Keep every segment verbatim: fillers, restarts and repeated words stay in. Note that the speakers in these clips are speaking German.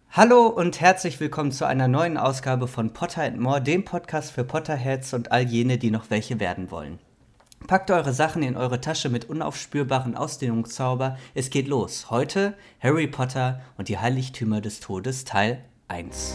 Hallo und herzlich willkommen zu einer neuen Ausgabe von Potter and More, dem Podcast für Potterheads und all jene, die noch welche werden wollen. Packt eure Sachen in eure Tasche mit unaufspürbaren Ausdehnungszauber. Es geht los. Heute Harry Potter und die Heiligtümer des Todes Teil eins.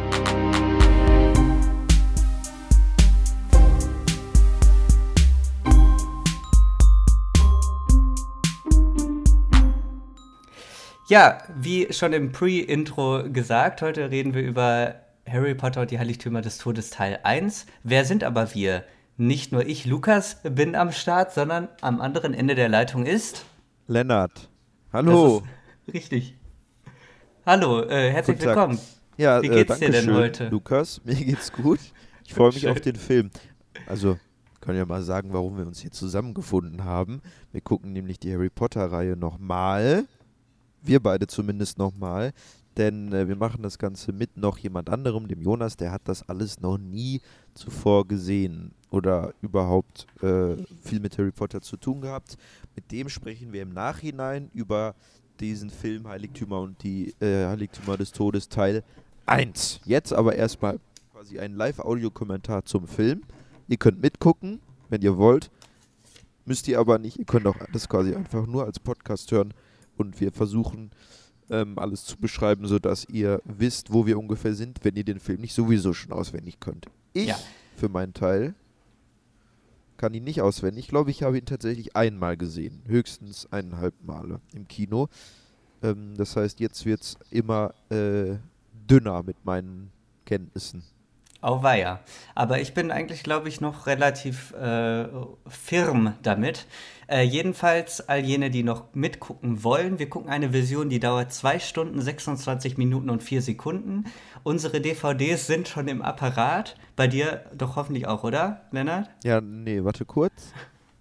Ja, wie schon im Pre-Intro gesagt, heute reden wir über Harry Potter und die Heiligtümer des Todes Teil eins. Wer sind aber wir? Nicht nur ich, Lukas, bin am Start, sondern am anderen Ende der Leitung ist... Lennart. Hallo. Das ist richtig. Hallo, äh, herzlich Guten Tag. willkommen. Ja, Wie äh, geht's danke dir denn schön, heute? Lukas. Mir geht's gut. Ich freue mich Schön. auf den Film. Also, können ja mal sagen, warum wir uns hier zusammengefunden haben. Wir gucken nämlich die Harry Potter-Reihe nochmal. Wir beide zumindest nochmal. Denn äh, wir machen das Ganze mit noch jemand anderem, dem Jonas. Der hat das alles noch nie zuvor gesehen oder überhaupt äh, viel mit Harry Potter zu tun gehabt. Mit dem sprechen wir im Nachhinein über diesen Film Heiligtümer und die äh, Heiligtümer des Todes Teil eins. Jetzt aber erstmal quasi ein Live-Audio-Kommentar zum Film. Ihr könnt mitgucken, wenn ihr wollt. Müsst ihr aber nicht. Ihr könnt auch das quasi einfach nur als Podcast hören. Und wir versuchen, ähm, alles zu beschreiben, sodass ihr wisst, wo wir ungefähr sind, wenn ihr den Film nicht sowieso schon auswendig könnt. Ich, Ja. für meinen Teil, kann ihn nicht auswendig. Ich glaube, ich habe ihn tatsächlich einmal gesehen. Höchstens eineinhalb Male im Kino. Ähm, das heißt, jetzt wird es immer äh, dünner mit meinen Kenntnissen. Auweia. Aber ich bin eigentlich, glaube ich, noch relativ äh, firm damit. Äh, jedenfalls all jene, die noch mitgucken wollen. Wir gucken eine Version, die dauert zwei Stunden, sechsundzwanzig Minuten und vier Sekunden. Unsere D V Ds sind schon im Apparat. Bei dir doch hoffentlich auch, oder, Lennart? Ja, nee, warte kurz.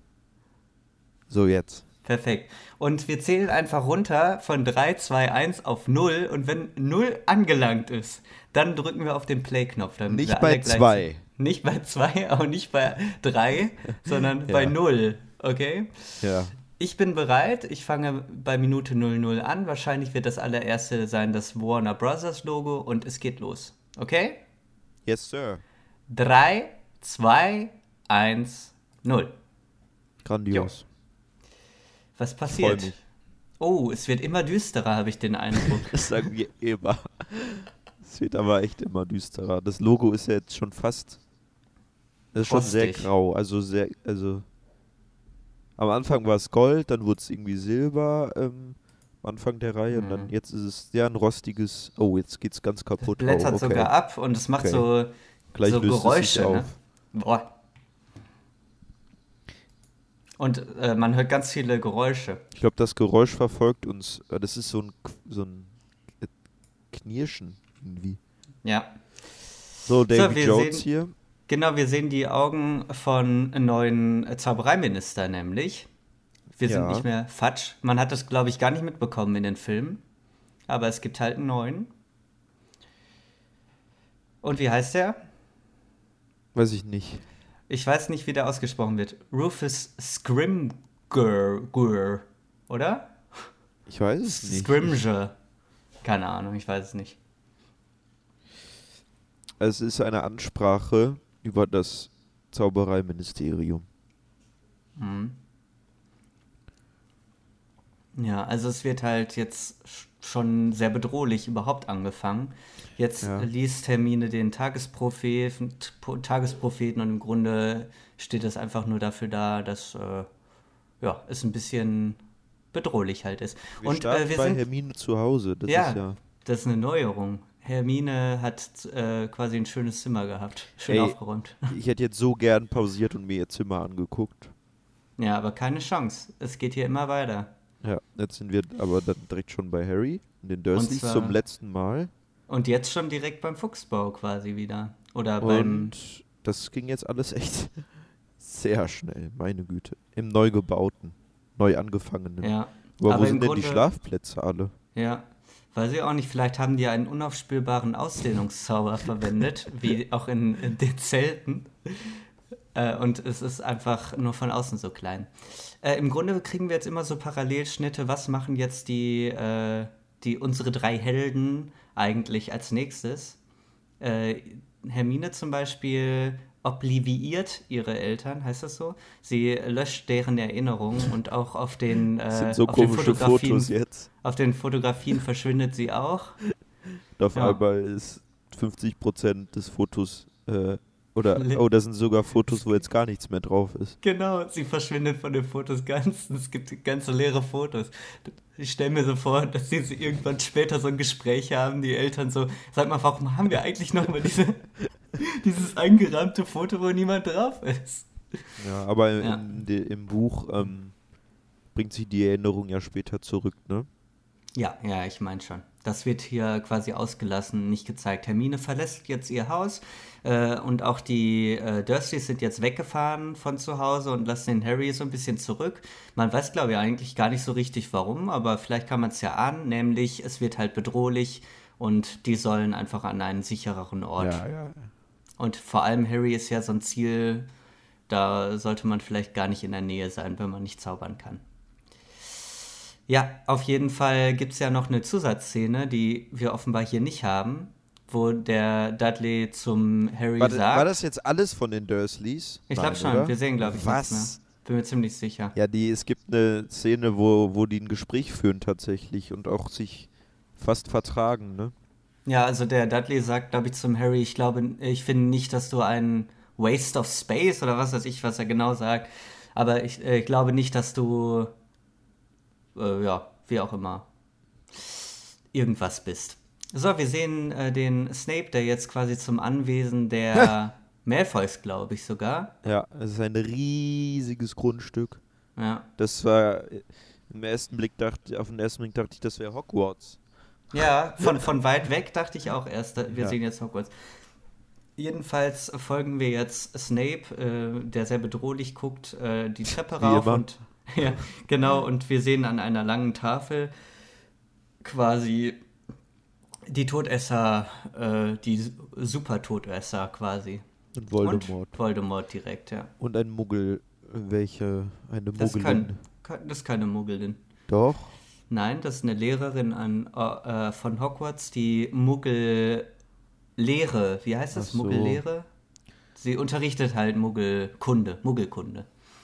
So, jetzt. Perfekt. Und wir zählen einfach runter von drei, zwei, eins auf null. Und wenn null angelangt ist, dann drücken wir auf den Play-Knopf. damit wir Nicht alle bei gleich zwei. sind. Nicht bei zwei, auch nicht bei drei, sondern Ja. bei null. Okay? Ja. Ich bin bereit. Ich fange bei Minute null null an. Wahrscheinlich wird das allererste sein das Warner Brothers Logo. Und es geht los. Okay? Yes, sir. drei, zwei, eins, null. Grandios. Was Ich freue passiert? mich. Oh, es wird immer düsterer, habe ich den Eindruck. Das sagen wir immer. Es wird aber echt immer düsterer. Das Logo ist ja jetzt schon fast. Das ist schon sehr Frostig. grau. Also sehr. Also. Am Anfang war es Gold, dann wurde es irgendwie Silber ähm, am Anfang der Reihe und dann Mhm. jetzt ist es ja ein rostiges. Oh, jetzt geht's ganz kaputt. Blättert oh, okay. sogar ab und es macht Okay. so, Gleich so löst es sich Geräusche. auf. Ne? Boah. Und äh, man hört ganz viele Geräusche. Ich glaube, das Geräusch verfolgt uns. äh, Das ist so ein, K- so ein äh, Knirschen irgendwie. Ja. So, Davy wir Jones sehen- hier. Genau, wir sehen die Augen von neuen Zaubereiminister nämlich. Wir sind Ja. nicht mehr Fatsch. Man hat das, glaube ich, gar nicht mitbekommen in den Filmen. Aber es gibt halt einen neuen. Und wie heißt der? Weiß ich nicht. Ich weiß nicht, wie der ausgesprochen wird. Rufus Scrimgeour, oder? Ich weiß es nicht. Scrimgeour. Keine Ahnung, ich weiß es nicht. Es ist eine Ansprache über das Zaubereiministerium. Mhm. Ja, also es wird halt jetzt sch- schon sehr bedrohlich überhaupt angefangen. Jetzt Ja. liest Hermine den Tagespropheten, T- Tagespropheten und im Grunde steht das einfach nur dafür da, dass äh, ja, es ein bisschen bedrohlich halt ist. Wir und starten äh, wir bei sind Hermine zu Hause. Das Ja. ist ja. Das ist eine Neuerung. Hermine hat äh, quasi ein schönes Zimmer gehabt. Schön Ey. aufgeräumt. Ich hätte jetzt so gern pausiert und mir ihr Zimmer angeguckt. Ja, aber keine Chance. Es geht hier immer weiter. Ja, jetzt sind wir aber dann direkt schon bei Harry und den Dursleys zwar- zum letzten Mal. Und jetzt schon direkt beim Fuchsbau quasi wieder. Oder beim... Und das ging jetzt alles echt sehr schnell, meine Güte. Im neu gebauten, neu angefangenen. Ja, aber, aber wo im sind denn Grunde- die Schlafplätze alle? ja. Weiß ich auch nicht, vielleicht haben die einen unaufspürbaren Ausdehnungszauber verwendet, wie auch in, in den Zelten. Äh, und es ist einfach nur von außen so klein. Äh, Im Grunde kriegen wir jetzt immer so Parallelschnitte, was machen jetzt die, äh, die unsere drei Helden eigentlich als nächstes. Äh, Hermine zum Beispiel obliviert ihre Eltern, heißt das so? Sie löscht deren Erinnerungen und auch auf den, äh, Das sind so auf den komische Fotografien, Fotos jetzt. auf den Fotografien verschwindet sie auch. Und auf Ja. einmal ist fünfzig Prozent des Fotos, äh, oder, Le- oh, das sind sogar Fotos, wo jetzt gar nichts mehr drauf ist. Genau, sie verschwindet von den Fotos ganz. Es gibt ganze leere Fotos. Ich stelle mir so vor, dass sie so irgendwann später so ein Gespräch haben, die Eltern so, sag mal, warum haben wir eigentlich nochmal diese, dieses eingerahmte Foto, wo niemand drauf ist? Ja, aber Ja. in, de, im Buch ähm, bringt sich die Erinnerung ja später zurück, ne? Ja, ja, ich meine schon. Das wird hier quasi ausgelassen, nicht gezeigt. Hermine verlässt jetzt ihr Haus äh, und auch die äh, Dursleys sind jetzt weggefahren von zu Hause und lassen den Harry so ein bisschen zurück. Man weiß, glaube ich, eigentlich gar nicht so richtig warum, aber vielleicht kann man es ja ahnen, nämlich es wird halt bedrohlich und die sollen einfach an einen sichereren Ort. Ja, ja. Und vor allem Harry ist ja so ein Ziel, da sollte man vielleicht gar nicht in der Nähe sein, wenn man nicht zaubern kann. Ja, auf jeden Fall gibt es ja noch eine Zusatzszene, die wir offenbar hier nicht haben, wo der Dudley zum Harry War, sagt. war das jetzt alles von den Dursleys? Ich glaube Nein, schon, oder? wir sehen, glaube ich, Was? nichts mehr. Bin mir ziemlich sicher. Ja, die, es gibt eine Szene, wo, wo die ein Gespräch führen tatsächlich und auch sich fast vertragen, ne? Ja, also der Dudley sagt, glaube ich, zum Harry, ich glaube, ich finde nicht, dass du ein Waste of Space oder was weiß ich, was er genau sagt, aber ich äh, glaube nicht, dass du, äh, ja, wie auch immer, irgendwas bist. So, wir sehen äh, den Snape, der jetzt quasi zum Anwesen der Malfoys, glaube ich sogar. Ja, es ist ein riesiges Grundstück. Ja. Das war im ersten Blick dachte, auf den ersten Blick dachte ich, das wäre Hogwarts. Ja, von, von weit weg dachte ich auch erst, wir Ja. sehen jetzt Hogwarts. Jedenfalls folgen wir jetzt Snape, äh, der sehr bedrohlich guckt, äh, die Treppe Wie rauf immer. und ja, genau, und wir sehen an einer langen Tafel quasi die Todesser, äh, die Super-Todesser quasi. Und Voldemort. Und Voldemort direkt, ja. Und ein Muggel. Welche? Eine Das, Muggelin. kann, das ist keine Muggelin. Doch. Nein, das ist eine Lehrerin an, äh, von Hogwarts, die Muggellehre, wie heißt das? Ach so. Muggellehre? Sie unterrichtet halt Muggelkunde, Muggelkunde.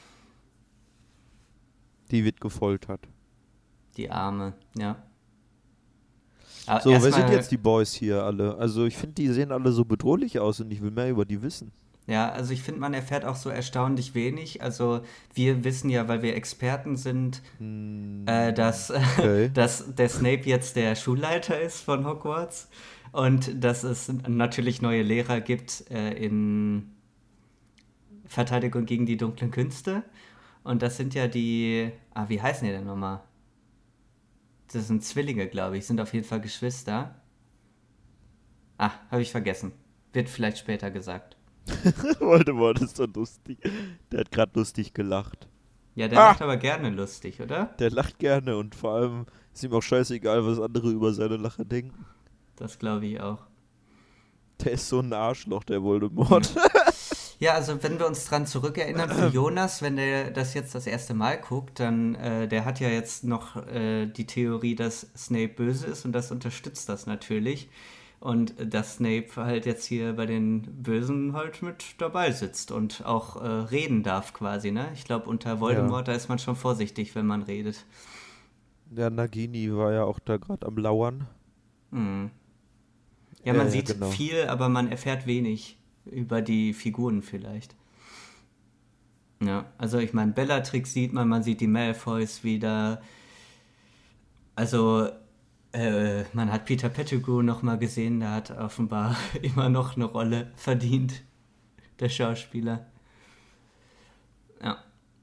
Die wird gefoltert. Die Arme, ja. Aber So, wer erstmal- sind jetzt die Boys hier alle? Also ich finde, die sehen alle so bedrohlich aus und ich will mehr über die wissen. Ja, also ich finde, man erfährt auch so erstaunlich wenig. Also wir wissen ja, weil wir Experten sind, äh, dass, okay. dass der Snape jetzt der Schulleiter ist von Hogwarts und dass es natürlich neue Lehrer gibt äh, in Verteidigung gegen die dunklen Künste. Und das sind ja die, ah, wie heißen die denn nochmal? Das sind Zwillinge, glaube ich, sind auf jeden Fall Geschwister. Ah, habe ich vergessen. Wird vielleicht später gesagt. Voldemort ist so lustig. Der hat gerade lustig gelacht. Ja, der Ah! macht aber gerne lustig, oder? Der lacht gerne und vor allem ist ihm auch scheißegal, was andere über seine Lache denken. Das glaube ich auch. Der ist so ein Arschloch, der Voldemort. Ja, also wenn wir uns dran zurückerinnern, für Jonas, wenn der das jetzt das erste Mal guckt, dann, äh, der hat ja jetzt noch äh, die Theorie, dass Snape böse ist und das unterstützt das natürlich. Und äh, dass Snape halt jetzt hier bei den Bösen halt mit dabei sitzt und auch äh, reden darf quasi, ne? Ich glaube, unter Voldemort, da ist man schon vorsichtig, wenn man redet. Der Nagini war ja auch da gerade am Lauern. Mhm. Ja, Ja, man ja, sieht genau. viel, aber man erfährt wenig über die Figuren vielleicht. Ja, also ich meine, Bellatrix sieht man, man sieht die Malfoys wieder. Also, äh, man hat Peter Pettigrew nochmal gesehen, der hat offenbar immer noch eine Rolle verdient, der Schauspieler. Ja.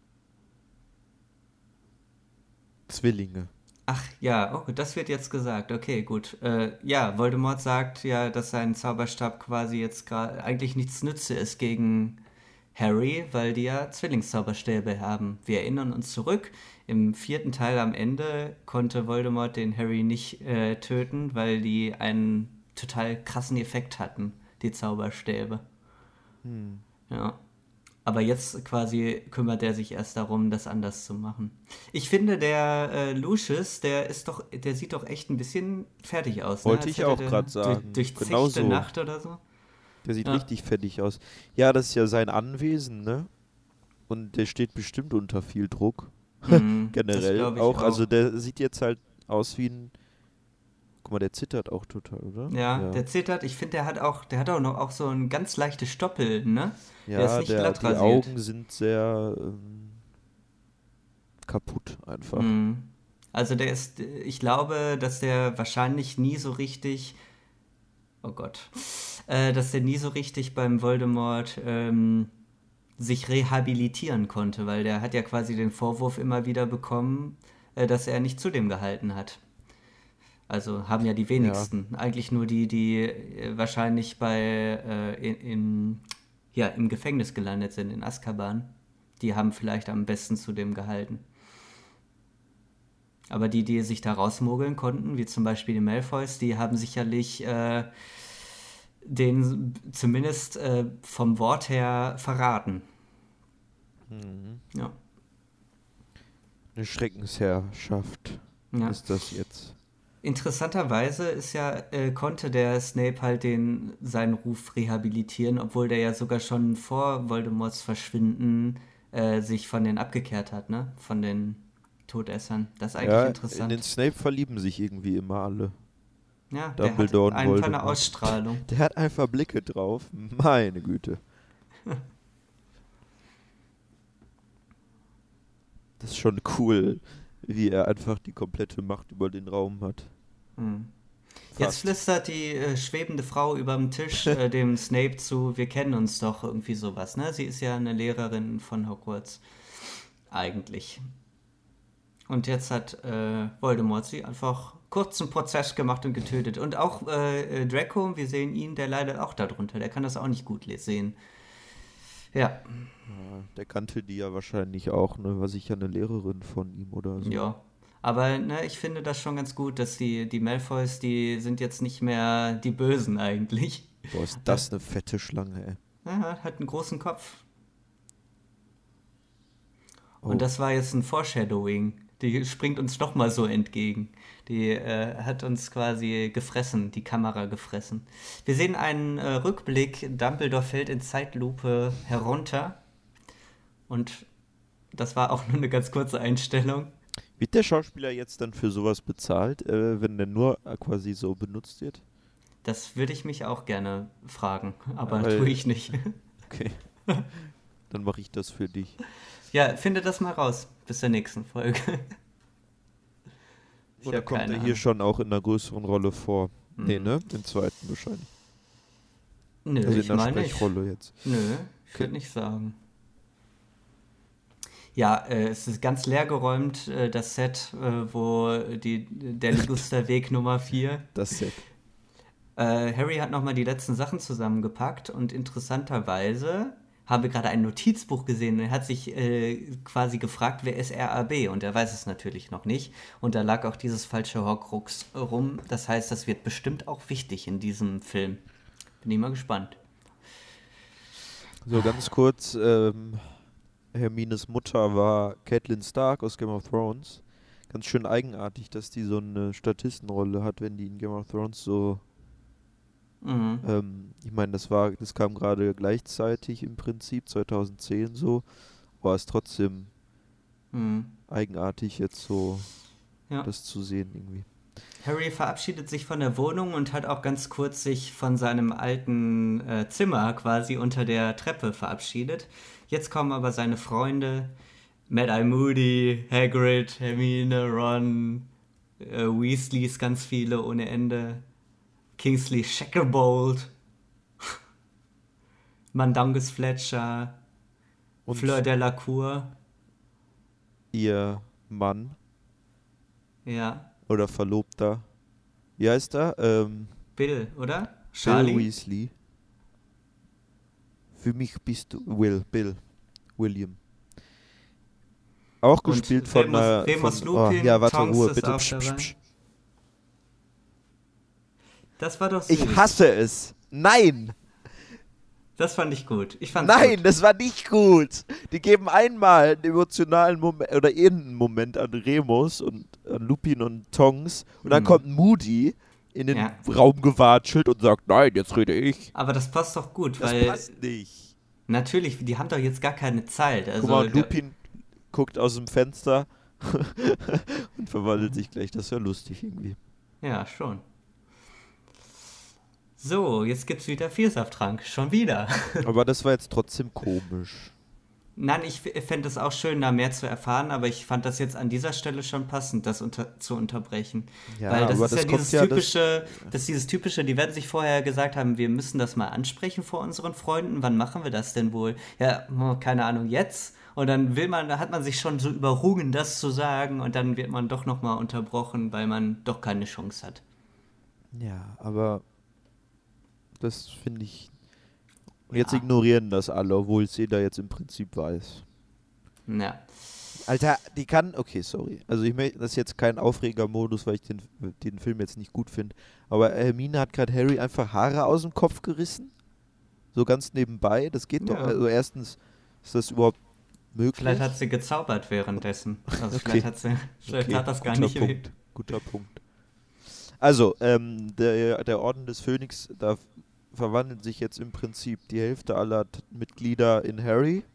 Zwillinge. Ach ja, oh, das wird jetzt gesagt. Okay, gut. Äh, ja, Voldemort sagt ja, dass sein Zauberstab quasi jetzt gerade eigentlich nichts nütze ist gegen Harry, weil die ja Zwillingszauberstäbe haben. Wir erinnern uns zurück. Im vierten Teil am Ende konnte Voldemort den Harry nicht äh, töten, weil die einen total krassen Effekt hatten, die Zauberstäbe. Hm. Ja. Aber jetzt quasi kümmert er sich erst darum, das anders zu machen. Ich finde, der äh, Lucius, der ist doch, der sieht doch echt ein bisschen fertig aus. Ne? Wollte Als ich hätte auch der gerade durch, sagen. durchzechte Genau so. Nacht oder so. Der sieht Ja. richtig fettig aus. Ja, das ist ja sein Anwesen, ne? Und der steht bestimmt unter viel Druck. Mhm, das Generell glaub ich auch. auch. Also der sieht jetzt halt aus wie ein. Guck mal, der zittert auch total, oder? Ja, der zittert. Ich finde, der hat auch, der hat auch noch auch so ein ganz leichtes Stoppeln, ne? Der ist Ja, nicht der, glatt die rasiert. Augen sind sehr ähm, kaputt einfach. Mhm. Also der ist, ich glaube, dass der wahrscheinlich nie so richtig, oh Gott, äh, dass der nie so richtig beim Voldemort ähm, sich rehabilitieren konnte, weil der hat ja quasi den Vorwurf immer wieder bekommen, äh, dass er nicht zu dem gehalten hat. Also haben ja die wenigsten. Eigentlich nur die, die äh, wahrscheinlich bei äh, in, in, ja, im Gefängnis gelandet sind, in Azkaban. Die haben vielleicht am besten zu dem gehalten. Aber die, die sich da rausmogeln konnten, wie zum Beispiel die Malfoys, die haben sicherlich äh, den zumindest äh, vom Wort her verraten. Mhm. Ja. Eine Schreckensherrschaft Ja. ist das jetzt. Interessanterweise ist ja, äh, konnte der Snape halt den, seinen Ruf rehabilitieren, obwohl der ja sogar schon vor Voldemorts Verschwinden äh, sich von denen abgekehrt hat, ne? Von den Todessern. Das ist eigentlich Ja, in interessant. den Snape verlieben sich irgendwie immer alle. Ja, der hat Dumbledore und einfach eine Voldemort. Ausstrahlung. Der hat einfach Blicke drauf. Meine Güte. Das ist schon cool, wie er einfach die komplette Macht über den Raum hat. Hm. Jetzt Fast. flüstert die äh, schwebende Frau überm Tisch äh, dem Snape zu, wir kennen uns doch, irgendwie sowas, ne? Sie ist ja eine Lehrerin von Hogwarts. Eigentlich. Und jetzt hat äh, Voldemort sie einfach kurzen Prozess gemacht und getötet. Und auch äh, Draco, wir sehen ihn, der leidet auch darunter. Der kann das auch nicht gut sehen. Ja, Ja, der kannte die ja wahrscheinlich auch, ne? War sicher eine Lehrerin von ihm oder so. ja. Aber ne, ich finde das schon ganz gut, dass die, die Malfoys, die sind jetzt nicht mehr die Bösen eigentlich. Boah, ist das eine fette Schlange, ey. Ja, hat einen großen Kopf. Oh. Und das war jetzt ein Foreshadowing. Die springt uns doch mal so entgegen. Die äh, hat uns quasi gefressen, die Kamera gefressen. Wir sehen einen äh, Rückblick. Dumbledore fällt in Zeitlupe herunter. Und das war auch nur eine ganz kurze Einstellung. Wird der Schauspieler jetzt dann für sowas bezahlt, äh, wenn der nur äh, quasi so benutzt wird? Das würde ich mich auch gerne fragen, aber Weil- tue ich nicht. Okay. Dann mache ich das für dich. Ja, finde das mal raus. Bis zur nächsten Folge. Ich Oder hab kommt keine er hier Ahnung. schon auch in einer größeren Rolle vor? Nee, Mhm. ne? Im zweiten wahrscheinlich. Nö, Also in ich der meine nicht. Sprechrolle jetzt. Nö, ich würde nicht sagen. Ja, äh, es ist ganz leergeräumt, äh, das Set, äh, wo die, der Ligusterweg Nummer vier. Das Set. Äh, Harry hat nochmal die letzten Sachen zusammengepackt und interessanterweise haben wir gerade ein Notizbuch gesehen und er hat sich äh, quasi gefragt, wer ist R A B? Und er weiß es natürlich noch nicht. Und da lag auch dieses falsche Horcrux rum. Das heißt, das wird bestimmt auch wichtig in diesem Film. Bin ich mal gespannt. So, ganz kurz, ähm, Hermines Mutter war Catelyn Stark aus Game of Thrones. Ganz schön eigenartig, dass die so eine Statistenrolle hat, wenn die in Game of Thrones so, Mhm. ähm, ich meine, das war, das kam gerade gleichzeitig im Prinzip, zweitausendzehn so, war es trotzdem Mhm. eigenartig jetzt so, Ja. das zu sehen irgendwie. Harry verabschiedet sich von der Wohnung und hat auch ganz kurz sich von seinem alten äh, Zimmer quasi unter der Treppe verabschiedet. Jetzt kommen aber seine Freunde, Mad-Eye Moody, Hagrid, Hermine, Ron, äh, Weasleys ganz viele ohne Ende, Kingsley Shacklebolt, Mandangus Fletcher, Und Fleur Delacour, ihr Mann ja, oder Verlobter, wie heißt er? Ähm, Bill, oder? Bill Charlie? Weasley. Für mich bist du Will, Bill, William. Auch Und gespielt von, Remus- äh, Remus von Lupin, oh, ja, warte, Tonks Ruhe, ist bitte. auch Psch, dabei. psch, psch. Das war doch süß. Ich hasse es. Nein! Das fand ich gut. Ich fand's Nein, gut. das war nicht gut. Die geben einmal einen emotionalen Moment oder irgendeinen Moment an Remus und an Lupin und Tonks und dann Hm. kommt Moody in den Ja. Raum gewatschelt und sagt, nein, jetzt rede ich. Aber das passt doch gut, Das weil passt nicht. natürlich, die haben doch jetzt gar keine Zeit. Also, Guck mal, und der- Lupin guckt aus dem Fenster und verwandelt sich gleich. Das ist ja lustig irgendwie. ja, schon. So, jetzt gibt's wieder Vielsafttrank. Schon wieder. Aber das war jetzt trotzdem komisch. Nein, ich fände es auch schön, da mehr zu erfahren, aber ich fand das jetzt an dieser Stelle schon passend, das unter zu unterbrechen. Ja, Weil das aber ist das ja kommt dieses ja, das- typische, das ist dieses typische, die werden sich vorher gesagt haben, wir müssen das mal ansprechen vor unseren Freunden. Wann machen wir das denn wohl? Ja, oh, keine Ahnung, jetzt. Und dann will man, da hat man sich schon so überrungen, das zu sagen, und dann wird man doch nochmal unterbrochen, weil man doch keine Chance hat. Ja, aber das finde ich. Und jetzt Ja. ignorieren das alle, obwohl es jeder jetzt im Prinzip weiß. Ja. Alter, die kann. Okay, sorry. Also ich möchte, das ist jetzt kein Aufregermodus, weil ich den, den Film jetzt nicht gut finde. Aber Hermine hat gerade Harry einfach Haare aus dem Kopf gerissen. So ganz nebenbei. Das geht doch. Ja. Also erstens, ist das überhaupt möglich? Vielleicht hat sie gezaubert währenddessen. Also Okay. vielleicht hat sie, vielleicht Okay, hat das gar guter nicht Punkt. Guter Punkt. Also, ähm, der, der Orden des Phönix, da verwandeln sich jetzt im Prinzip die Hälfte aller T- Mitglieder in Harry,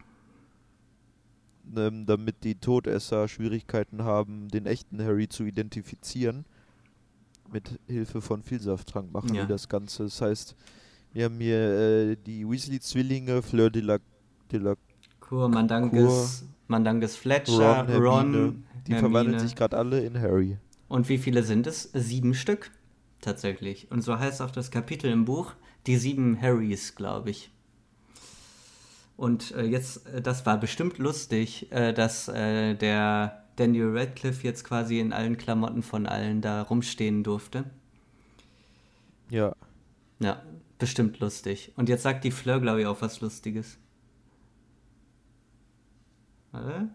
ähm, damit die Todesser Schwierigkeiten haben, den echten Harry zu identifizieren. Mit Hilfe von Vielsafttrank machen Ja. die das Ganze. Das heißt, wir haben hier äh, die Weasley-Zwillinge, Fleur de la, de la Kur, Mandanges, Mandanges Fletcher, Ron, Ron, Hermine. Die Hermine. verwandeln sich gerade alle in Harry. Und wie viele sind es? Sieben Stück. Tatsächlich. Und so heißt auch das Kapitel im Buch, die sieben Harrys, glaube ich. Und äh, jetzt, äh, das war bestimmt lustig, äh, dass äh, der Daniel Radcliffe jetzt quasi in allen Klamotten von allen da rumstehen durfte. Ja. Ja, bestimmt lustig. Und jetzt sagt die Fleur, glaube ich, auch was Lustiges. Warte.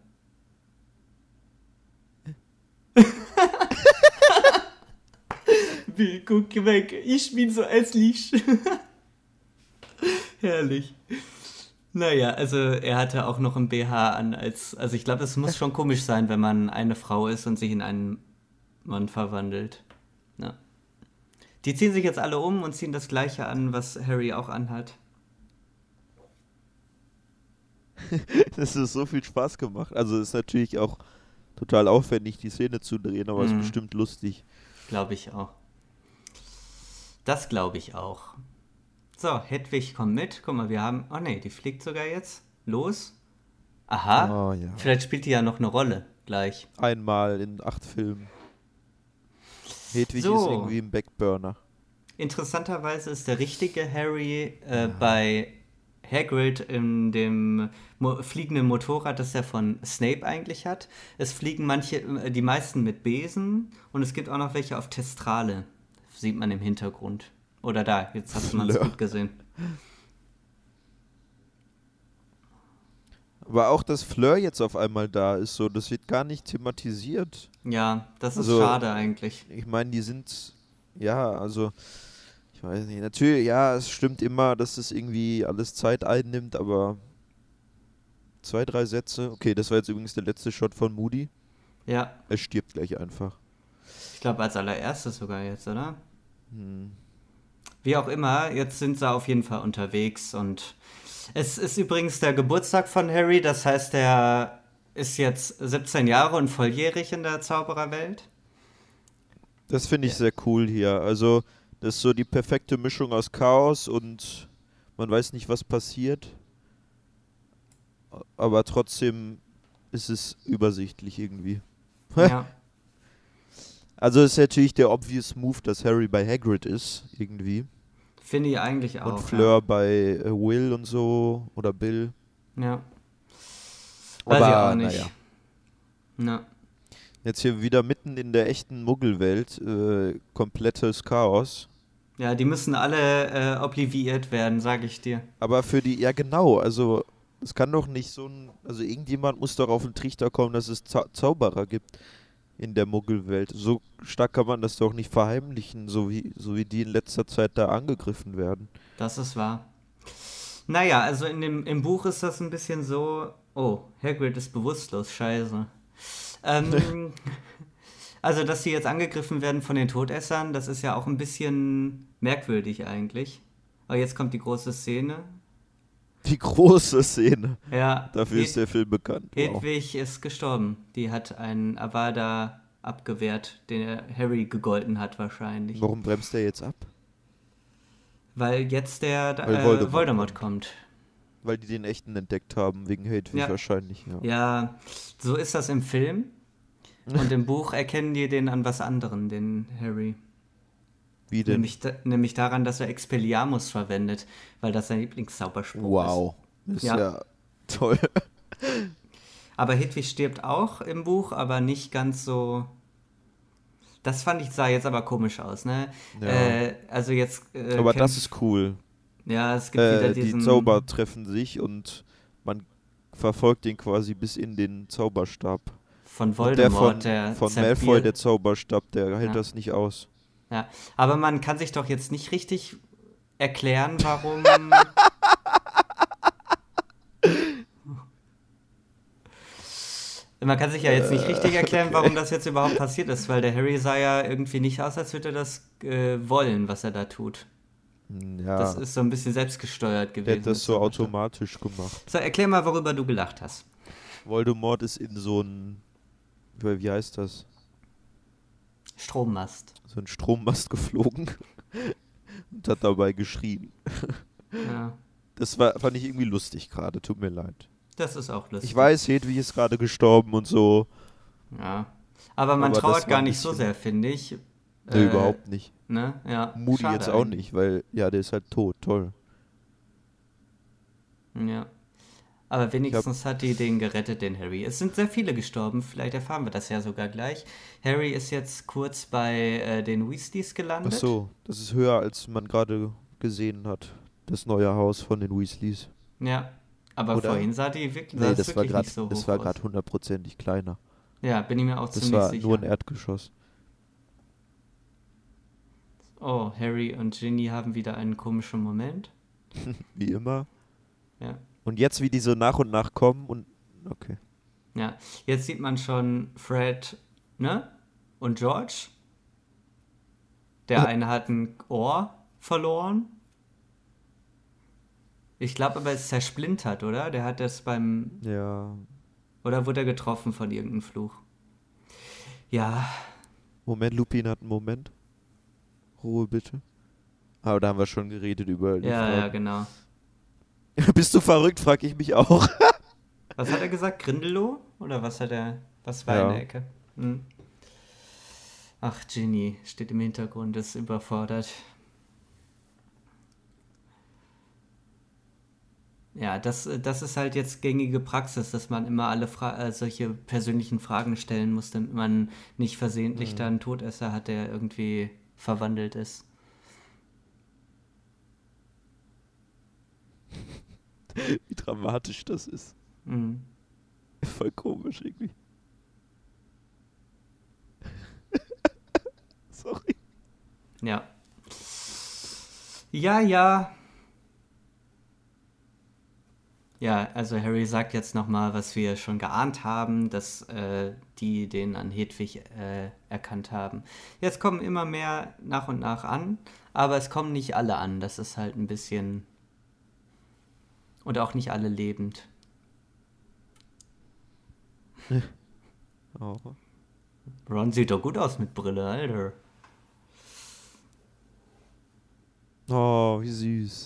Bill, guck weg. Ich bin so hässlich. Herrlich. Naja, also er hatte auch noch ein B H an als... Also ich glaube, es muss schon komisch sein, wenn man eine Frau ist und sich in einen Mann verwandelt. Ja. Die ziehen sich jetzt alle um und ziehen das Gleiche an, was Harry auch anhat. Das ist so viel Spaß gemacht. Also ist natürlich auch total aufwendig, die Szene zu drehen, aber es Mhm. ist bestimmt lustig. Glaube ich auch. Das glaube ich auch. So, Hedwig kommt mit. Guck mal, wir haben... Oh ne, die fliegt sogar jetzt. Los. Aha. Oh ja. Vielleicht spielt die ja noch eine Rolle gleich. Einmal in acht Filmen. Hedwig So. ist irgendwie ein Backburner. Interessanterweise ist der richtige Harry äh, bei Hagrid in dem mo fliegenden Motorrad, das er von Snape eigentlich hat. Es fliegen manche, äh, die meisten mit Besen und es gibt auch noch welche auf Testrale. Sieht man im Hintergrund. Oder da, jetzt hast du mal Fleur. gut gesehen. Aber auch, dass Fleur jetzt auf einmal da ist, so, das wird gar nicht thematisiert. Ja, das ist Also- schade eigentlich. Ich meine, die sind, ja, also, ich weiß nicht, natürlich, ja, es stimmt immer, dass das irgendwie alles Zeit einnimmt, aber zwei, drei Sätze. Okay, das war jetzt übrigens der letzte Shot von Moody. Ja, Er stirbt gleich einfach. ich glaube als allererstes sogar jetzt, oder? Hm. Wie auch immer, jetzt sind sie auf jeden Fall unterwegs und es ist übrigens der Geburtstag von Harry, das heißt, er ist jetzt siebzehn Jahre und volljährig in der Zaubererwelt. Das finde ich sehr cool hier. Also, das ist so die perfekte Mischung aus Chaos und man weiß nicht, was passiert. Aber trotzdem ist es übersichtlich irgendwie. Ja, Also es ist natürlich der obvious Move, dass Harry bei Hagrid ist, irgendwie. finde ich eigentlich auch. Und Fleur bei äh, Will und so. Oder Bill. Ja. ja. Weiß Aber, ich auch nicht. naja. Na, Jetzt hier wieder mitten in der echten Muggelwelt. Äh, komplettes Chaos. ja, die müssen alle äh, obliviert werden, sage ich dir. Aber für die, ja genau, also es kann doch nicht so ein, also irgendjemand muss doch auf den Trichter kommen, dass es Zau Zauberer gibt in der Muggelwelt. So stark kann man das doch nicht verheimlichen, so wie, so wie die in letzter Zeit da angegriffen werden. Das ist wahr. Naja, also in dem, im Buch ist das ein bisschen so, oh, Hagrid ist bewusstlos, scheiße. Ähm, also, dass sie jetzt angegriffen werden von den Todessern, das ist ja auch ein bisschen merkwürdig eigentlich. Aber jetzt kommt die große Szene. Die große Szene. Ja, Dafür ist Hed der Film bekannt. Wow. Hedwig ist gestorben. Die hat einen Avada abgewehrt, den Harry gegolten hat wahrscheinlich. Warum bremst er jetzt ab? Weil jetzt der Weil äh, Voldemort Voldemort kommt. Weil die den echten entdeckt haben, wegen Hedwig Ja. wahrscheinlich. Ja. Ja, so ist das im Film. Und im Buch erkennen die den an was anderem, den Harry. Wie denn? Nämlich, da, nämlich daran, dass er Expelliarmus verwendet, weil das sein Lieblingszauberspruch Wow. ist. Ist Ja. ja toll. Aber Hedwig stirbt auch im Buch, aber nicht ganz so. Das fand ich, sah jetzt aber komisch aus, ne? Ja. Äh, also jetzt. Äh, Aber kämpft- das ist cool. Ja, es gibt wieder Äh, diesen. die Zauber treffen sich und man verfolgt den quasi bis in den Zauberstab. Von Und der Voldemort, von, der, von zerbiert- Malfoy, der Zauberstab, der hält Ja. das nicht aus. Ja, aber man kann sich doch jetzt nicht richtig erklären, warum. Man kann sich ja jetzt nicht richtig erklären, warum das jetzt überhaupt passiert ist, weil der Harry sah ja irgendwie nicht aus, als würde er das äh, wollen, was er da tut. Ja, Das ist so ein bisschen selbstgesteuert der gewesen. hat das so mit automatisch gemacht. So, erklär mal, worüber du gelacht hast. Voldemort ist in so ein, wie wie heißt das? Strommast. So ein Strommast geflogen und hat dabei geschrien. Ja, Das war, fand ich irgendwie lustig gerade, tut mir leid. das ist auch lustig. Ich weiß, Hedwig ist gerade gestorben und so. Ja. Aber man Aber das trauert war gar ein nicht so bisschen- sehr, finde ich. Nee, überhaupt nicht. Ne? Ja. Moody Schade jetzt auch eigentlich. nicht, weil, ja, der ist halt tot, toll. Ja. Aber wenigstens hat die den gerettet, den Harry. Es sind sehr viele gestorben, vielleicht erfahren wir das ja sogar gleich. Harry ist jetzt kurz bei äh, den Weasleys Ach gelandet. so, das ist höher, als man gerade gesehen hat. Das neue Haus von den Weasleys. Ja. Aber Oder? vorhin sah die wirklich, sah Nee, es das war wirklich gerade nicht so hoch das war aus. gerade hundertprozentig kleiner. Ja, bin ich mir auch Das ziemlich war sicher. nur ein Erdgeschoss. Oh, Harry und Ginny haben wieder einen komischen Moment. Wie immer. Ja. Und jetzt, wie die so nach und nach kommen und. Okay. Ja, jetzt sieht man schon Fred, ne? Und George. Der eine hat ein Ohr verloren. Ich glaube aber, es ist zersplintert, oder? Der hat das beim. Ja. Oder wurde er getroffen von irgendeinem Fluch? Ja, Moment, Lupin hat einen Moment. Ruhe bitte. Aber da haben wir schon geredet über die ja, ja, Fragen. genau. Bist du verrückt, frag ich mich auch. Was hat er gesagt? Grindelow? Oder was hat er. Was war Ja. in der Ecke? Hm. Ach, Ginny steht im Hintergrund, ist überfordert. Ja, das, das ist halt jetzt gängige Praxis, dass man immer alle Fra äh, solche persönlichen Fragen stellen muss, damit man nicht versehentlich Mhm. da einen Todesser hat, der irgendwie verwandelt ist. Wie dramatisch das ist. Mhm. Voll komisch irgendwie. Sorry. Ja. Ja, ja. Ja, also Harry sagt jetzt nochmal, was wir schon geahnt haben, dass äh, die den an Hedwig äh, erkannt haben. Jetzt kommen immer mehr nach und nach an, aber es kommen nicht alle an. Das ist halt ein bisschen... Und auch nicht alle lebend. Oh. Ron sieht doch gut aus mit Brille, Alter. Oh, wie süß.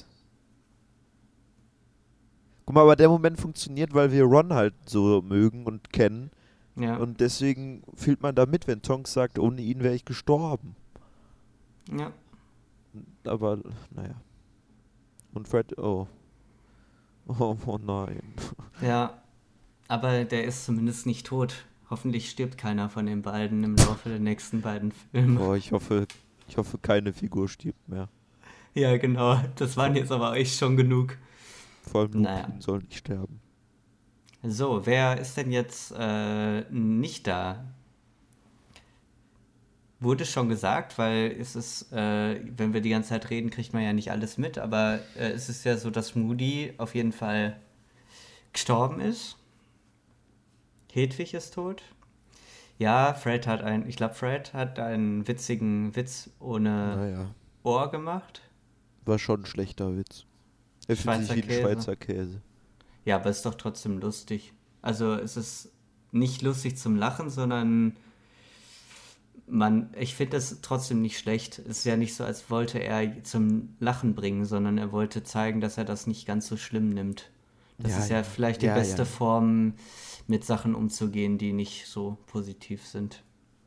Guck mal, aber der Moment funktioniert, weil wir Ron halt so mögen und kennen. Ja, Und deswegen fühlt man da mit, wenn Tonks sagt, ohne ihn wäre ich gestorben. ja. Aber, naja. Und Fred, oh. Oh, oh nein. Ja, aber der ist zumindest nicht tot. Hoffentlich stirbt keiner von den beiden im Laufe der nächsten beiden Filme. Oh, ich hoffe, ich hoffe, keine Figur stirbt mehr. Ja, genau. Das waren jetzt aber echt schon genug. Vor allem Lupin Naja. soll nicht sterben. So, wer ist denn jetzt äh, nicht da? Wurde schon gesagt, weil es ist, äh, wenn wir die ganze Zeit reden, kriegt man ja nicht alles mit, aber äh, es ist ja so, dass Moody auf jeden Fall gestorben ist. Hedwig ist tot. Ja, Fred hat ein, ich glaube, Fred hat einen witzigen Witz ohne Naja, Ohr gemacht. war schon ein schlechter Witz. Er fühlt sich Schweizer wie ein Käse. Schweizer Käse. Ja, aber ist doch trotzdem lustig. Also es ist nicht lustig zum Lachen, sondern man, ich finde es trotzdem nicht schlecht. Es ist ja nicht so, als wollte er zum Lachen bringen, sondern er wollte zeigen, dass er das nicht ganz so schlimm nimmt. Das Ja, ist ja ja. vielleicht die Ja, beste ja. Form, mit Sachen umzugehen, die nicht so positiv sind.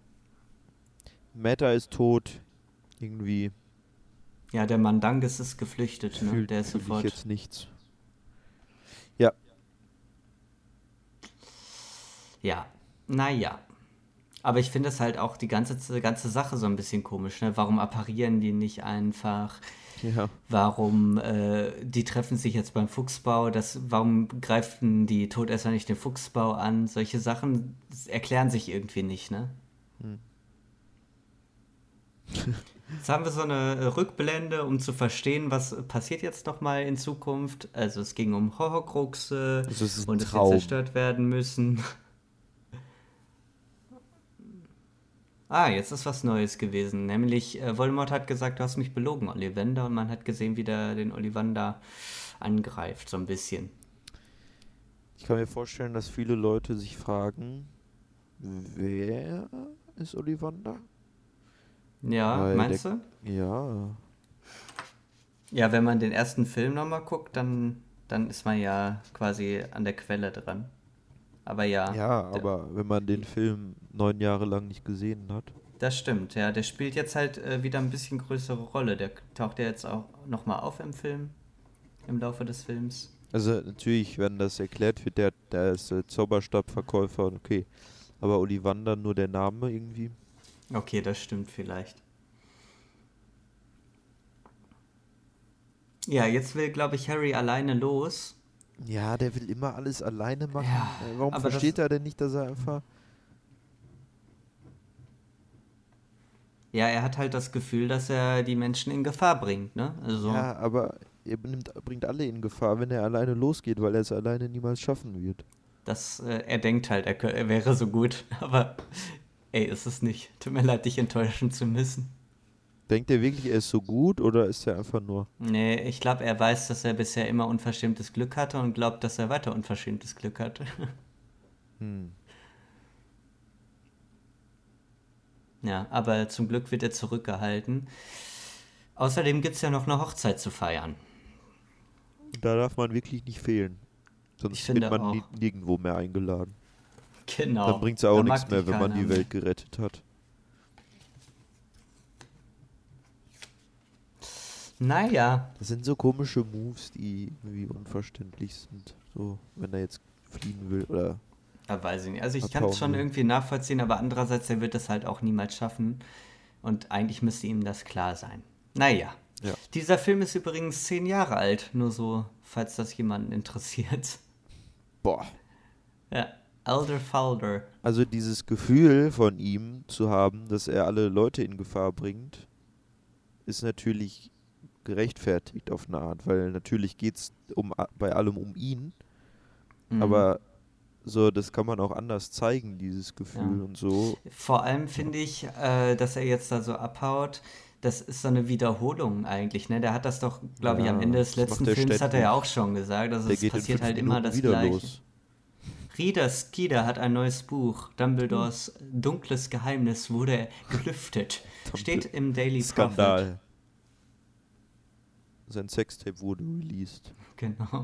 Meta ist tot. Irgendwie Ja, der Mandanges ist geflüchtet, ne? fühlt Der ist fühl ich sofort. jetzt nichts. Ja, Ja, naja. Aber ich finde es halt auch die ganze, die ganze Sache so ein bisschen komisch, ne? Warum apparieren die nicht einfach? ja. Warum, äh, die treffen sich jetzt beim Fuchsbau, das, warum greifen die Todesser nicht den Fuchsbau an? Solche Sachen erklären sich irgendwie nicht, ne? Hm. Jetzt haben wir so eine Rückblende, um zu verstehen, was passiert jetzt nochmal in Zukunft. Also es ging um Horcruxe Also es ist ein und dass sie Traum. zerstört werden müssen. Ah, jetzt ist was Neues gewesen. Nämlich, äh, Voldemort hat gesagt, du hast mich belogen, Ollivander. Und man hat gesehen, wie der den Ollivander angreift, so ein bisschen. Ich kann mir vorstellen, dass viele Leute sich fragen, wer ist Ollivander? Ja, Weil meinst der, du? ja, Ja, wenn man den ersten Film nochmal guckt, dann, dann ist man ja quasi an der Quelle dran. Aber ja, ja, der, aber wenn man den Film neun Jahre lang nicht gesehen hat. das stimmt. Ja, der spielt jetzt halt äh, wieder ein bisschen größere Rolle. Der taucht ja jetzt auch nochmal auf im Film, im Laufe des Films. Also natürlich, wenn das erklärt wird, der, der ist äh, Zauberstabverkäufer, okay. Aber Ollivander nur der Name irgendwie. Okay, das stimmt vielleicht. Ja, jetzt will, glaube ich, Harry alleine los. Ja, der will immer alles alleine machen. Ja, Äh, Warum aber das, versteht er denn nicht, dass er einfach... ja, er hat halt das Gefühl, dass er die Menschen in Gefahr bringt, ne? Also, Ja, aber er nimmt, bringt alle in Gefahr, wenn er alleine losgeht, weil er es alleine niemals schaffen wird. das, äh, er denkt halt, er, kö- er wäre so gut, aber ey, ist es nicht. Tut mir leid, dich enttäuschen zu müssen. Denkt er wirklich, er ist so gut oder ist er einfach nur... Nee, ich glaube, er weiß, dass er bisher immer unverschämtes Glück hatte und glaubt, dass er weiter unverschämtes Glück hat. Hm. Ja, aber zum Glück wird er zurückgehalten. Außerdem gibt es ja noch eine Hochzeit zu feiern. Da darf man wirklich nicht fehlen. Ich Sonst finde wird man auch. nie, nirgendwo mehr eingeladen. Genau. Dann bringt es ja Da auch mag nichts mehr, dich wenn man keiner die mehr. Welt gerettet hat. Naja, Das sind so komische Moves, die irgendwie unverständlich sind. So, wenn er jetzt fliehen will oder da weiß ich nicht. Also ich kann es abhauen schon will. irgendwie nachvollziehen, aber andererseits, er wird das halt auch niemals schaffen. Und eigentlich müsste ihm das klar sein. Naja. Ja. Dieser Film ist übrigens zehn Jahre alt, nur so, falls das jemanden interessiert. Boah. Ja, Elder Falder. Also dieses Gefühl von ihm zu haben, dass er alle Leute in Gefahr bringt, ist natürlich gerechtfertigt auf eine Art, weil natürlich geht es um, bei allem um ihn, Mhm. aber so, das kann man auch anders zeigen, dieses Gefühl Ja. und so. Vor allem finde ich, äh, dass er jetzt da so abhaut, das ist so eine Wiederholung eigentlich, ne? Der hat das doch, glaube ich, am Ende Ja, des das macht letzten er Films hat er ja auch ständig. schon gesagt. Also Der es geht in passiert fünf halt immer Minuten das wieder Gleiche. los. Reader Skeeter hat ein neues Buch. Dumbledores dunkles Geheimnis wurde gelüftet. Steht im Daily Prophet. Skandal. Sein Sextape wurde released. Genau.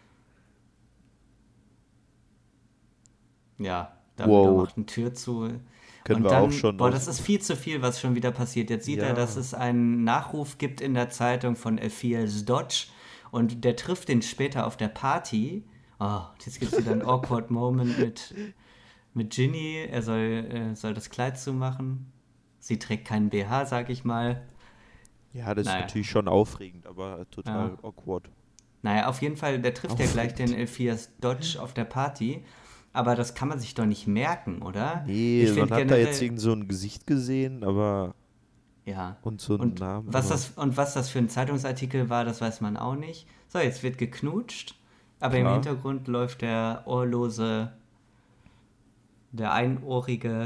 Ja, Dumbledore Wow, macht eine Tür zu. können Und wir auch dann, schon boah, aus. das ist viel zu viel, was schon wieder passiert. Jetzt sieht er, dass Ja, es einen Nachruf gibt in der Zeitung von Ephias Dodge und der trifft ihn später auf der Party. Oh, jetzt gibt es wieder einen awkward Moment mit, mit Ginny. Er soll, äh, soll das Kleid zumachen. Sie trägt keinen B H, sag ich mal. ja, das ist Naja, natürlich schon aufregend, aber total ja. awkward. Naja, auf jeden Fall, der trifft ja gleich den Aufregend. Ephias Dodge auf der Party. aber das kann man sich doch nicht merken, oder? Nee, Ich man finde hat da generell, jetzt irgend so ein Gesicht gesehen, aber ja. und so einen Und Namen, was aber das, und was das für ein Zeitungsartikel war, das weiß man auch nicht. So, jetzt wird geknutscht, aber im klar. Hintergrund läuft der ohrlose, der einohrige.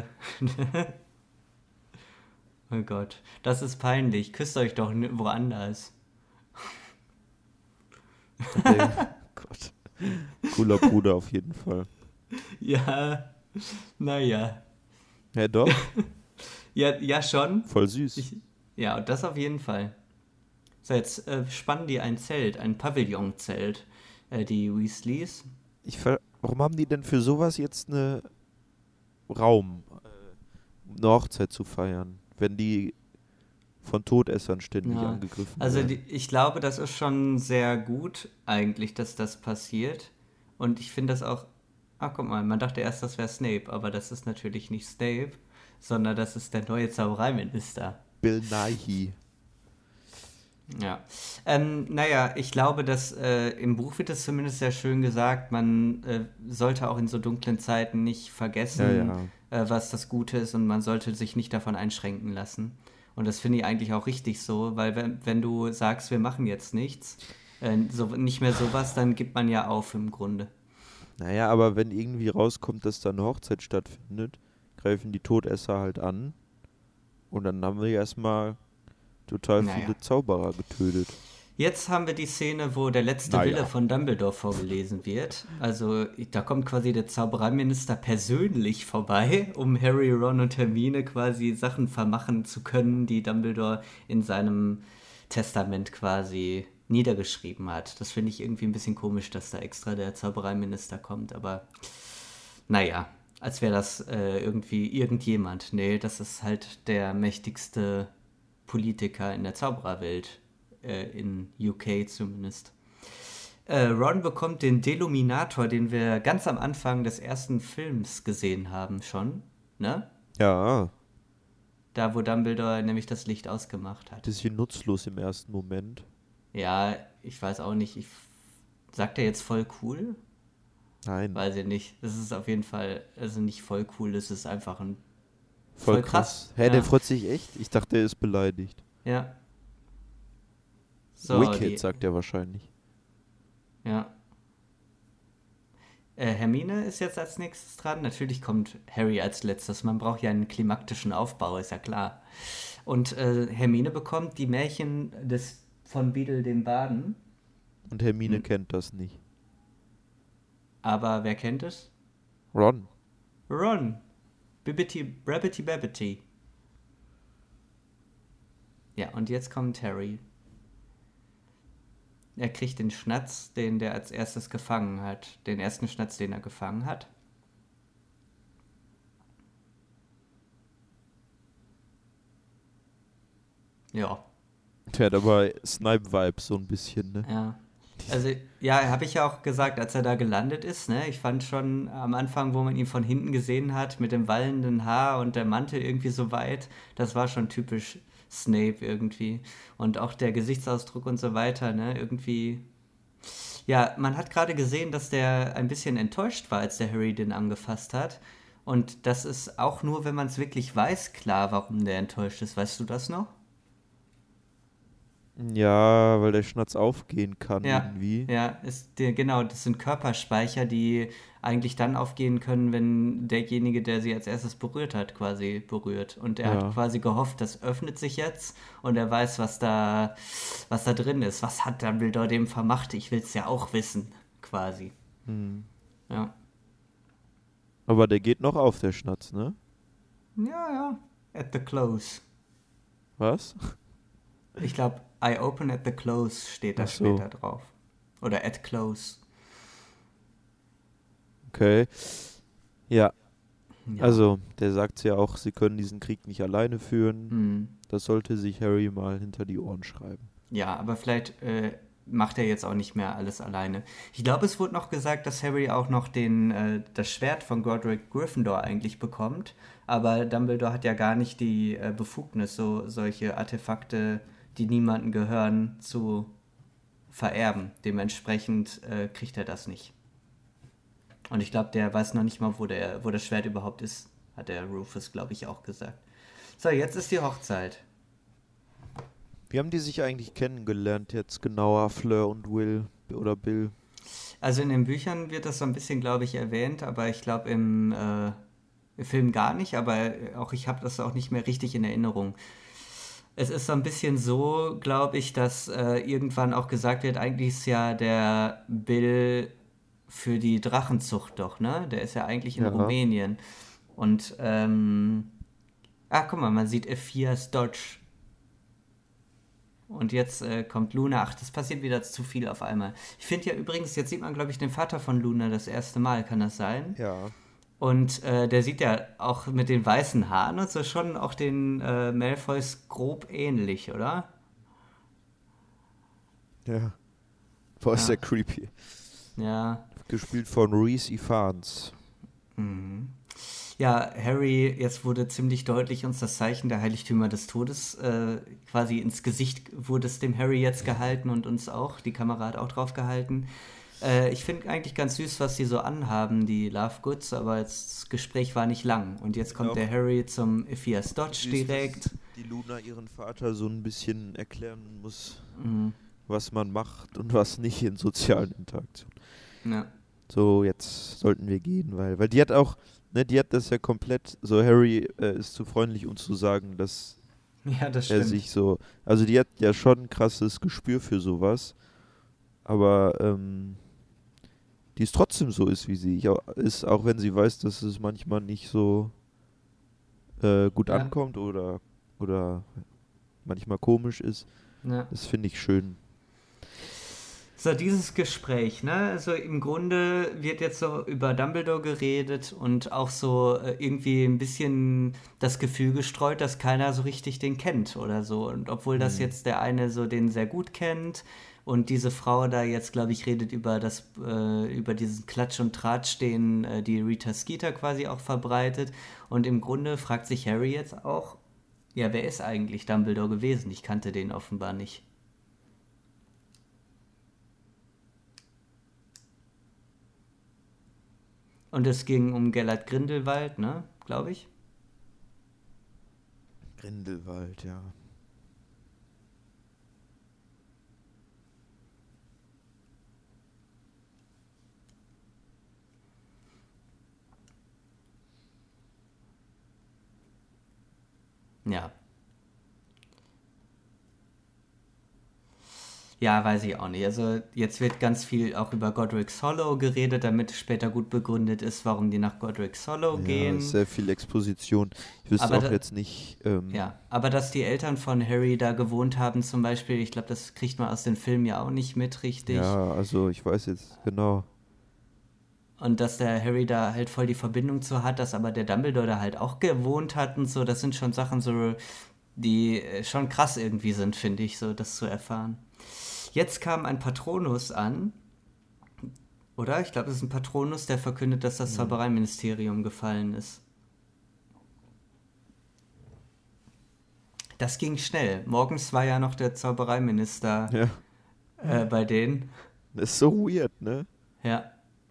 Oh Gott, das ist peinlich. Küsst euch doch n- woanders. Der, Gott. Cooler Bruder auf jeden Fall. Ja, naja. Ja, doch, Ja, ja, schon. voll süß. Ich, ja, und das auf jeden Fall. So, jetzt äh, spannen die ein Zelt, ein Pavillonzelt, äh, die Weasleys. Ich ver Warum haben die denn für sowas jetzt eine Raum, äh, um eine Hochzeit zu feiern, wenn die von Todessern ständig Ja, angegriffen also die, werden? ich glaube, das ist schon sehr gut eigentlich, dass das passiert. Und ich finde das auch. Ach, guck mal, man dachte erst, das wäre Snape, aber das ist natürlich nicht Snape, sondern das ist der neue Zaubereiminister. Bill Nighy. Ja. Ähm, naja, ich glaube, dass äh, im Buch wird es zumindest sehr schön gesagt, man äh, sollte auch in so dunklen Zeiten nicht Ja, vergessen, ja. äh, was das Gute ist und man sollte sich nicht davon einschränken lassen. Und das finde ich eigentlich auch richtig so, weil wenn, wenn du sagst, wir machen jetzt nichts, äh, so, nicht mehr sowas, dann gibt man ja auf im Grunde. Naja, aber wenn irgendwie rauskommt, dass da eine Hochzeit stattfindet, greifen die Todesser halt an und dann haben wir erstmal total Naja. viele Zauberer getötet. Jetzt haben wir die Szene, wo der letzte Naja. Wille von Dumbledore vorgelesen wird. Also da kommt quasi der Zaubereiminister persönlich vorbei, um Harry, Ron und Hermine quasi Sachen vermachen zu können, die Dumbledore in seinem Testament quasi niedergeschrieben hat. Das finde ich irgendwie ein bisschen komisch, dass da extra der Zaubereiminister kommt, aber naja, als wäre das äh, irgendwie irgendjemand. Nee, das ist halt der mächtigste Politiker in der Zaubererwelt, äh, in U K zumindest. Äh, Ron bekommt den Deluminator, den wir ganz am Anfang des ersten Films gesehen haben schon, ne? Ja, Da, wo Dumbledore nämlich das Licht ausgemacht hat. bisschen nutzlos im ersten Moment. Ja, ich weiß auch nicht, ich sagt er jetzt voll cool? Nein, Weiß ich nicht. Das ist auf jeden Fall, also nicht voll cool, es ist einfach ein voll voll krass. krass. Hä, der Ja, freut sich echt? Ich dachte, er ist beleidigt. ja. So, Wicked, die, sagt er wahrscheinlich. ja. Äh, Hermine ist jetzt als nächstes dran. Natürlich kommt Harry als letztes. Man braucht ja einen klimaktischen Aufbau, ist ja klar. Und äh, Hermine bekommt die Märchen des von Beedle dem Baden. Und Hermine Hm. kennt das nicht. Aber wer kennt es? Ron. Ron. Bibbidi, Rabbity Babbity. Ja, und jetzt kommt Harry. Er kriegt den Schnatz, den der als erstes gefangen hat. Den ersten Schnatz, den er gefangen hat. Ja, Der hat aber Snipe-Vibes so ein bisschen, ne? ja. Also, ja, habe ich ja auch gesagt, als er da gelandet ist, ne? Ich fand schon am Anfang, wo man ihn von hinten gesehen hat, mit dem wallenden Haar und der Mantel irgendwie so weit, das war schon typisch Snape irgendwie. Und auch der Gesichtsausdruck und so weiter, ne? Irgendwie. Ja, man hat gerade gesehen, dass der ein bisschen enttäuscht war, als der Harry den angefasst hat. Und das ist auch nur, wenn man es wirklich weiß, klar, warum der enttäuscht ist. Weißt du das noch? Ja, weil der Schnatz aufgehen kann Ja, irgendwie. ja, ist der, genau, das sind Körperspeicher, die eigentlich dann aufgehen können, wenn derjenige, der sie als erstes berührt hat, quasi berührt. Und er hat Ja. quasi gehofft, das öffnet sich jetzt und er weiß, was da, was da drin ist. Was hat Dumbledore dem vermacht? Ich will es ja auch wissen, quasi. Hm. Ja. Aber der geht noch auf, der Schnatz, ne? Ja, ja. At the close. Was? Ich glaube, I open at the close steht da Ach so. später drauf. Oder at close. Okay. Ja, Ja. also, der sagt ja auch, sie können diesen Krieg nicht alleine führen. Hm. Das sollte sich Harry mal hinter die Ohren schreiben. Ja, aber vielleicht äh, macht er jetzt auch nicht mehr alles alleine. Ich glaube, es wurde noch gesagt, dass Harry auch noch den, äh, das Schwert von Godric Gryffindor eigentlich bekommt. Aber Dumbledore hat ja gar nicht die äh, Befugnis, so solche Artefakte, die niemandem gehören, zu vererben. Dementsprechend äh, kriegt er das nicht. Und ich glaube, der weiß noch nicht mal, wo, der, wo das Schwert überhaupt ist, hat der Rufus, glaube ich, auch gesagt. So, jetzt ist die Hochzeit. Wie haben die sich eigentlich kennengelernt jetzt genauer, Fleur und Will oder Bill? Also in den Büchern wird das so ein bisschen, glaube ich, erwähnt, aber ich glaube im, äh, im Film gar nicht, aber auch ich habe das auch nicht mehr richtig in Erinnerung. Es ist so ein bisschen so, glaube ich, dass äh, irgendwann auch gesagt wird, eigentlich ist ja der Bill für die Drachenzucht doch, ne? Der ist ja eigentlich in Ja. Rumänien. Und, ähm, ah, guck mal, man sieht Ephias Dodge. Und jetzt äh, kommt Luna. Ach, das passiert wieder zu viel auf einmal. Ich finde ja übrigens, jetzt sieht man, glaube ich, den Vater von Luna das erste Mal, kann das sein? Ja. Und äh, der sieht ja auch mit den weißen Haaren und so schon auch den äh, Malfoys grob ähnlich, oder? Ja. Boah, ist der Ja, creepy. ja. Gespielt von Reese Ifans. Mhm. Ja, Harry, jetzt wurde ziemlich deutlich uns das Zeichen der Heiligtümer des Todes äh, quasi ins Gesicht wurde es dem Harry jetzt gehalten und uns auch. Die Kamera hat auch drauf gehalten. Äh, ich finde eigentlich ganz süß, was die so anhaben, die Lovegoods, aber jetzt, das Gespräch war nicht lang. Und jetzt kommt der Auch Harry zum Ephias Dodge süß, dass direkt. die Luna ihren Vater so ein bisschen erklären muss, Mhm. was man macht und was nicht in sozialen Interaktionen. Ja. So, jetzt sollten wir gehen, weil, weil die hat auch, ne, die hat das ja komplett, so Harry äh, ist zu freundlich, uns zu sagen, dass Ja, das er stimmt. sich so, also die hat ja schon ein krasses Gespür für sowas, aber ähm, die ist trotzdem so ist, wie sie au- ist, auch wenn sie weiß, dass es manchmal nicht so äh, gut Ja, ankommt oder, oder manchmal komisch ist. ja. Das finde ich schön. So, dieses Gespräch, ne? Also im Grunde wird jetzt so über Dumbledore geredet und auch so äh, irgendwie ein bisschen das Gefühl gestreut, dass keiner so richtig den kennt oder so. Und obwohl das Hm. jetzt der eine so den sehr gut kennt und diese Frau da jetzt, glaube ich, redet über das, äh, über diesen Klatsch und Tratsch, den äh, die Rita Skeeter quasi auch verbreitet. Und im Grunde fragt sich Harry jetzt auch, ja, wer ist eigentlich Dumbledore gewesen? Ich kannte den offenbar nicht. Und es ging um Gellert Grindelwald, ne? Glaube ich. Grindelwald, ja. Ja. Ja, weiß ich auch nicht. Also jetzt wird ganz viel auch über Godric's Hollow geredet, damit später gut begründet ist, warum die nach Godric's Hollow Ja, ist gehen. sehr viel Exposition. Ich wüsste Aber auch da, jetzt nicht, ähm, ja, aber dass die Eltern von Harry da gewohnt haben zum Beispiel, ich glaube, das kriegt man aus den Filmen ja auch nicht mit richtig. ja, also ich weiß jetzt genau. Und dass der Harry da halt voll die Verbindung zu hat, dass aber der Dumbledore da halt auch gewohnt hat und so, das sind schon Sachen so, die äh, schon krass irgendwie sind, finde ich, so das zu erfahren. Jetzt kam ein Patronus an, oder? Ich glaube, es ist ein Patronus, der verkündet, dass das Hm. Zaubereiministerium gefallen ist. Das ging schnell. Morgens war ja noch der Zaubereiminister Ja, äh, bei denen. das ist so weird, ne? Ja.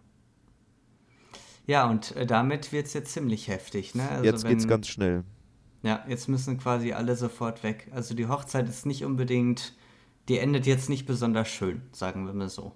Ja, und äh, damit wird es jetzt ziemlich heftig, ne? Also Jetzt geht's wenn, ganz schnell. ja, jetzt müssen quasi alle sofort weg. Also die Hochzeit ist nicht unbedingt, die endet jetzt nicht besonders schön, sagen wir mal so.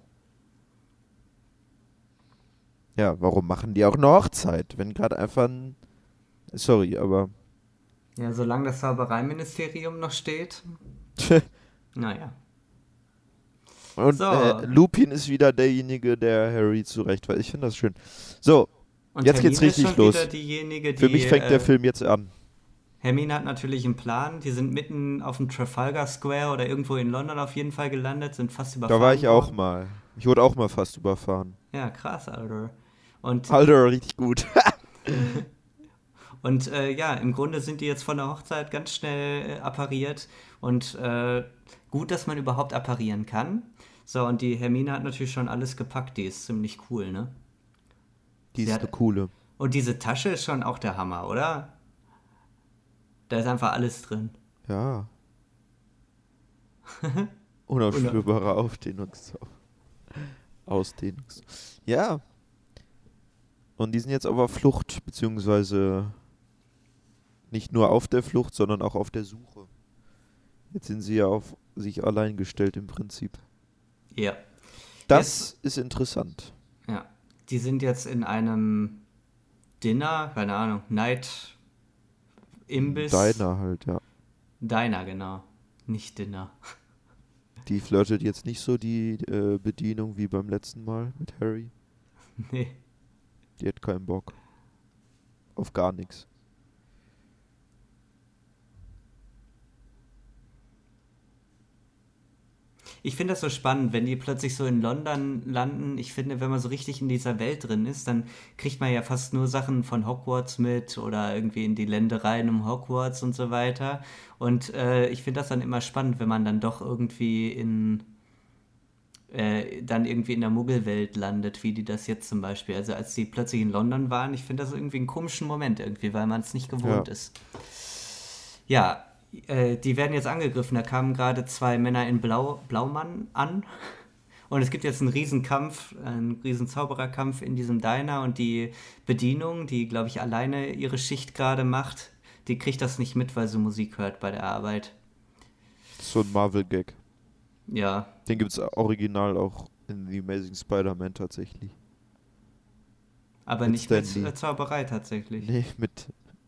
Ja, warum machen die auch eine Hochzeit, wenn gerade einfach ein, sorry, aber Ja, solange das Zaubereiministerium noch steht, naja. und äh, So, Lupin ist wieder derjenige, der Harry zurechtweist. Ich finde das schön. So, und jetzt geht's Hermine ist richtig schon wieder los. diejenige, Für die. mich fängt der Äh, Film jetzt an. Hermine hat natürlich einen Plan. Die sind mitten auf dem Trafalgar Square oder irgendwo in London auf jeden Fall gelandet, sind fast Da war ich überfahren auch worden. mal. Ich wurde auch mal fast überfahren. Ja, krass, Alter. Und, Alter, richtig gut. und äh, ja, im Grunde sind die jetzt von der Hochzeit ganz schnell äh, appariert. Und äh, gut, dass man überhaupt apparieren kann. So, und die Hermine hat natürlich schon alles gepackt. Die ist ziemlich cool, ne? Die Sie ist hat. eine coole. Und diese Tasche ist schon auch der Hammer, oder? Da ist einfach alles drin. Ja, Und, unausspürbare Aufdehnungs... Ausdehnungs... Ja, Und die sind jetzt aber auf Flucht, beziehungsweise nicht nur auf der Flucht, sondern auch auf der Suche. Jetzt sind sie ja auf sich allein gestellt im Prinzip. Ja. Das jetzt, ist interessant. Ja. Die sind jetzt in einem Dinner, keine Ahnung, Night Imbiss. Diner halt, ja. Diner, genau. Nicht Dinner. Die flirtet jetzt nicht so die äh, Bedienung wie beim letzten Mal mit Harry. Nee. Die hat keinen Bock. Auf gar nichts. Ich finde das so spannend, wenn die plötzlich so in London landen. Ich finde, wenn man so richtig in dieser Welt drin ist, dann kriegt man ja fast nur Sachen von Hogwarts mit oder irgendwie in die Ländereien um Hogwarts und so weiter. Und äh, ich finde das dann immer spannend, wenn man dann doch irgendwie in äh, dann irgendwie in der Muggelwelt landet, wie die das jetzt zum Beispiel. Also als die plötzlich in London waren, ich finde das irgendwie einen komischen Moment irgendwie, weil man es nicht gewohnt Ja. ist. Ja, äh, die werden jetzt angegriffen. Da kamen gerade zwei Männer in Blau, Blaumann an. Und es gibt jetzt einen Riesenkampf, einen riesen Zaubererkampf in diesem Diner und die Bedienung, die, glaube ich, alleine ihre Schicht gerade macht, die kriegt das nicht mit, weil sie Musik hört bei der Arbeit. So ein Marvel-Gag. Ja. Den gibt es original auch in The Amazing Spider-Man tatsächlich. Aber Mit nicht Stan Lee. mit äh, Zauberei tatsächlich. Nee, mit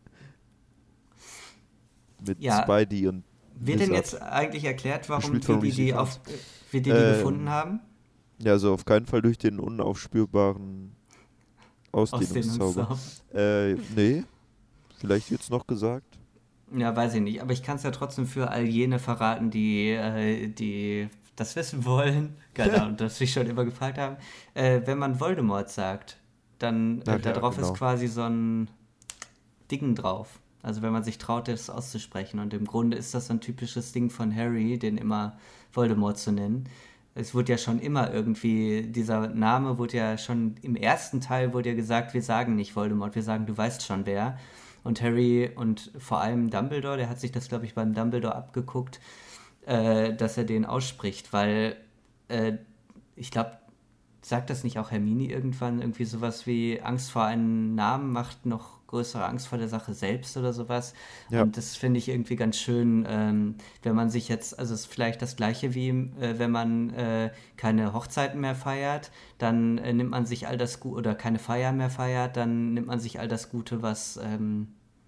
mit Ja. Spidey und Wird denn Lizard. jetzt eigentlich erklärt, warum Gespielt die von die, Reese die, auf, Ifans. wie die, die Ähm, gefunden haben? Ja, also auf keinen Fall durch den unaufspürbaren Ausdehnungszauber. Ausdehnungszauber. Äh, nee. Vielleicht wird's noch gesagt. Ja, weiß ich nicht. Aber ich kann es ja trotzdem für all jene verraten, die, äh, die das wissen wollen. Genau, und das sich schon immer gefragt haben. Äh, wenn man Voldemort sagt, dann äh, Ach da ja, drauf genau. ist quasi so ein Ding drauf. Also wenn man sich traut, das auszusprechen. Und im Grunde ist das so ein typisches Ding von Harry, den immer Voldemort zu nennen. Es wurde ja schon immer irgendwie, dieser Name wurde ja schon, im ersten Teil wurde ja gesagt, wir sagen nicht Voldemort, wir sagen, du weißt schon wer. Und Harry und vor allem Dumbledore, der hat sich das, glaube ich, beim Dumbledore abgeguckt, äh, dass er den ausspricht, weil äh, ich glaube, sagt das nicht auch Hermine irgendwann irgendwie sowas wie Angst vor einem Namen macht noch größere Angst vor der Sache selbst oder sowas. Ja. Und das finde ich irgendwie ganz schön, ähm, wenn man sich jetzt, also es ist vielleicht das gleiche wie äh, wenn man äh, keine Hochzeiten mehr feiert, dann äh, nimmt man sich all das Gute, oder keine Feier mehr feiert, dann nimmt man sich all das Gute, was, ähm,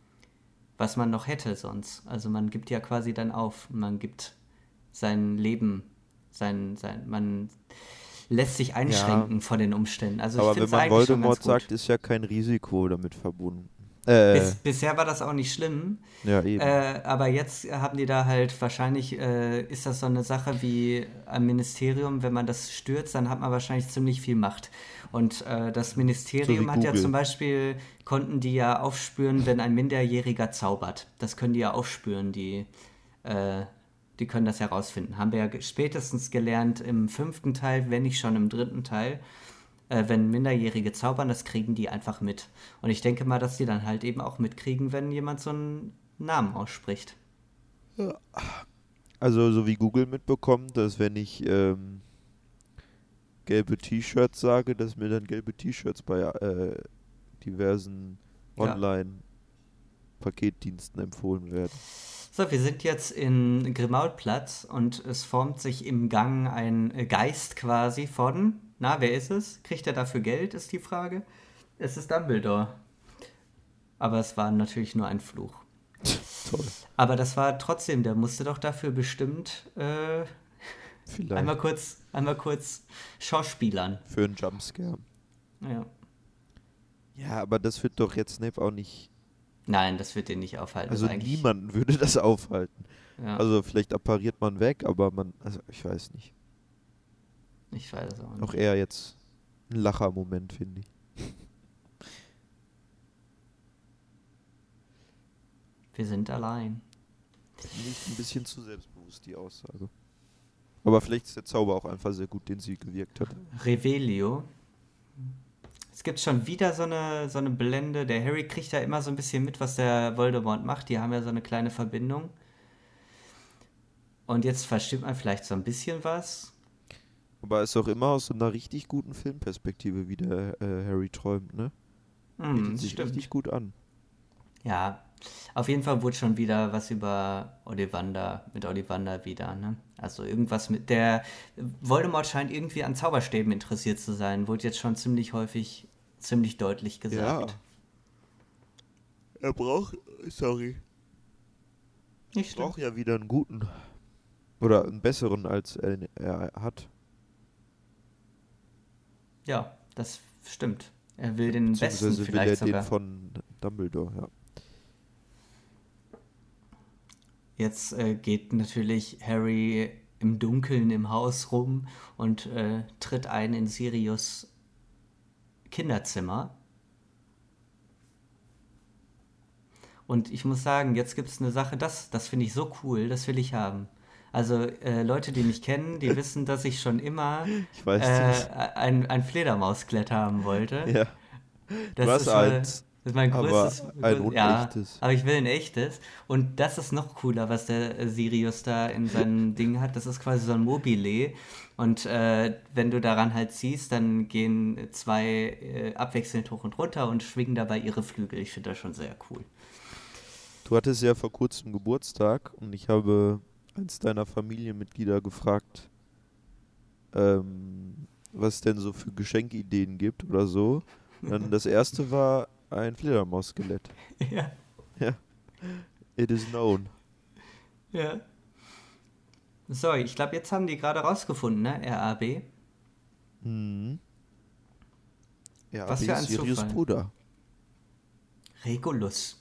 was man noch hätte sonst. Also man gibt ja quasi dann auf, man gibt sein Leben, sein, sein, man lässt sich einschränken von den Umständen. Also ich Aber find's wenn man eigentlich schon Voldemort ganz gut. sagt, ist ja kein Risiko damit verbunden. Äh, Bis, bisher war das auch nicht schlimm, ja, eben. äh, aber jetzt haben die da halt wahrscheinlich, äh, ist das so eine Sache wie am Ministerium, wenn man das stürzt, dann hat man wahrscheinlich ziemlich viel Macht. Und äh, das So Ministerium wie hat ja Google. zum Beispiel, konnten die ja aufspüren, wenn ein Minderjähriger zaubert. Das können die ja aufspüren, die, äh, die können das herausfinden. Haben wir ja ge- spätestens gelernt im fünften Teil, wenn nicht schon im dritten Teil. Äh, wenn Minderjährige zaubern, das kriegen die einfach mit. Und ich denke mal, dass die dann halt eben auch mitkriegen, wenn jemand so einen Namen ausspricht. Also so wie Google mitbekommt, dass wenn ich ähm, gelbe T-Shirts sage, dass mir dann gelbe T-Shirts bei äh, diversen Ja. Online-Paketdiensten empfohlen werden. So, wir sind jetzt in Grimaulplatz und es formt sich im Gang ein äh, Geist quasi von, na, wer ist es? Kriegt er dafür Geld, ist die Frage. Es ist Dumbledore. Aber es war natürlich nur ein Fluch. Toll. Aber das war trotzdem, der musste doch dafür bestimmt äh, Vielleicht. einmal kurz, einmal kurz schauspielern. Für einen Jumpscare. Ja. Ja, aber das wird doch jetzt Snape auch nicht. Nein, das wird den nicht aufhalten. Also das ist eigentlich, niemanden würde das aufhalten. ja, Also vielleicht appariert man weg, aber man. Also ich weiß nicht. ich weiß es auch nicht. Auch eher jetzt ein Lacher-Moment, finde ich. Wir sind allein. Finde ich ein bisschen zu selbstbewusst, die Aussage. Aber vielleicht ist der Zauber auch einfach sehr gut, den sie gewirkt hat. Revelio. Es gibt schon wieder so eine, so eine Blende. Der Harry kriegt ja immer so ein bisschen mit, was der Voldemort macht. Die haben ja so eine kleine Verbindung. Und jetzt versteht man vielleicht so ein bisschen was. Aber ist auch immer aus so einer richtig guten Filmperspektive, wie der äh, Harry träumt, ne? Hm, Bietet sich stimmt. richtig gut an. Ja, auf jeden Fall wurde schon wieder was über Ollivander, mit Ollivander wieder, ne? Also irgendwas mit der, Voldemort scheint irgendwie an Zauberstäben interessiert zu sein, wurde jetzt schon ziemlich häufig, ziemlich deutlich Ja, gesagt. er braucht, sorry, Nicht schlimm. braucht ja wieder einen guten. Oder einen besseren, als er, er hat. Ja, das stimmt. Er will den besten Beziehungsweise will er vielleicht den sogar. von Dumbledore, ja. Jetzt äh, geht natürlich Harry im Dunkeln im Haus rum und äh, tritt ein in Sirius Kinderzimmer. Und ich muss sagen, jetzt gibt es eine Sache, das, das finde ich so cool, das will ich haben. Also äh, Leute, die mich kennen, die wissen, dass ich schon immer Ich äh, weiß das. ein, ein Fledermausklett haben wollte. Ja, du Das hast ist, mal, eins, das ist mein größtes, aber ein ja, unechtes. aber ich will ein echtes. Und das ist noch cooler, was der äh, Sirius da in seinem Ding hat. Das ist quasi so ein Mobile. Und äh, wenn du daran halt ziehst, dann gehen zwei äh, abwechselnd hoch und runter und schwingen dabei ihre Flügel. Ich finde das schon sehr cool. Du hattest ja vor kurzem Geburtstag und ich habe eins deiner Familienmitglieder gefragt, ähm, was es denn so für Geschenkideen gibt oder so. Und dann das erste war ein Fledermaus-Skelett. Ja, Ja, it is known. ja. So, ich glaube, jetzt haben die gerade rausgefunden, ne? R A B. Mhm. Ja, Was aber für ist ein Sirius Zufall. Bruder. Regulus.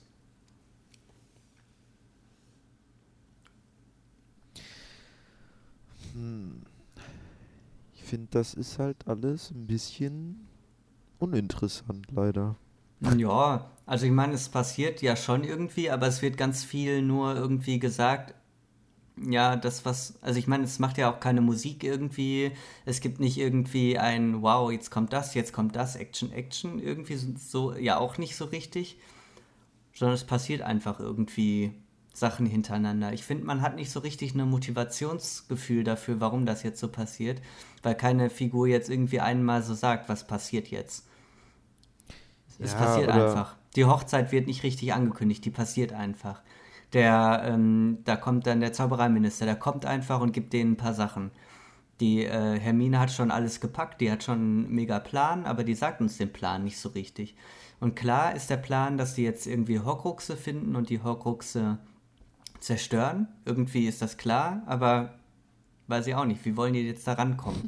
Hm. Ich finde, das ist halt alles ein bisschen uninteressant, leider. Ja, also ich meine, es passiert ja schon irgendwie, aber es wird ganz viel nur irgendwie gesagt. Ja, das was, also ich meine, es macht ja auch keine Musik irgendwie. Es gibt nicht irgendwie ein Wow, jetzt kommt das, jetzt kommt das, Action, Action, irgendwie so, so- ja auch nicht so richtig, sondern es passiert einfach irgendwie Sachen hintereinander. Ich finde, man hat nicht so richtig ein Motivationsgefühl dafür, warum das jetzt so passiert, weil keine Figur jetzt irgendwie einmal so sagt, was passiert jetzt. Es Ja, passiert oder einfach. Die Hochzeit wird nicht richtig angekündigt, die passiert einfach. Der, ähm, da kommt dann der Zaubereiminister, der kommt einfach und gibt denen ein paar Sachen. Die äh, Hermine hat schon alles gepackt, die hat schon einen mega Plan, aber die sagt uns den Plan nicht so richtig. Und klar ist der Plan, dass die jetzt irgendwie Horcruxe finden und die Horcruxe zerstören. Irgendwie ist das klar, aber weiß ich auch nicht. Wie wollen die jetzt da rankommen?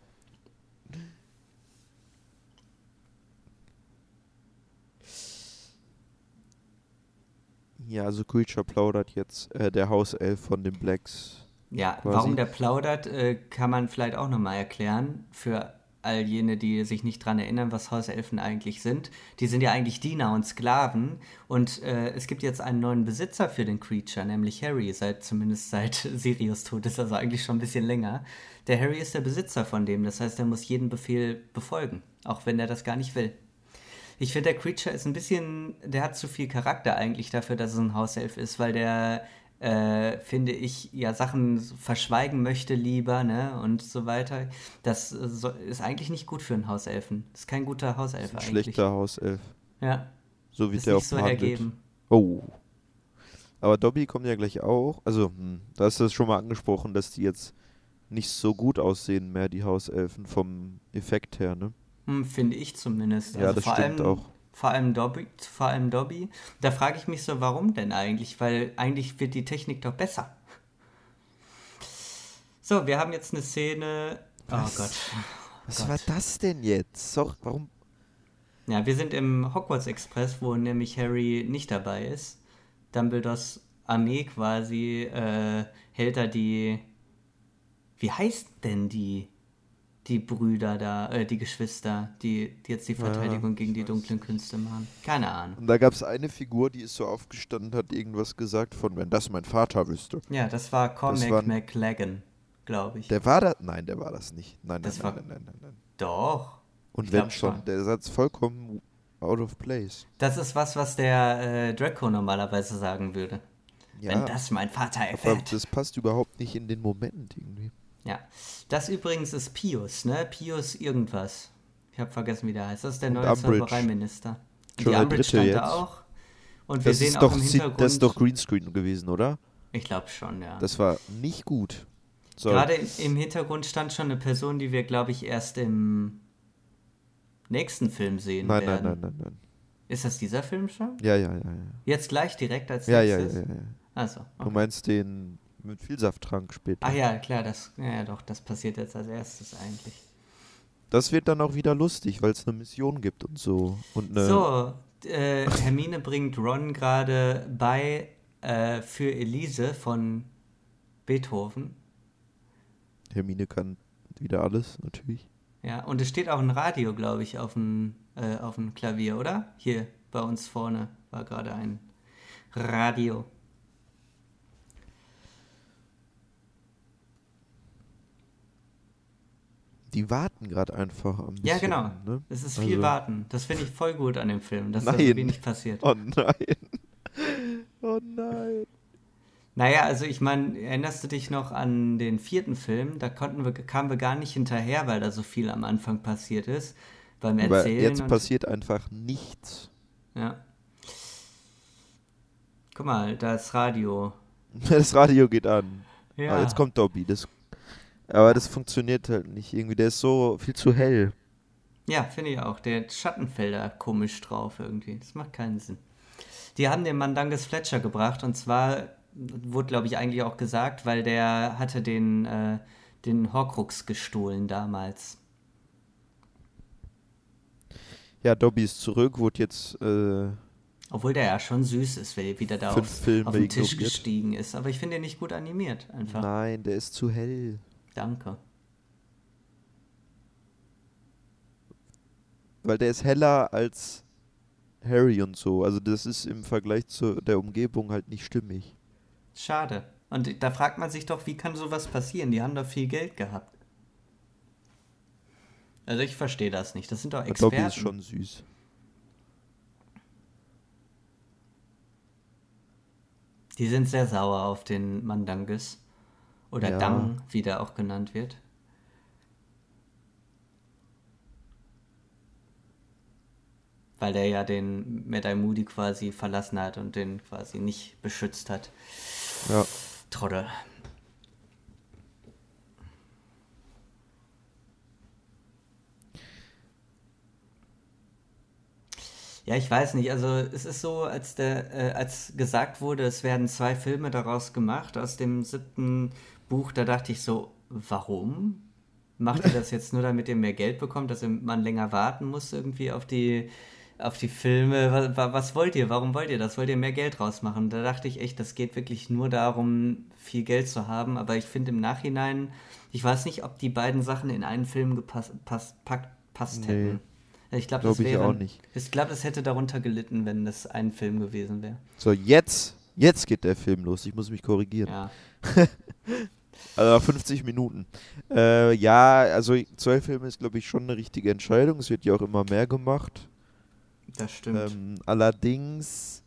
ja, also Creature plaudert jetzt, äh, der Hauself von den Blacks Ja, warum quasi. der plaudert, äh, kann man vielleicht auch nochmal erklären. Für all jene, die sich nicht dran erinnern, was Hauselfen eigentlich sind. Die sind ja eigentlich Diener und Sklaven. Und äh, es gibt jetzt einen neuen Besitzer für den Creature, nämlich Harry, seit zumindest seit Sirius tot ist, also eigentlich schon ein bisschen länger. Der Harry ist der Besitzer von dem, das heißt, er muss jeden Befehl befolgen, auch wenn er das gar nicht will. Ich finde, der Creature ist ein bisschen, der hat zu viel Charakter eigentlich dafür, dass es ein Hauself ist, weil der, äh, finde ich, ja Sachen verschweigen möchte lieber, ne, und so weiter. Das äh, so, ist eigentlich nicht gut für einen Hauselfen. Das ist kein guter Das ist Hauself ein eigentlich. schlechter Hauself. Ja, So wie ist der nicht auch so behandelt. ergeben. Oh. Aber Dobby kommt ja gleich auch. Also, hm, da ist das schon mal angesprochen, dass die jetzt nicht so gut aussehen mehr, die Hauselfen, vom Effekt her, ne? Hm, finde ich zumindest. Ja, Also das vor stimmt allem, auch. vor allem Dobby, vor allem Dobby. Da frage ich mich so, warum denn eigentlich? Weil eigentlich wird die Technik doch besser. So, wir haben jetzt eine Szene. Oh Gott. Was? Oh Was war Gott. das denn jetzt? Sorry, warum? Ja, wir sind im Hogwarts Express, wo nämlich Harry nicht dabei ist. Dumbledores Armee quasi äh, hält da die. Wie heißt denn die? Die Brüder da, äh, die Geschwister, die, die jetzt die Ja, Verteidigung gegen ich die weiß dunklen nicht. Künste machen. Keine Ahnung. Und da gab es eine Figur, die ist so aufgestanden, hat irgendwas gesagt von, wenn das mein Vater wüsste. Ja, das war Das Cormac war, McLaggen, glaube ich. der war da? Nein, der war das nicht. Nein, nein, Das nein, war. nein, nein, nein, nein. Doch. Ich Und wenn glaube schon. schon, der Satz vollkommen out of place. Das ist was, was der äh, Draco normalerweise sagen würde. Wenn Ja, das mein Vater aber erfährt. das passt überhaupt nicht in den Moment irgendwie. Ja. Das übrigens ist Pius, ne? Pius irgendwas. Ich habe vergessen, wie der heißt. Das ist der Und neue Umbridge. Zaubereiminister. Schon Die der Umbridge dritte stand jetzt. da auch. Und wir Das sehen ist auch doch, im sie- Hintergrund. das ist doch Greenscreen gewesen, oder? Ich glaube schon, ja. Das war nicht gut. So. Gerade im, im Hintergrund stand schon eine Person, die wir, glaube ich, erst im nächsten Film sehen Nein, nein, werden. nein, nein, nein. Ist das dieser Film schon? Ja, ja, ja, ja. Jetzt gleich direkt als Ja, ja, nächstes? ja, ja, ja. Achso, Du okay. meinst den mit Vielsafttrank später. Ach ja, klar, das, ja, ja, doch, das passiert jetzt als erstes eigentlich. Das wird dann auch wieder lustig, weil es eine Mission gibt und so. Und eine, So, äh, Hermine bringt Ron gerade bei äh, für Elise von Beethoven. Hermine kann wieder alles, natürlich. Ja, und es steht auch ein Radio, glaube ich, auf dem, äh, auf dem Klavier, oder? Hier bei uns vorne war gerade ein Radio. Die warten gerade einfach ein bisschen. Ja, genau. Ne? Es ist viel Also- Warten. Das finde ich voll gut an dem Film, dass da so Nein. wenig passiert. Oh nein. Oh nein. Naja, also ich meine, erinnerst du dich noch an den vierten Film? Da konnten wir, kamen wir gar nicht hinterher, weil da so viel am Anfang passiert ist. Beim Aber Erzählen. jetzt und, passiert einfach nichts. ja. Guck mal, da ist Radio. Das Radio geht an. Ja. Ah, jetzt kommt Dobby. Das, aber das funktioniert halt nicht irgendwie. Der ist so viel zu hell. Ja, finde ich auch. Der Schatten fällt da komisch drauf irgendwie. Das macht keinen Sinn. Die haben den Mandanges Fletcher gebracht und zwar wurde, glaube ich, eigentlich auch gesagt, weil der hatte den, äh, den Horcrux gestohlen damals. Ja, Dobby ist zurück, wurde jetzt äh, Obwohl der ja schon süß ist, weil er wieder da Fünf auf, Filme auf den Tisch ignoriert. gestiegen ist. Aber ich finde ihn nicht gut animiert, einfach. nein, der ist zu hell. Danke. Weil der ist heller als Harry und so. Also das ist im Vergleich zu der Umgebung halt nicht stimmig. Schade. Und da fragt man sich doch, wie kann sowas passieren? Die haben doch viel Geld gehabt. Also ich verstehe das nicht. Das sind doch Aber Experten. Dobby ist schon süß. Die sind sehr sauer auf den Mandanges. Oder Ja. Dang, wie der auch genannt wird. Weil der ja den Mad-Eye Moody quasi verlassen hat und den quasi nicht beschützt hat. Ja. Trottel. Ja, ich weiß nicht. Also es ist so, als der, äh, als gesagt wurde, es werden zwei Filme daraus gemacht aus dem siebten Buch, da dachte ich so, warum? Macht ihr das jetzt nur, damit ihr mehr Geld bekommt, dass man länger warten muss irgendwie auf die, auf die Filme? Was, was wollt ihr? Warum wollt ihr das? Wollt ihr mehr Geld rausmachen? Da dachte ich echt, das geht wirklich nur darum, viel Geld zu haben. Aber ich finde im Nachhinein, ich weiß nicht, ob die beiden Sachen in einen Film gepasst pass, pack, passt Nee. hätten. Ich glaube, das Glaub ich wäre. auch nicht. Ich glaube, das hätte darunter gelitten, wenn das ein Film gewesen wäre. So, jetzt, jetzt geht der Film los. Ich muss mich korrigieren. Ja. Also nach fünfzig Minuten. Äh, ja, also zwei Filme ist, glaube ich, schon eine richtige Entscheidung. Es wird ja auch immer mehr gemacht. Das stimmt. Ähm, allerdings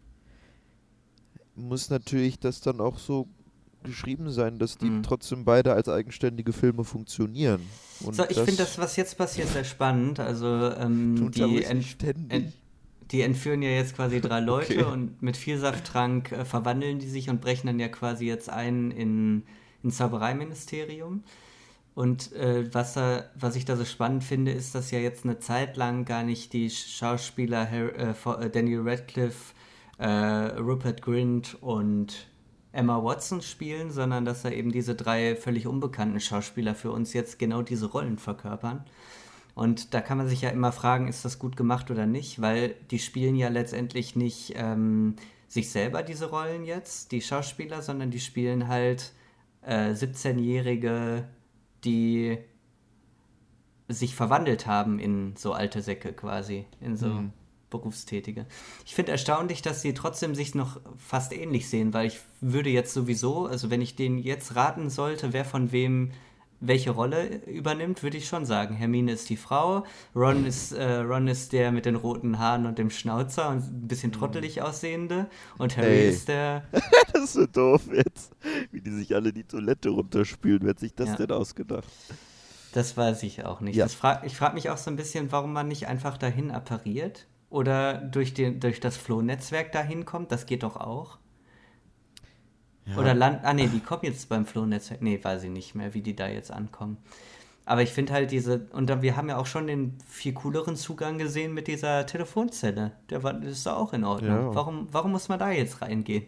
muss natürlich das dann auch so geschrieben sein, dass die Mhm. trotzdem beide als eigenständige Filme funktionieren. Und So, ich finde das, was jetzt passiert, sehr spannend. Also, ähm, tut die, aber ent nicht ständig. ent die entführen ja jetzt quasi drei Leute Okay. und mit Vielsafttrank äh, verwandeln die sich und brechen dann ja quasi jetzt ein in ins Zaubereiministerium. Und äh, was, da, was ich da so spannend finde, ist, dass ja jetzt eine Zeit lang gar nicht die Schauspieler Harry, äh, vor- äh, Daniel Radcliffe, äh, Rupert Grint und Emma Watson spielen, sondern dass da eben diese drei völlig unbekannten Schauspieler für uns jetzt genau diese Rollen verkörpern. Und da kann man sich ja immer fragen, ist das gut gemacht oder nicht, weil die spielen ja letztendlich nicht ähm, sich selber diese Rollen jetzt, die Schauspieler, sondern die spielen halt äh, siebzehnjährige, die sich verwandelt haben in so alte Säcke quasi, in so Mhm. Berufstätige. Ich finde erstaunlich, dass sie trotzdem sich noch fast ähnlich sehen, weil ich würde jetzt sowieso, also wenn ich denen jetzt raten sollte, wer von wem welche Rolle übernimmt, würde ich schon sagen, Hermine ist die Frau, Ron ist, äh, Ron ist der mit den roten Haaren und dem Schnauzer und ein bisschen trottelig aussehende und Harry Ey. ist der... Das ist so doof jetzt, wie die sich alle die Toilette runterspülen. Wer hat sich das Ja. denn ausgedacht? Das weiß ich auch nicht. Ja. Das frag, ich frage mich auch so ein bisschen, warum man nicht einfach dahin appariert oder durch, den, durch das Flohnetzwerk dahin kommt. Das geht doch auch. Ja. Oder Land. Ah, nee, die kommen jetzt beim Flohnetzwerk. Nee, weiß ich nicht mehr, wie die da jetzt ankommen. Aber ich finde halt diese. Und dann, wir haben ja auch schon den viel cooleren Zugang gesehen mit dieser Telefonzelle. Der war, das ist doch auch in Ordnung. Ja. Warum, warum muss man da jetzt reingehen?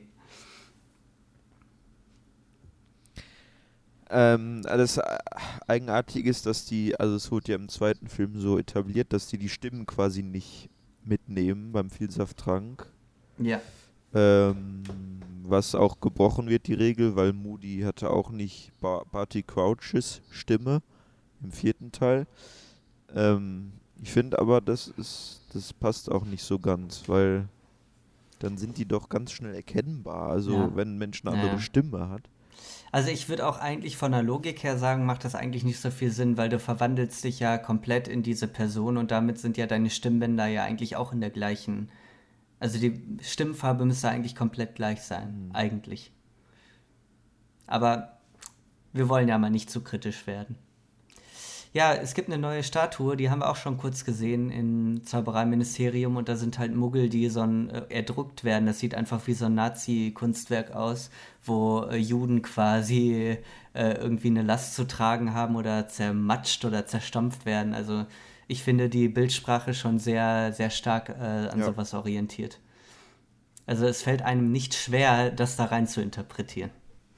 Ähm, das Eigenartige ist, dass die, also es wurde ja im zweiten Film so etabliert, dass die die Stimmen quasi nicht mitnehmen beim Vielsafttrank. Ja. Ähm, was auch gebrochen wird, die Regel, weil Moody hatte auch nicht Bar- Barty Crouches Stimme im vierten Teil. Ähm, ich finde aber, das ist, das passt auch nicht so ganz, weil dann sind die doch ganz schnell erkennbar. Also ja. wenn ein Mensch eine andere ja. Stimme hat. Also ich würde auch eigentlich von der Logik her sagen, macht das eigentlich nicht so viel Sinn, weil du verwandelst dich ja komplett in diese Person und damit sind ja deine Stimmbänder ja eigentlich auch in der gleichen. Also die Stimmfarbe müsste eigentlich komplett gleich sein, mhm. eigentlich. Aber wir wollen ja mal nicht zu kritisch werden. Ja, es gibt eine neue Statue, die haben wir auch schon kurz gesehen im Zaubereiministerium und da sind halt Muggel, die so ein, äh, erdrückt werden. Das sieht einfach wie so ein Nazi-Kunstwerk aus, wo äh, Juden quasi äh, irgendwie eine Last zu tragen haben oder zermatscht oder zerstampft werden. Also ich finde die Bildsprache schon sehr, sehr stark äh, an ja. sowas orientiert. Also es fällt einem nicht schwer, das da rein zu interpretieren.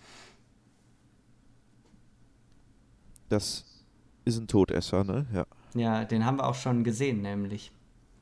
Das ist ein Todesser, ne? Ja. Ja, den haben wir auch schon gesehen, nämlich.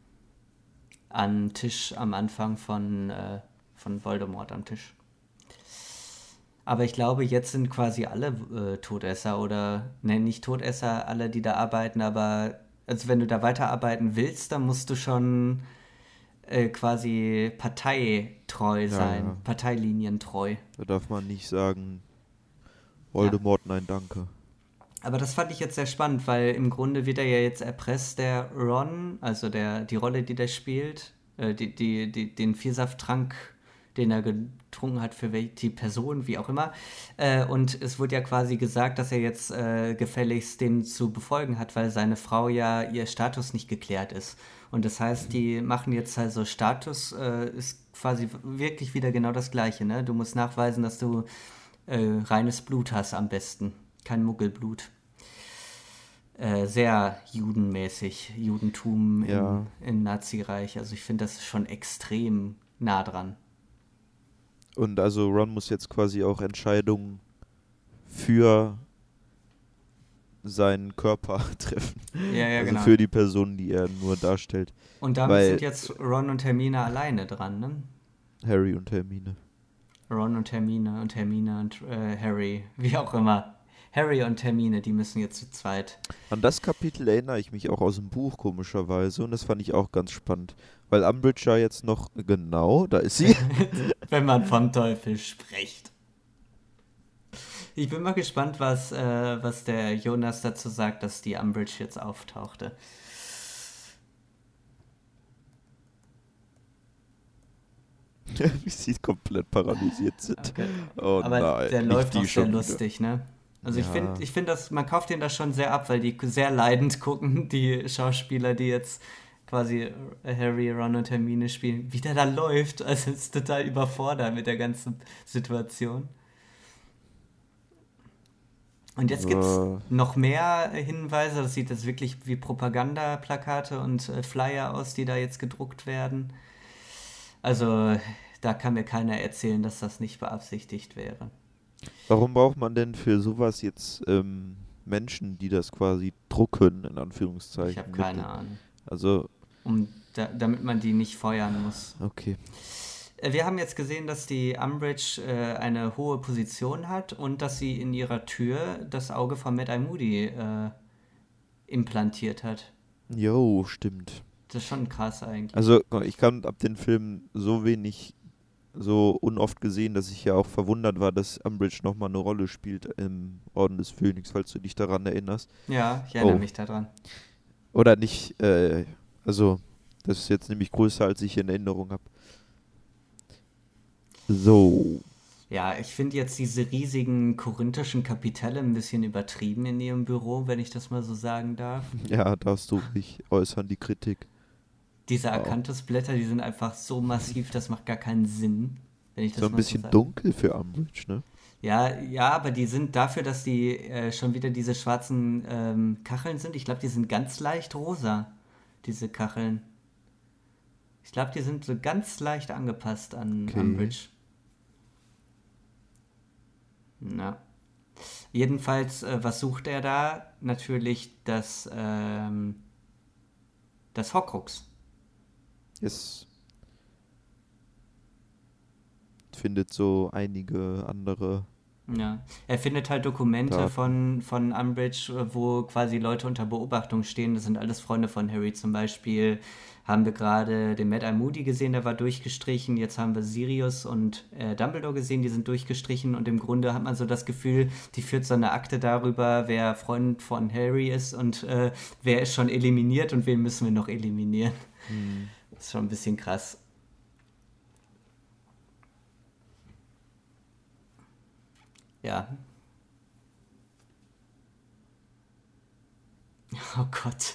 Am Tisch am Anfang von, äh, von Voldemort am Tisch. Aber ich glaube, jetzt sind quasi alle äh, Todesser oder, ne, nicht Todesser, alle, die da arbeiten, aber also wenn du da weiterarbeiten willst, dann musst du schon äh, quasi parteitreu sein, ja, ja. Parteilinientreu. Da darf man nicht sagen, Voldemort, ja. nein, danke. Aber das fand ich jetzt sehr spannend, weil im Grunde wird er ja jetzt erpresst, der Ron, also der die Rolle, die der spielt, äh, die, die, die, den Vielsafttrank, den er getrunken hat für die Person, wie auch immer. Äh, und es wurde ja quasi gesagt, dass er jetzt äh, gefälligst den zu befolgen hat, weil seine Frau ja ihr Status nicht geklärt ist. Und das heißt, die machen jetzt also Status, äh, ist quasi wirklich wieder genau das Gleiche, ne? Du musst nachweisen, dass du äh, reines Blut hast am besten. Kein Muggelblut. Äh, sehr judenmäßig, Judentum ja. im, im Nazireich. Also ich finde, das ist schon extrem nah dran. Und also Ron muss jetzt quasi auch Entscheidungen für seinen Körper treffen. Ja, ja, also genau. für die Person, die er nur darstellt. Und damit Weil sind jetzt Ron und Hermine alleine dran, ne? Harry und Hermine. Ron und Hermine und Hermine und äh, Harry, wie auch immer. Harry und Hermine, die müssen jetzt zu zweit. An das Kapitel erinnere ich mich auch aus dem Buch, komischerweise. Und das fand ich auch ganz spannend. Weil Umbridge ja jetzt noch, genau, da ist sie. Wenn man vom Teufel spricht. Ich bin mal gespannt, was, äh, was der Jonas dazu sagt, dass die Umbridge jetzt auftauchte. Wie sie komplett paralysiert sind. Okay. Oh Aber nein, der läuft auch sehr lustig, ne? Also ja. ich finde, ich find, dass man kauft den das schon sehr ab, weil die sehr leidend gucken, die Schauspieler, die jetzt quasi Harry, Ron und Hermine spielen, wie der da läuft. Also es ist total überfordert mit der ganzen Situation. Und jetzt gibt es uh. noch mehr Hinweise. Das sieht jetzt wirklich wie Propagandaplakate und äh, Flyer aus, die da jetzt gedruckt werden. Also da kann mir keiner erzählen, dass das nicht beabsichtigt wäre. Warum braucht man denn für sowas jetzt ähm, Menschen, die das quasi drucken, in Anführungszeichen? Ich habe keine Ahnung. Also um, da, damit man die nicht feuern muss. Okay. Wir haben jetzt gesehen, dass die Umbridge äh, eine hohe Position hat und dass sie in ihrer Tür das Auge von Mad-Eye Moody äh, implantiert hat. Jo, stimmt. Das ist schon krass eigentlich. Also ich kann ab den Film so wenig, so unoft gesehen, dass ich ja auch verwundert war, dass Umbridge nochmal eine Rolle spielt im Orden des Phönix, falls du dich daran erinnerst. Ja, ich erinnere oh. mich daran. Oder nicht, äh, also das ist jetzt nämlich größer, als ich in Erinnerung habe. So. Ja, ich finde jetzt diese riesigen korinthischen Kapitelle ein bisschen übertrieben in ihrem Büro, wenn ich das mal so sagen darf. Ja, darfst du dich äußern, die Kritik. Diese Wow. Akanthusblätter, die sind einfach so massiv, das macht gar keinen Sinn, wenn ich das So ein mal so bisschen sage. dunkel für Umbridge, ne? Ja, ja, aber die sind dafür, dass die äh, schon wieder diese schwarzen ähm, Kacheln sind. Ich glaube, die sind ganz leicht rosa, diese Kacheln. Ich glaube, die sind so ganz leicht angepasst an Okay. Umbridge. Ja. Jedenfalls, äh, was sucht er da? Natürlich das, ähm, das Horcrux. Es findet so einige andere Ja. Er findet halt Dokumente Daten. von, von Umbridge, äh, wo quasi Leute unter Beobachtung stehen. Das sind alles Freunde von Harry. Zum Beispiel haben wir gerade den Mad-Eye Moody gesehen, der war durchgestrichen. Jetzt haben wir Sirius und äh, Dumbledore gesehen, die sind durchgestrichen. Und im Grunde hat man so das Gefühl, die führt so eine Akte darüber, wer Freund von Harry ist und äh, wer ist schon eliminiert und wen müssen wir noch eliminieren. Hm. Das ist schon ein bisschen krass. Ja. Oh Gott.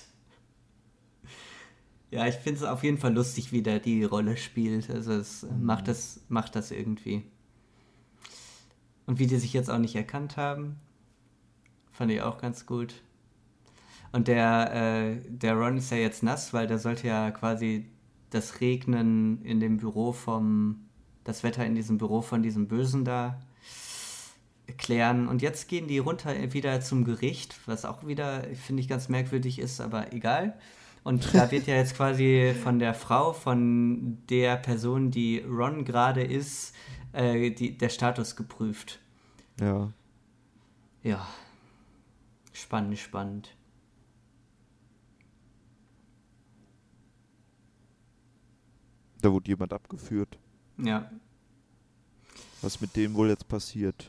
Ja, ich finde es auf jeden Fall lustig, wie der die Rolle spielt. Also es macht Hm. das, macht das irgendwie. Und wie die sich jetzt auch nicht erkannt haben, fand ich auch ganz gut. Und der, äh, der Ron ist ja jetzt nass, weil der sollte ja quasi das Regnen in dem Büro vom, das Wetter in diesem Büro von diesem Bösen da klären. Und jetzt gehen die runter wieder zum Gericht, was auch wieder, finde ich, ganz merkwürdig ist, aber egal. Und da wird ja jetzt quasi von der Frau, von der Person, die Ron gerade ist, äh, die, der Status geprüft. Ja. Ja, spannend, spannend. Da wurde jemand abgeführt. Ja, Was mit denen wohl jetzt passiert?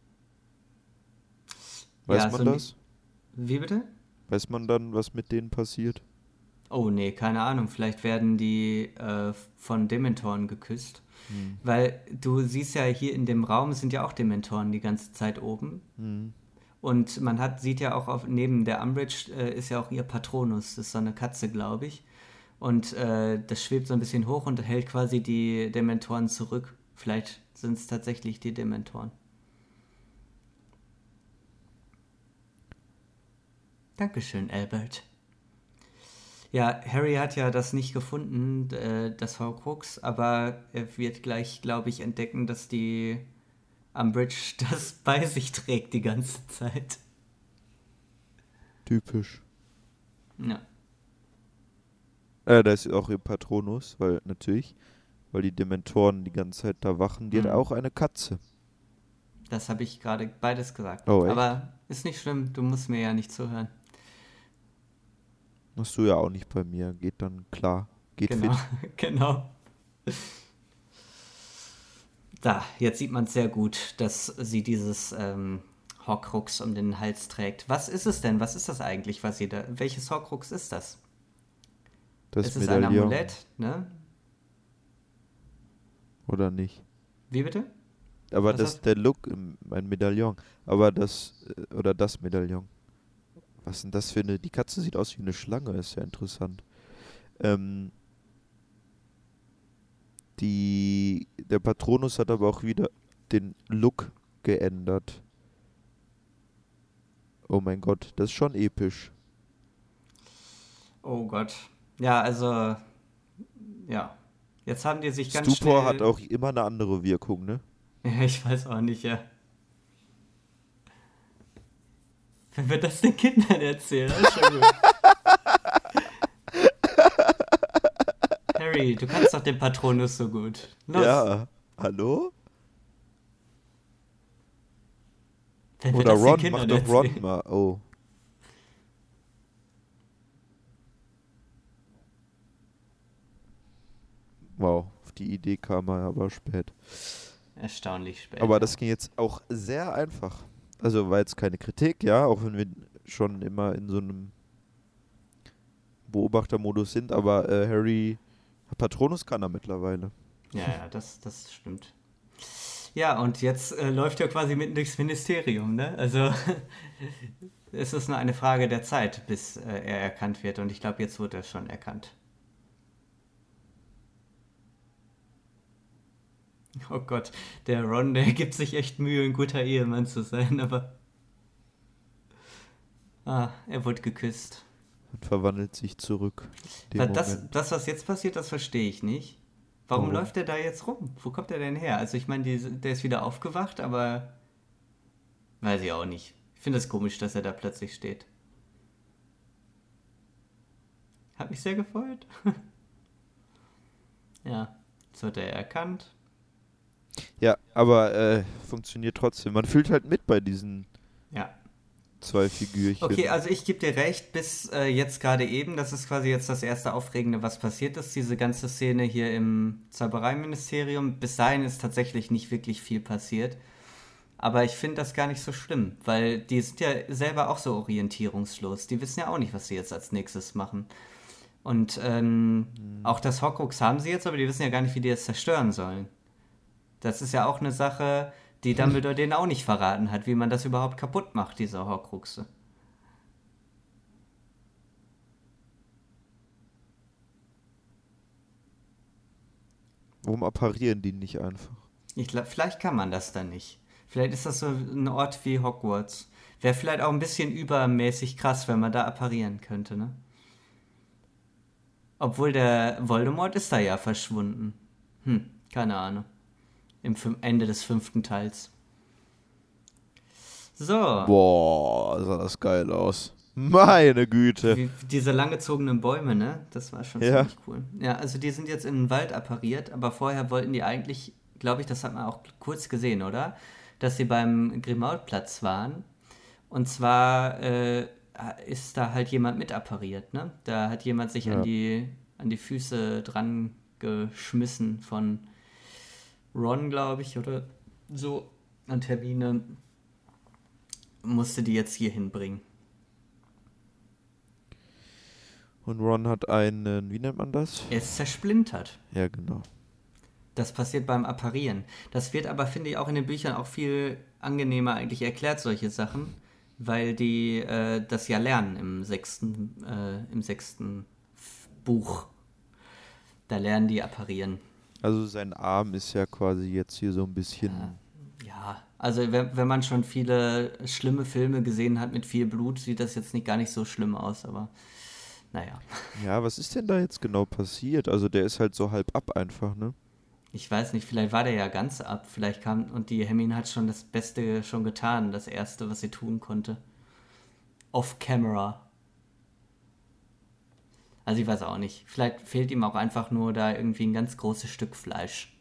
Weiß ja, man so ein, das? wie bitte? Weiß man dann, was mit denen passiert? Oh nee, keine Ahnung, vielleicht werden die äh, von Dementoren geküsst. Hm. Weil du siehst ja hier in dem Raum sind ja auch Dementoren die ganze Zeit oben. Hm. Und man hat, sieht ja auch auf, neben der Umbridge äh, ist ja auch ihr Patronus, das ist so eine Katze, glaube ich. Und äh, das schwebt so ein bisschen hoch und hält quasi die Dementoren zurück. Vielleicht sind es tatsächlich die Dementoren. Dankeschön, Albert. Ja, Harry hat ja das nicht gefunden, äh, das Horcrux, aber er wird gleich, glaube ich, entdecken, dass die Umbridge das bei sich trägt die ganze Zeit. Typisch. Ja, Äh, da ist auch ihr Patronus, weil natürlich, weil die Dementoren die ganze Zeit da wachen. Die hat hm. auch eine Katze. Das habe ich gerade beides gesagt. Oh, echt? Aber ist nicht schlimm, du musst mir ja nicht zuhören. Machst du ja auch nicht bei mir. Geht dann klar. Geht Genau, fit. genau. Da, jetzt sieht man es sehr gut, dass sie dieses ähm, Horcrux um den Hals trägt. Was ist es denn? Was ist das eigentlich, was sie da... Welches Horcrux ist das? Das Es ist ein Medaillon. Amulett, ne? Oder nicht? Wie bitte? Aber Was das hast der Look, im- ein Medaillon. Aber das, äh, oder das Medaillon. Was ist denn das für eine. Die Katze sieht aus wie eine Schlange, ist ja interessant. Ähm, die, der Patronus hat aber auch wieder den Look geändert. Oh mein Gott, das ist schon episch. Oh Gott. Ja, also, ja. Jetzt haben die sich ganz Stupor hat schnell... auch immer eine andere Wirkung, ne? Ja, ich weiß auch nicht, ja. Wenn wir das den Kindern erzählen, das ist schon gut. Harry, du kannst doch den Patronus so gut. Los. Ja, hallo? Wenn wir Oder das den Ron, mach Kindern doch Ron erzählen. mal. Oh. Wow, auf die Idee kam er aber spät. Erstaunlich spät, Aber ja. das ging jetzt auch sehr einfach. Also war jetzt keine Kritik, ja, auch wenn wir schon immer in so einem Beobachtermodus sind, aber äh, Harry Patronus kann er mittlerweile. Ja, ja, das, das stimmt. Ja, und jetzt äh, läuft er quasi mitten durchs Ministerium, ne? Also es ist nur eine Frage der Zeit, bis äh, er erkannt wird. Und ich glaube, jetzt wurde er schon erkannt. Oh Gott, der Ron, der gibt sich echt Mühe, ein guter Ehemann zu sein, aber... Ah, er wurde geküsst. Und verwandelt sich zurück. in dem Das, Moment. das, was jetzt passiert, das verstehe ich nicht. Warum Warum? läuft der da jetzt rum? Wo kommt der denn her? Also ich meine, die- der ist wieder aufgewacht, aber... Weiß ich auch nicht. Ich finde es komisch, dass er da plötzlich steht. Hat mich sehr gefreut. Ja, das hat er erkannt. Ja, aber äh, funktioniert trotzdem. Man fühlt halt mit bei diesen Ja. zwei Figürchen. Okay, also ich gebe dir recht, bis äh, jetzt gerade eben, das ist quasi jetzt das erste Aufregende, was passiert ist, diese ganze Szene hier im Zaubereiministerium. Bis dahin ist tatsächlich nicht wirklich viel passiert. Aber ich finde das gar nicht so schlimm, weil die sind ja selber auch so orientierungslos. Die wissen ja auch nicht, was sie jetzt als nächstes machen. Und ähm, auch das Horcrux haben sie jetzt, aber die wissen ja gar nicht, wie die es zerstören sollen. Das ist ja auch eine Sache, die Dumbledore denen auch nicht verraten hat, wie man das überhaupt kaputt macht, diese Horcruxe. Warum apparieren die nicht einfach? Ich glaub, vielleicht kann man das dann nicht. Vielleicht ist das so ein Ort wie Hogwarts. Wäre vielleicht auch ein bisschen übermäßig krass, wenn man da apparieren könnte, ne? Obwohl der Voldemort ist da ja verschwunden. Hm, keine Ahnung. Im Fün- Ende des fünften Teils. So, Boah, sah das geil aus. Meine Güte. wie, diese langgezogenen Bäume, ne? Das war schon Ja. ziemlich cool. Ja, also die sind jetzt in den Wald appariert, aber vorher wollten die eigentlich, glaube ich, das hat man auch kurz gesehen, oder? Dass sie beim Grimaudplatz waren. Und zwar äh, ist da halt jemand mit appariert, ne? Da hat jemand sich an Ja. die, an die Füße dran geschmissen von Ron, glaube ich, oder so. Und Hermine musste die jetzt hier hinbringen. Und Ron hat einen, wie nennt man das? Er ist zersplintert. Ja, genau. Das passiert beim Apparieren. Das wird aber, finde ich, auch in den Büchern auch viel angenehmer eigentlich erklärt, solche Sachen, weil die äh, das ja lernen im sechsten, äh, im sechsten F- Buch. Da lernen die apparieren. Also sein Arm ist ja quasi jetzt hier so ein bisschen. Ja, also wenn, wenn man schon viele schlimme Filme gesehen hat mit viel Blut, sieht das jetzt nicht gar nicht so schlimm aus, aber naja. Ja, was ist denn da jetzt genau passiert? Also der ist halt so halb ab einfach, ne? Ich weiß nicht, vielleicht war der ja ganz ab. Vielleicht kam, und die Hermine hat schon das Beste schon getan, das Erste, was sie tun konnte. Off-Camera. Also ich weiß auch nicht. Vielleicht fehlt ihm auch einfach nur da irgendwie ein ganz großes Stück Fleisch.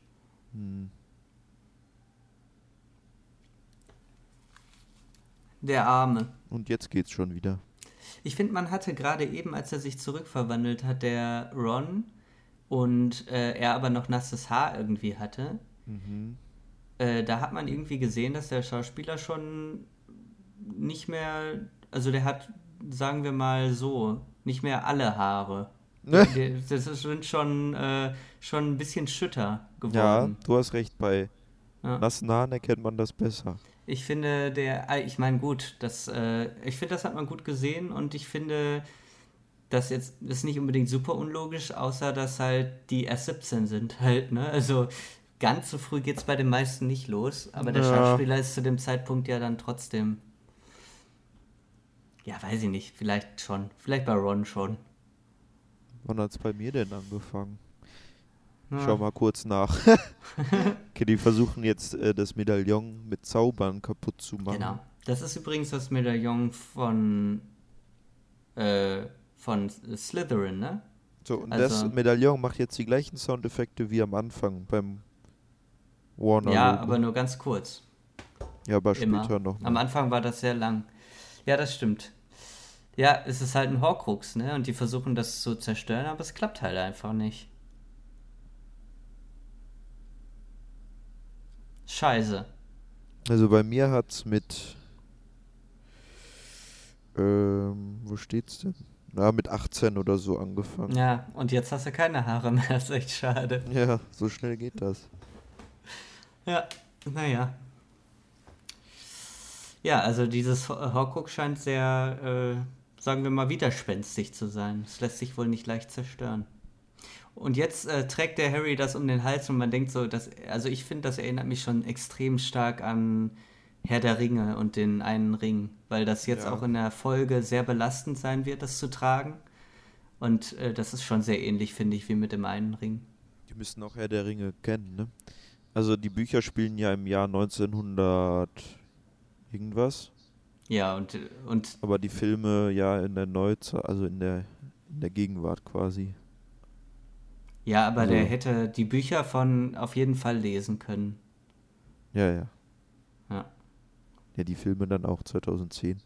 Der Arme. Und jetzt geht's schon wieder. Ich finde, man hatte gerade eben, als er sich zurückverwandelt hat, der Ron, und äh, er aber noch nasses Haar irgendwie hatte, äh, da hat man irgendwie gesehen, dass der Schauspieler schon nicht mehr, also der hat, sagen wir mal so, nicht mehr alle Haare. Der, das sind schon, äh, schon ein bisschen schütter Ja, geworden. du hast recht, bei Ja. nassen Haaren erkennt man das besser. Ich finde, der, äh, ich meine, gut, das, äh, ich finde, das hat man gut gesehen, und ich finde, das jetzt das ist nicht unbedingt super unlogisch, außer dass halt die erst siebzehn sind halt, ne? Also ganz so früh geht's bei den meisten nicht los, aber der Ja. Schauspieler ist zu dem Zeitpunkt ja dann trotzdem, ja, weiß ich nicht, vielleicht schon, vielleicht bei Ron schon. Wann hat's bei mir denn angefangen? Ja. Schau mal kurz nach. Okay, die versuchen jetzt äh, das Medaillon mit Zaubern kaputt zu machen. Genau. Das ist übrigens das Medaillon von äh, von Slytherin, ne? So, und Also- das Medaillon macht jetzt die gleichen Soundeffekte wie am Anfang beim Warner. Ja, Logo. aber nur ganz kurz. Ja, aber Immer. später noch. Am mal. Anfang war das sehr lang. Ja, das stimmt. Ja, es ist halt ein Horcrux, ne? Und die versuchen das zu zerstören, aber es klappt halt einfach nicht. Scheiße. Also bei mir hat's mit. Ähm, wo steht's denn? Na, mit achtzehn oder so angefangen. Ja, und jetzt hast du keine Haare mehr. Das ist echt schade. Ja, so schnell geht das. Ja, naja. Ja, also dieses Ho- Horcrux scheint sehr, äh, sagen wir mal, widerspenstig zu sein. Es lässt sich wohl nicht leicht zerstören. Und jetzt äh, trägt der Harry das um den Hals und man denkt so, dass, also ich finde, das erinnert mich schon extrem stark an Herr der Ringe und den einen Ring, weil das jetzt Ja, auch in der Folge sehr belastend sein wird, das zu tragen. Und äh, das ist schon sehr ähnlich, finde ich, wie mit dem einen Ring. die müssen auch Herr der Ringe kennen, ne? Also die Bücher spielen ja im Jahr neunzehnhundert irgendwas, Ja, und, und aber die Filme ja in der Neuzeit, also in der, in der Gegenwart quasi. ja, aber der Also, hätte die Bücher von auf jeden Fall lesen können. ja, ja. Ja. Ja, die Filme dann auch zweitausendzehn.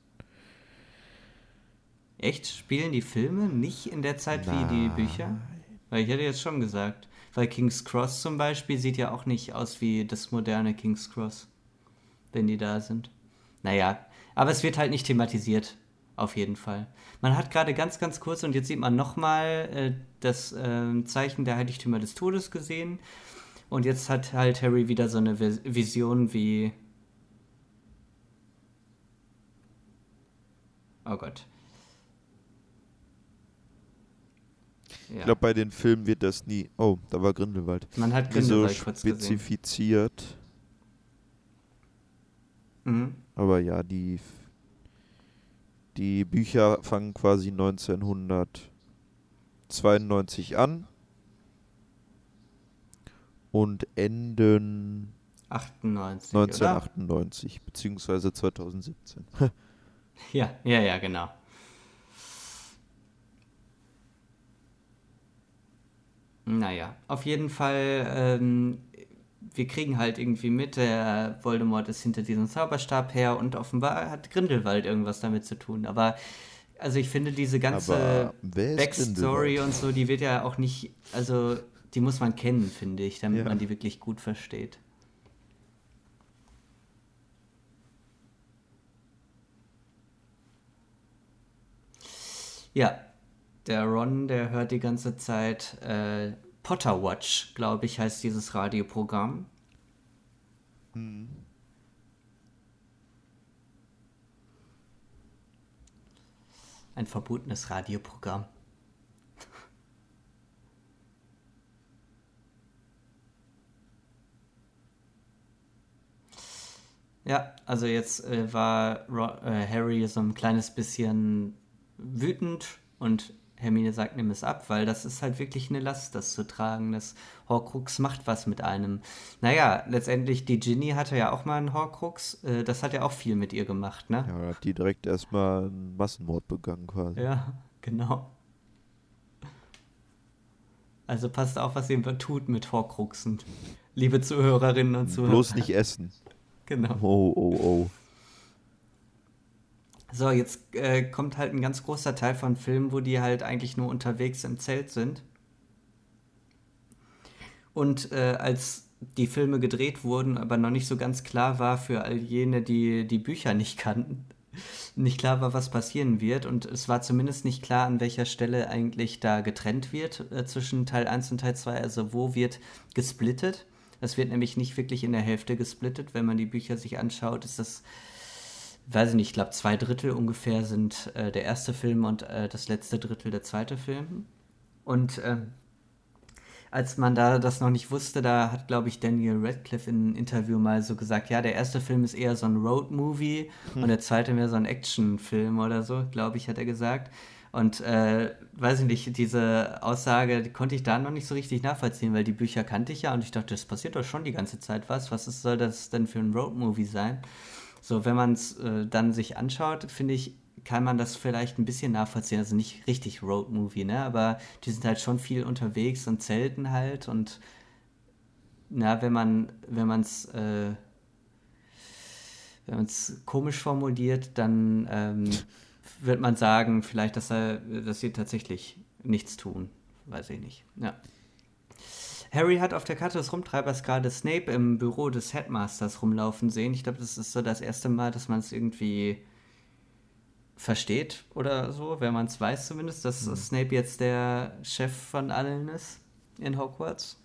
Echt? Spielen die Filme nicht in der Zeit wie die Bücher? Nein. Weil ich hätte jetzt schon gesagt. Weil King's Cross zum Beispiel sieht ja auch nicht aus wie das moderne King's Cross, wenn die da sind. Naja, aber es wird halt nicht thematisiert. Auf jeden Fall. Man hat gerade ganz, ganz kurz, und jetzt sieht man nochmal äh, das äh, Zeichen der Heiligtümer des Todes gesehen. Und jetzt hat halt Harry wieder so eine Vis- Vision wie. Oh Gott. Ich Ja. glaube, bei den Filmen wird das nie. Oh, da war Grindelwald. Man hat Nie so Grindelwald kurz gesehen. spezifiziert. Mhm. Aber ja, die, die Bücher fangen quasi neunzehnhundertzweiundneunzig an und enden achtundneunzig, oder? neunzehnhundertachtundneunzig, beziehungsweise zweitausendsiebzehn. Ja, ja, ja, genau. Naja, auf jeden Fall, ähm, wir kriegen halt irgendwie mit, der Voldemort ist hinter diesem Zauberstab her und offenbar hat Grindelwald irgendwas damit zu tun. Aber, also ich finde, diese ganze Aber wer ist Backstory Grindelwald? und so, die wird ja auch nicht, also die muss man kennen, finde ich, damit man Ja. die wirklich gut versteht. Ja, der Ron, der hört die ganze Zeit äh, Potter Watch, glaube ich, heißt dieses Radioprogramm. Hm. Ein verbotenes Radioprogramm. Ja, also jetzt äh, war Ro äh, Harry so ein kleines bisschen wütend und Hermine sagt, nimm es ab, weil das ist halt wirklich eine Last, das zu tragen. Das Horcrux macht was mit einem. Naja, letztendlich, die Ginny hatte ja auch mal einen Horcrux. Äh, das hat ja auch viel mit ihr gemacht, ne? Ja, da hat die direkt erstmal einen Massenmord begangen quasi. Ja, genau. Also passt auf, was ihr tut mit Horcruxen. Liebe Zuhörerinnen und Bloß Zuhörer. nicht essen. Genau. Oh, oh, oh. So, jetzt äh, kommt halt ein ganz großer Teil von Filmen, wo die halt eigentlich nur unterwegs im Zelt sind. Und äh, als die Filme gedreht wurden, aber noch nicht so ganz klar war für all jene, die die Bücher nicht kannten, nicht klar war, was passieren wird. Und es war zumindest nicht klar, an welcher Stelle eigentlich da getrennt wird äh, zwischen Teil eins und Teil zwei. Also wo wird gesplittet. Es wird nämlich nicht wirklich in der Hälfte gesplittet. Wenn man die Bücher sich anschaut, ist das, weiß ich nicht, ich glaube zwei Drittel ungefähr sind äh, der erste Film und äh, das letzte Drittel der zweite Film. Und ähm, als man da das noch nicht wusste, da hat, glaube ich, Daniel Radcliffe in einem Interview mal so gesagt, ja, der erste Film ist eher so ein Road-Movie und der zweite mehr so ein Action-Film oder so, glaube ich, hat er gesagt. Und äh, weiß ich nicht, diese Aussage, die konnte ich da noch nicht so richtig nachvollziehen, weil die Bücher kannte ich ja und ich dachte, das passiert doch schon die ganze Zeit was. Was ist, soll das denn für ein Road-Movie sein? So, wenn man es äh, dann sich anschaut, finde ich, kann man das vielleicht ein bisschen nachvollziehen. Also nicht richtig Road-Movie, ne? Aber die sind halt schon viel unterwegs und zelten halt. Und na, wenn man, wenn man es, äh, wenn man es komisch formuliert, dann ähm, wird man sagen, vielleicht, dass er, dass sie tatsächlich nichts tun. Weiß ich nicht. Ja. Harry hat auf der Karte des Rumtreibers gerade Snape im Büro des Headmasters rumlaufen sehen. Ich glaube, das ist so das erste Mal, dass man es irgendwie versteht oder so, wenn man es weiß zumindest, dass Hm. Snape jetzt der Chef von allen ist in Hogwarts.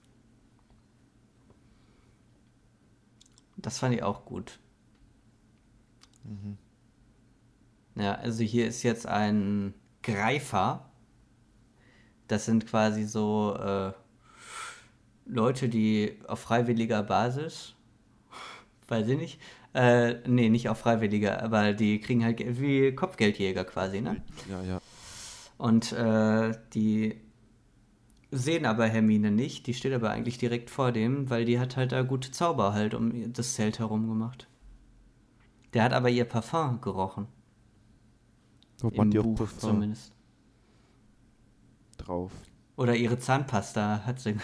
Das fand ich auch gut. Mhm. Ja, also hier ist jetzt ein Greifer, Das sind quasi so äh, Leute, die auf freiwilliger Basis, weiß ich nicht, äh, nee, nicht auf freiwilliger, aber die kriegen halt Ge- wie Kopfgeldjäger quasi, ne? Ja, ja. Und äh, die sehen aber Hermine nicht, die steht aber eigentlich direkt vor dem, weil die hat halt da gute Zauber halt um das Zelt herum gemacht. Der hat aber ihr Parfum gerochen, Ob man im die auch Buch Parfum zumindest. drauf. Oder ihre Zahnpasta hat sie.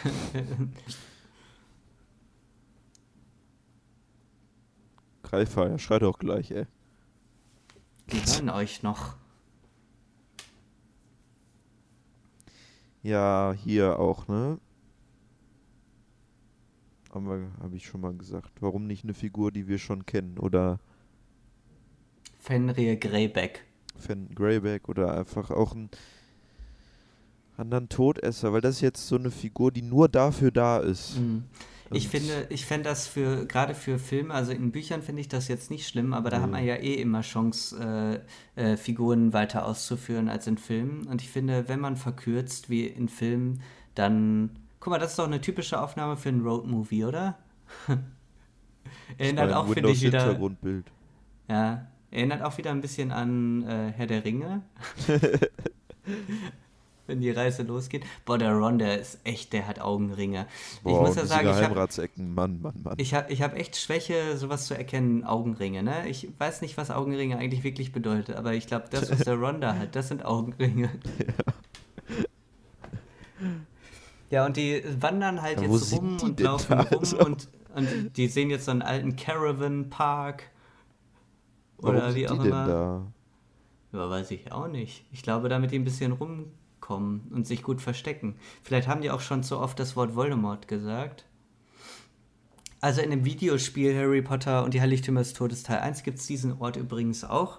Greifer, ja, schrei doch gleich, ey. Die hören euch noch. Ja, hier auch, ne? Aber habe ich schon mal gesagt. Warum nicht eine Figur, die wir schon kennen? Oder Fenrir Greyback. Fan Greyback oder einfach auch einen anderen Todesser, weil das ist jetzt so eine Figur, die nur dafür da ist. Mhm. Ich Und finde, ich fände das für, gerade für Filme, also in Büchern finde ich das jetzt nicht schlimm, aber da hat man nee. ja eh immer Chance, äh, äh, Figuren weiter auszuführen als in Filmen. Und ich finde, wenn man verkürzt wie in Filmen, dann, guck mal, das ist doch eine typische Aufnahme für einen Roadmovie, oder? Das ist Erinnert mein auch, finde ich, wieder, Windows-Hintergrundbild. ja, erinnert auch wieder ein bisschen an äh, Herr der Ringe, wenn die Reise losgeht. Boah, der Ron, der ist echt, der hat Augenringe. Ich Boah, muss und ja diese sagen, ich habe Geheimratsecken, Mann, Mann, Mann. Ich habe ich hab echt Schwäche, sowas zu erkennen, Augenringe, ne? Ich weiß nicht, was Augenringe eigentlich wirklich bedeutet, aber ich glaube, das, was der Ron da hat, das sind Augenringe. Ja, und die wandern halt Ja, wo jetzt sind rum die und denn laufen da? rum Also, und, und die sehen jetzt so einen alten Caravan-Park warum oder wie sind auch die denn immer. da? Ja, weiß ich auch nicht. Ich glaube, damit die ein bisschen rumkommen und sich gut verstecken. Vielleicht haben die auch schon zu oft das Wort Voldemort gesagt. Also in dem Videospiel Harry Potter und die Heiligtümer des Todes Teil eins gibt es diesen Ort übrigens auch.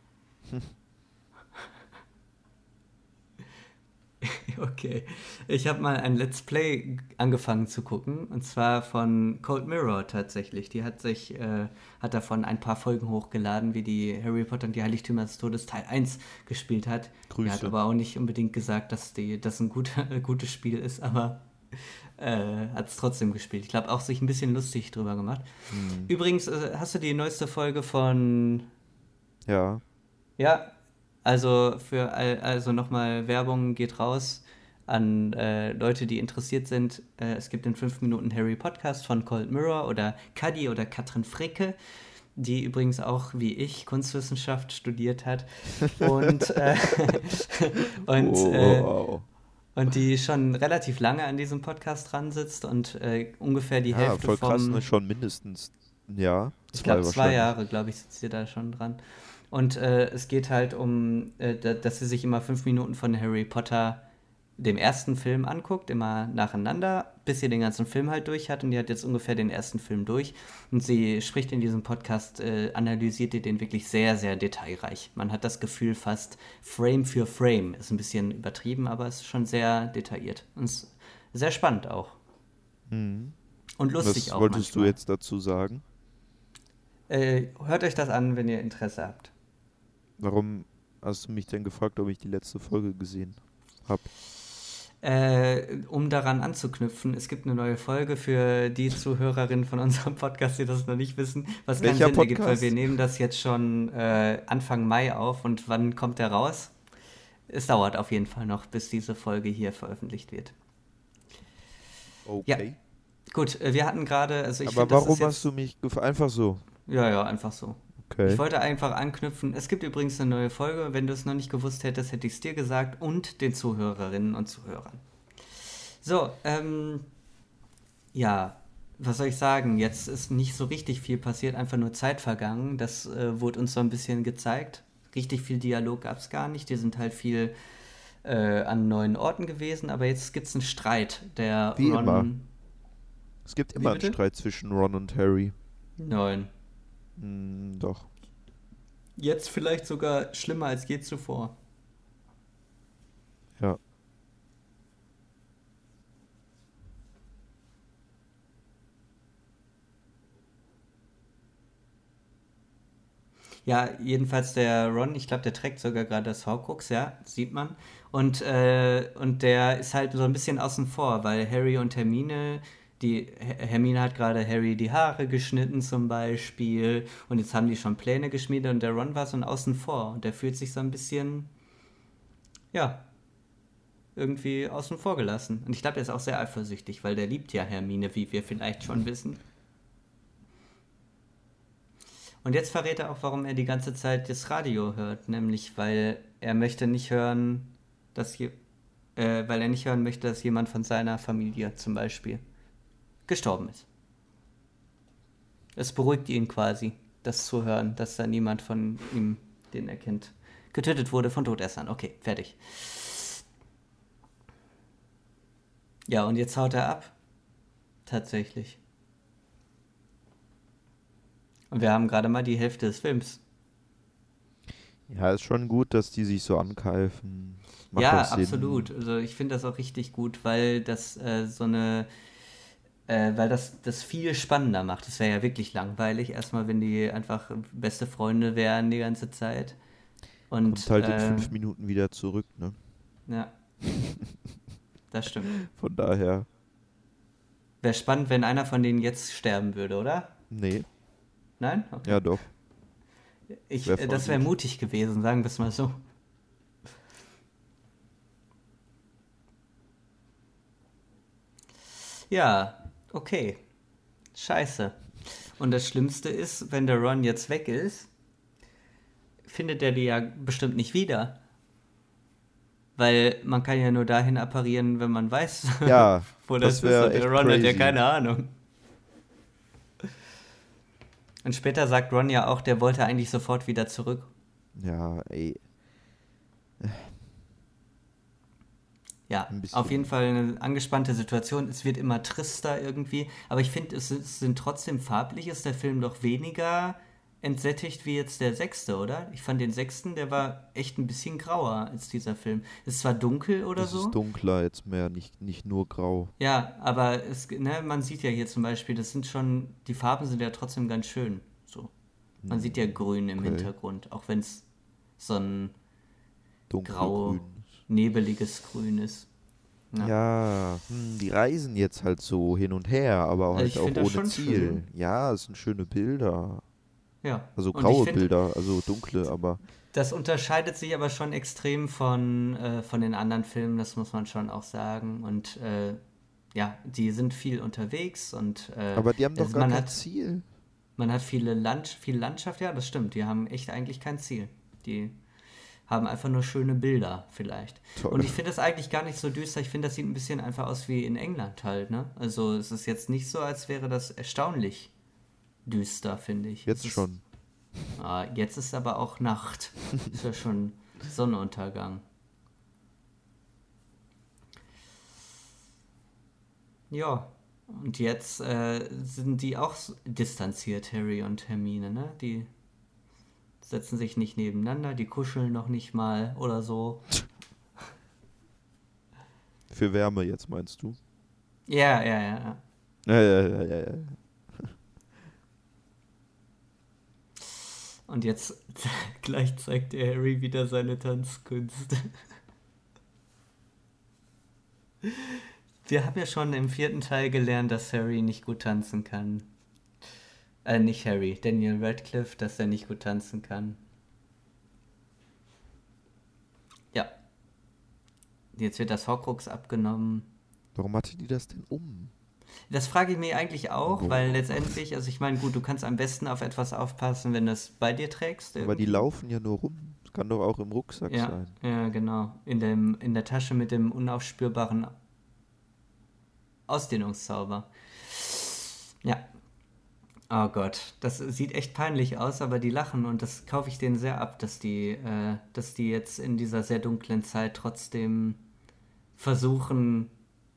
Okay. Ich habe mal ein Let's Play angefangen zu gucken, und zwar von Cold Mirror tatsächlich. Die hat sich, äh, hat davon ein paar Folgen hochgeladen, wie die Harry Potter und die Heiligtümer des Todes Teil eins gespielt hat. Die hat Grüße. aber auch nicht unbedingt gesagt, dass die, das ein guter, gutes Spiel ist, aber äh, hat es trotzdem gespielt. Ich glaube, auch sich ein bisschen lustig drüber gemacht. Hm. Übrigens, äh, hast du die neueste Folge von. Ja. Ja, also für all, also nochmal Werbung geht raus an äh, Leute, die interessiert sind. Äh, es gibt den fünf Minuten Harry Podcast von Cold Mirror oder Kadi oder Katrin Fricke, die übrigens auch wie ich Kunstwissenschaft studiert hat. Und, äh, und, Oh, äh, wow. und die schon relativ lange an diesem Podcast dran sitzt und äh, ungefähr die Ja, Hälfte voll krass, ne? vom, Schon mindestens ein Jahr. ich Zwei glaube, zwei wahrscheinlich. Jahre, glaube ich, sitzt ihr da schon dran. Und äh, es geht halt um, äh, da- dass sie sich immer fünf Minuten von Harry Potter, dem ersten Film, anguckt, immer nacheinander, bis sie den ganzen Film halt durch hat. Und die hat jetzt ungefähr den ersten Film durch. Und sie spricht in diesem Podcast, äh, analysiert die den wirklich sehr, sehr detailreich. Man hat das Gefühl fast Frame für Frame. Ist ein bisschen übertrieben, aber es ist schon sehr detailliert. Und es ist sehr spannend auch. Mhm. Und lustig Was auch wolltest du manchmal. jetzt dazu sagen? Äh, hört euch das an, wenn ihr Interesse habt. Warum hast du mich denn gefragt, ob ich die letzte Folge gesehen habe? Äh, um daran anzuknüpfen, es gibt eine neue Folge für die Zuhörerinnen von unserem Podcast, die das noch nicht wissen, was keinen Welcher Sinn ergibt, weil wir Podcast? nehmen das jetzt schon äh, Anfang Mai auf, und wann kommt der raus? Es dauert auf jeden Fall noch, bis diese Folge hier veröffentlicht wird. Ja, Okay. gut, äh, wir hatten gerade, also ich Aber finde, das ist warum hast jetzt, du mich gefragt? Einfach so. ja, ja, einfach so. Ich Okay. wollte einfach anknüpfen. Es gibt übrigens eine neue Folge. Wenn du es noch nicht gewusst hättest, hätte ich es dir gesagt und den Zuhörerinnen und Zuhörern. So, ähm, ja, was soll ich sagen? Jetzt ist nicht so richtig viel passiert, einfach nur Zeit vergangen. Das äh, wurde uns so ein bisschen gezeigt. Richtig viel Dialog gab es gar nicht. Die sind halt viel äh, an neuen Orten gewesen, aber jetzt gibt es einen Streit. Der Wie immer. Ron. Es gibt Wie immer einen bitte? Streit zwischen Ron und Harry. Nein. Hm, doch. Jetzt vielleicht sogar schlimmer als je zuvor. Ja. Ja, jedenfalls der Ron, ich glaube, der trägt sogar gerade das Horcrux, ja, sieht man. Und, äh, und der ist halt so ein bisschen außen vor, weil Harry und Hermine, die Hermine hat gerade Harry die Haare geschnitten zum Beispiel und jetzt haben die schon Pläne geschmiedet und der Ron war so ein Außen vor und der fühlt sich so ein bisschen, ja, irgendwie außen vor gelassen. Und ich glaube, er ist auch sehr eifersüchtig, weil der liebt ja Hermine, wie wir vielleicht schon wissen. Und jetzt verrät er auch, warum er die ganze Zeit das Radio hört, nämlich weil er möchte nicht hören, dass je, äh, weil er nicht hören möchte, dass jemand von seiner Familie zum Beispiel gestorben ist. Es beruhigt ihn quasi, das zu hören, dass da niemand von ihm, den er kennt, getötet wurde von Todessern. Okay, fertig. Ja, und jetzt haut er ab. Tatsächlich. Und wir haben gerade mal die Hälfte des Films. Ja, ist schon gut, dass die sich so ankeifen. Macht Ja, auch Sinn. absolut. Also ich finde das auch richtig gut, weil das äh, so eine, äh, weil das das viel spannender macht. Das wäre ja wirklich langweilig, erstmal, wenn die einfach beste Freunde wären die ganze Zeit. Und Kommt halt in äh, fünf Minuten wieder zurück, ne? ja, das stimmt. Von daher, Wäre spannend, wenn einer von denen jetzt sterben würde, oder? nee, Nein? Okay. ja doch. Ich, wär äh, voll das wäre gut. mutig gewesen, sagen wir es mal so. Ja, okay. Scheiße. Und das Schlimmste ist, wenn der Ron jetzt weg ist, findet er die ja bestimmt nicht wieder. Weil man kann ja nur dahin apparieren, wenn man weiß, Ja, wo das, das ist. wäre Und der echt Ron hat ja crazy. keine Ahnung. Und später sagt Ron ja auch, der wollte eigentlich sofort wieder zurück. Ja, ey, Ja, ein bisschen. auf jeden Fall eine angespannte Situation. Es wird immer trister irgendwie. Aber ich finde, es, es sind trotzdem farblich, ist der Film doch weniger entsättigt wie jetzt der sechste, oder? Ich fand den sechsten, der war echt ein bisschen grauer als dieser Film. Ist zwar dunkel oder Es so. ist dunkler jetzt mehr, nicht, nicht nur grau. Ja, aber es, ne, man sieht ja hier zum Beispiel, das sind schon, die Farben sind ja trotzdem ganz schön. So. Man sieht ja grün im okay. Hintergrund, auch wenn es so ein grau, Dunkelgrün. nebeliges Grün ist. Ja. Ja, hm, die reisen jetzt halt so hin und her, aber Also halt ich auch find das ohne schon Ziel. schön. Ja, es sind schöne Bilder. Ja. Also Und ich graue finde, Bilder, also dunkle, aber das unterscheidet sich aber schon extrem von, äh, von den anderen Filmen, das muss man schon auch sagen. Und äh, ja, die sind viel unterwegs und äh, aber die haben doch es- gar man kein hat, Ziel. man hat viele Land, viel Landschaft, ja, das stimmt. Die haben echt eigentlich kein Ziel. Die haben einfach nur schöne Bilder vielleicht. Toll. Und ich finde das eigentlich gar nicht so düster. Ich finde, das sieht ein bisschen einfach aus wie in England halt, ne? Also es ist jetzt nicht so, als wäre das erstaunlich düster, finde ich. Jetzt Es ist, schon. Ah, jetzt ist aber auch Nacht. Ist ja schon Sonnenuntergang. Ja, und jetzt äh, sind die auch s- distanziert, Harry und Hermine, ne? Die setzen sich nicht nebeneinander, die kuscheln noch nicht mal oder so. Für Wärme jetzt, meinst du? Ja, ja, ja, ja. Ja, ja, ja, ja, ja. Und jetzt gleich zeigt der Harry wieder seine Tanzkunst. Wir haben ja schon im vierten Teil gelernt, dass Harry nicht gut tanzen kann. Äh, nicht Harry, Daniel Radcliffe, dass er nicht gut tanzen kann. Ja, jetzt wird das Horcrux abgenommen. Warum hatte die das denn um? Das frage ich mich eigentlich auch, Boah. weil letztendlich, also ich meine, gut, du kannst am besten auf etwas aufpassen, wenn du es bei dir trägst. Aber die irgendwie. laufen ja nur rum. Das kann doch auch im Rucksack Ja, sein. ja, genau. In dem, in der Tasche mit dem unaufspürbaren Ausdehnungszauber. Ja. Oh Gott, das sieht echt peinlich aus, aber die lachen und das kaufe ich denen sehr ab, dass die, äh, dass die jetzt in dieser sehr dunklen Zeit trotzdem versuchen,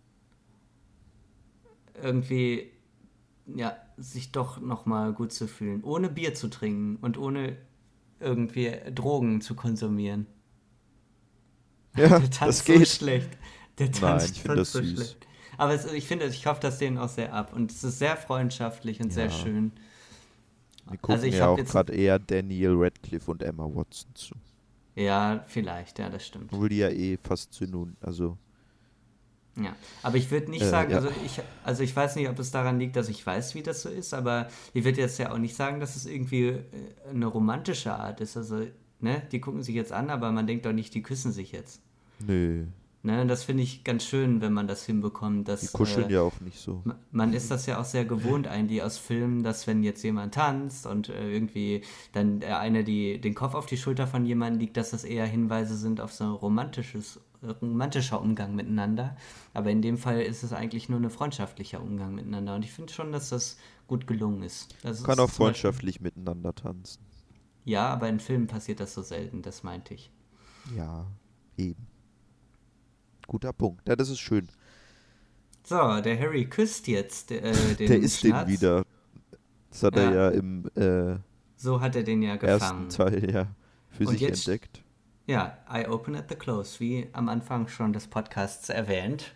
irgendwie, ja, sich doch nochmal gut zu fühlen, ohne Bier zu trinken und ohne irgendwie Drogen zu konsumieren. Ja, Der das tanzt so geht. schlecht. Der Nein, tanzt ich finde das so süß. schlecht. Aber es, ich finde, ich kaufe das denen auch sehr ab. Und es ist sehr freundschaftlich und sehr Ja. schön. Wir gucken Also ich ja habe auch jetzt, gerade eher Daniel Radcliffe und Emma Watson zu. ja, vielleicht, ja, das stimmt. Obwohl die ja eh fast synonym, also, Ja, aber ich würde nicht äh, sagen, ja. also ich, also ich weiß nicht, ob es daran liegt, dass ich weiß, wie das so ist, aber ich würde jetzt ja auch nicht sagen, dass es irgendwie äh, eine romantische Art ist. Also, ne, die gucken sich jetzt an, aber man denkt doch nicht, die küssen sich jetzt. Nö, Ne, das finde ich ganz schön, wenn man das hinbekommt, die dass kuscheln äh, ja auch nicht so. ma- man ist das ja auch sehr gewohnt eigentlich aus Filmen, dass wenn jetzt jemand tanzt und äh, irgendwie dann der eine die, den Kopf auf die Schulter von jemandem liegt, dass das eher Hinweise sind auf so ein romantisches, äh, romantischer Umgang miteinander. Aber in dem Fall ist es eigentlich nur ein freundschaftlicher Umgang miteinander. Und ich finde schon, dass das gut gelungen ist. Das Man kann auch ist zum Beispiel, freundschaftlich miteinander tanzen. ja, aber in Filmen passiert das so selten, das meinte ich. Ja, eben. Guter Punkt. Ja, das ist schön. So, der Harry küsst jetzt äh, Der den isst den Schnatz. wieder. Das hat er Ja, ja im äh, so hat er den ja ersten gefangen. Teil ja für Und sich jetzt, entdeckt. ja, I open at the close, wie am Anfang schon des Podcasts erwähnt.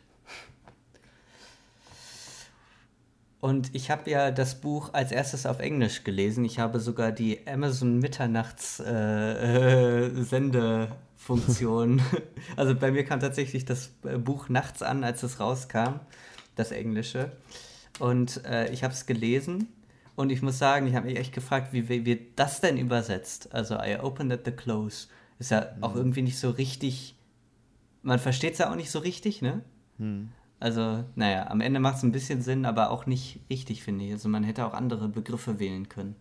Und ich habe ja das Buch als erstes auf Englisch gelesen. Ich habe sogar die Amazon Mitternachts äh, äh, Sendefunktion. Also bei mir kam tatsächlich das äh, Buch nachts an, als es rauskam, das Englische. Und äh, ich habe es gelesen und ich muss sagen, ich habe mich echt gefragt, wie, wie wird das denn übersetzt? Also I opened at the close. Ist ja auch Hm. irgendwie nicht so richtig, man versteht es ja auch nicht so richtig, ne? Hm. Also, naja, am Ende macht es ein bisschen Sinn, aber auch nicht richtig, finde ich. Also man hätte auch andere Begriffe wählen können.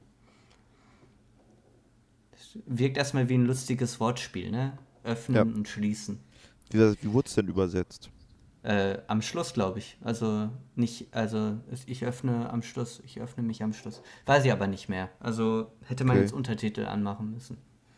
Wirkt erstmal wie ein lustiges Wortspiel, ne? Ja. Öffnen und schließen. Wie, wie wurde es denn übersetzt? Äh, am Schluss, glaube ich. Also nicht, also ich öffne am Schluss, ich öffne mich am Schluss. Weiß ich aber nicht mehr. Also hätte man Okay. jetzt Untertitel anmachen müssen.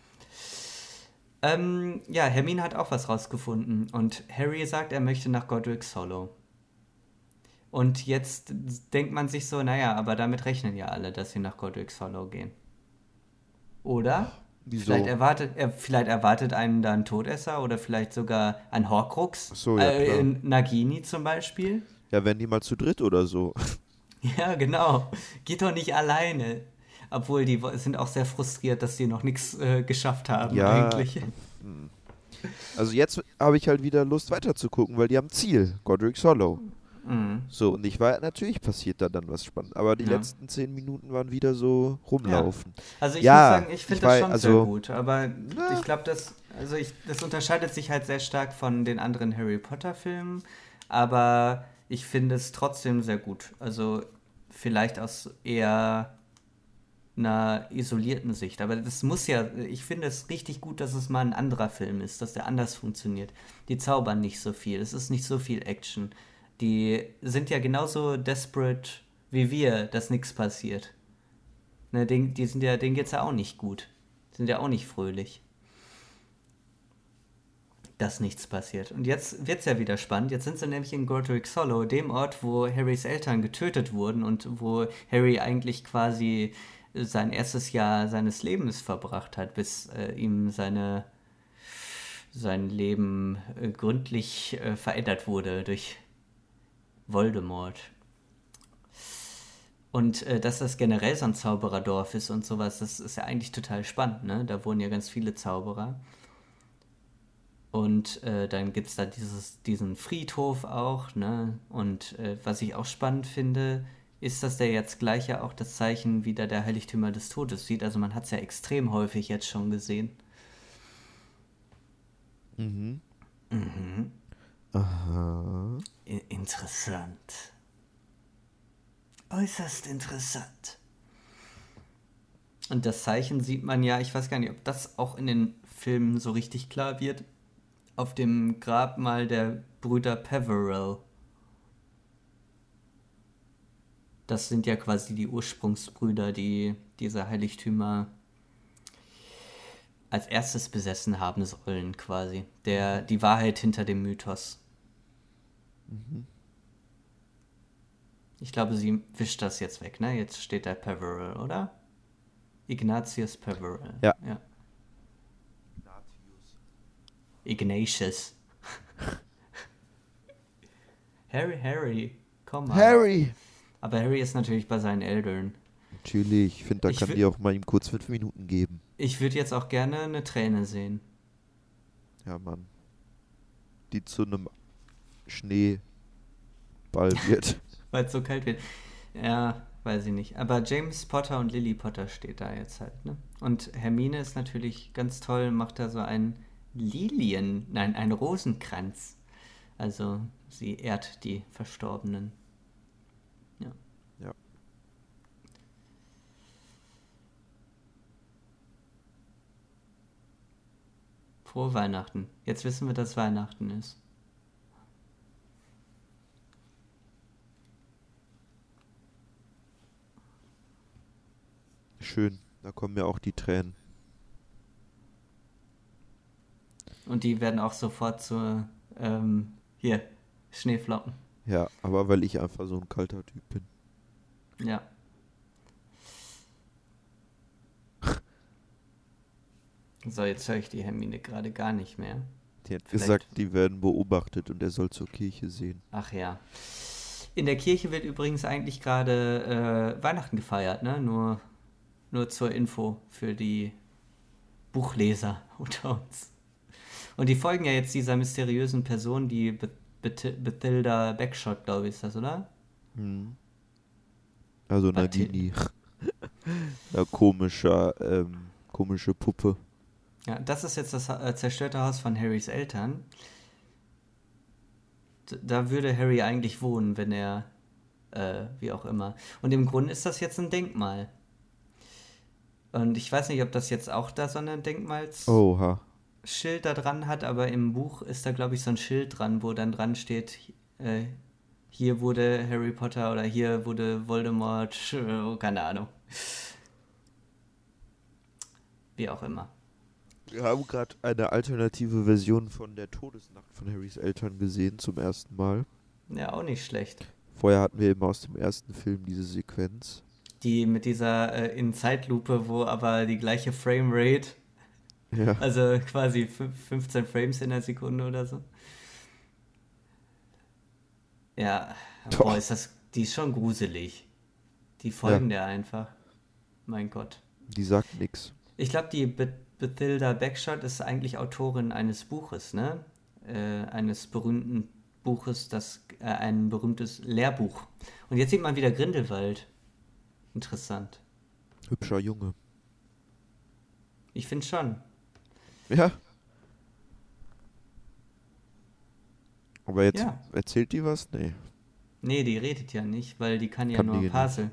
Ähm, ja, Hermine hat auch was rausgefunden und Harry sagt, er möchte nach Godric's Hollow. Und jetzt denkt man sich so, naja, aber damit rechnen ja alle, dass sie nach Godric's Hollow gehen. Oder? Vielleicht Wieso? erwartet, er, vielleicht erwartet einen da ein Todesser oder vielleicht sogar ein Horcrux. Ach so, ja Äh, klar. in Nagini zum Beispiel. Ja, wenn die mal zu dritt oder so. Ja, genau. Geht doch nicht alleine. Obwohl, die wo- sind auch sehr frustriert, dass die noch nichts äh, geschafft haben Ja, eigentlich. hm. Also jetzt habe ich halt wieder Lust weiterzugucken, weil die haben Ziel, Godric's Hollow. Mhm. So, und ich war, natürlich passiert da dann was Spannendes, aber die Ja. letzten zehn Minuten waren wieder so Ja. rumlaufen. Also ich muss Ja, sagen, ich ich finde das war, schon sehr also, gut, aber na, ich glaube, das, also ich, das unterscheidet sich halt sehr stark von den anderen Harry Potter Filmen, aber ich finde es trotzdem sehr gut. Also vielleicht aus eher einer isolierten Sicht, aber das muss ja, ich finde es richtig gut, dass es mal ein anderer Film ist, dass der anders funktioniert. Die zaubern nicht so viel, es ist nicht so viel Action. Die sind ja genauso desperate wie wir, dass nichts passiert. Ne, den, die sind ja, denen geht's ja auch nicht gut. Die sind ja auch nicht fröhlich, dass nichts passiert. Und jetzt wird's ja wieder spannend. Jetzt sind sie nämlich in Godric's Hollow, dem Ort, wo Harrys Eltern getötet wurden und wo Harry eigentlich quasi sein erstes Jahr seines Lebens verbracht hat, bis äh, ihm seine, sein Leben äh, gründlich äh, verändert wurde durch Voldemort. Und äh, dass das generell so ein Zaubererdorf ist und sowas, das ist ja eigentlich total spannend, ne? Da wohnen ja ganz viele Zauberer. Und äh, dann gibt es da dieses, diesen Friedhof auch, ne? Und äh, was ich auch spannend finde, ist, dass der jetzt gleich ja auch das Zeichen wieder der Heiligtümer des Todes sieht. Also man hat es ja extrem häufig jetzt schon gesehen. mhm. Mhm. Aha. I- interessant. Äußerst interessant. Und das Zeichen sieht man ja, ich weiß gar nicht, ob das auch in den Filmen so richtig klar wird, auf dem Grabmal der Brüder Peverell. Das sind ja quasi die Ursprungsbrüder, die diese Heiligtümer als erstes besessen haben sollen, quasi. Der, die Wahrheit hinter dem Mythos. Mhm. Ich glaube, sie wischt das jetzt weg, ne? Jetzt steht da Peverell, oder? Ignatius Peverell. Ja. ja. Ignatius. Harry, Harry, komm mal. Harry! Aber Harry ist natürlich bei seinen Eltern. Natürlich, ich finde, da Ich, kann wü- die auch mal ihm kurz fünf Minuten geben. ich würde jetzt auch gerne eine Träne sehen. Ja, Mann. Die zu einem Schneeball wird. Weil es so kalt wird. Ja, weiß ich nicht. Aber James Potter und Lily Potter steht da jetzt halt, ne? Und Hermine ist natürlich ganz toll, macht da so einen Lilien, nein, einen Rosenkranz. Also sie ehrt die Verstorbenen. Ja. Ja. Frohe Weihnachten. Jetzt wissen wir, dass Weihnachten ist. Schön. Da kommen mir auch die Tränen. Und die werden auch sofort zur, ähm, hier, Schneeflocken. Ja, aber weil ich einfach so ein kalter Typ bin. Ja. So, jetzt höre ich die Hermine gerade gar nicht mehr. Die hat Vielleicht- gesagt, die werden beobachtet und er soll zur Kirche sehen. Ach ja. In der Kirche wird übrigens eigentlich gerade äh, Weihnachten gefeiert, ne? Nur, nur zur Info für die Buchleser unter uns. Und die folgen ja jetzt dieser mysteriösen Person, die Be Beth Bethilda Backshot, glaube ich, ist das, oder? Hm. Also Bathil- Nagini. Ja, komischer, ähm, komische Puppe. Ja, das ist jetzt das äh, zerstörte Haus von Harrys Eltern. D da würde Harry eigentlich wohnen, wenn er, äh, wie auch immer. Und im Grunde ist das jetzt ein Denkmal. Und ich weiß nicht, ob das jetzt auch da so ein Denkmalsschild Oha. da dran hat, aber im Buch ist da, glaube ich, so ein Schild dran, wo dann dran steht, äh, hier wurde Harry Potter oder hier wurde Voldemort, äh, keine Ahnung. Wie auch immer. Wir haben gerade eine alternative Version von der Todesnacht von Harrys Eltern gesehen, zum ersten Mal. Ja, auch nicht schlecht. Vorher hatten wir eben aus dem ersten Film diese Sequenz. Die mit dieser äh, in Zeitlupe, wo aber die gleiche Framerate, Ja, also quasi fün- fünfzehn Frames in der Sekunde oder so. Ja, Boah. boah, ist das, die ist schon gruselig. Die folgen der einfach. Mein Gott. die sagt nix. Ich glaube, die Be Bethilda Backshot ist eigentlich Autorin eines Buches, ne? Äh, eines berühmten Buches, das äh, ein berühmtes Lehrbuch. Und jetzt sieht man wieder Grindelwald. Interessant. Hübscher Junge. Ich finde schon. Ja. Aber jetzt Ja. erzählt die was? Nee. Nee, die redet ja nicht, weil die kann ja Kann nur die nicht. Parsel.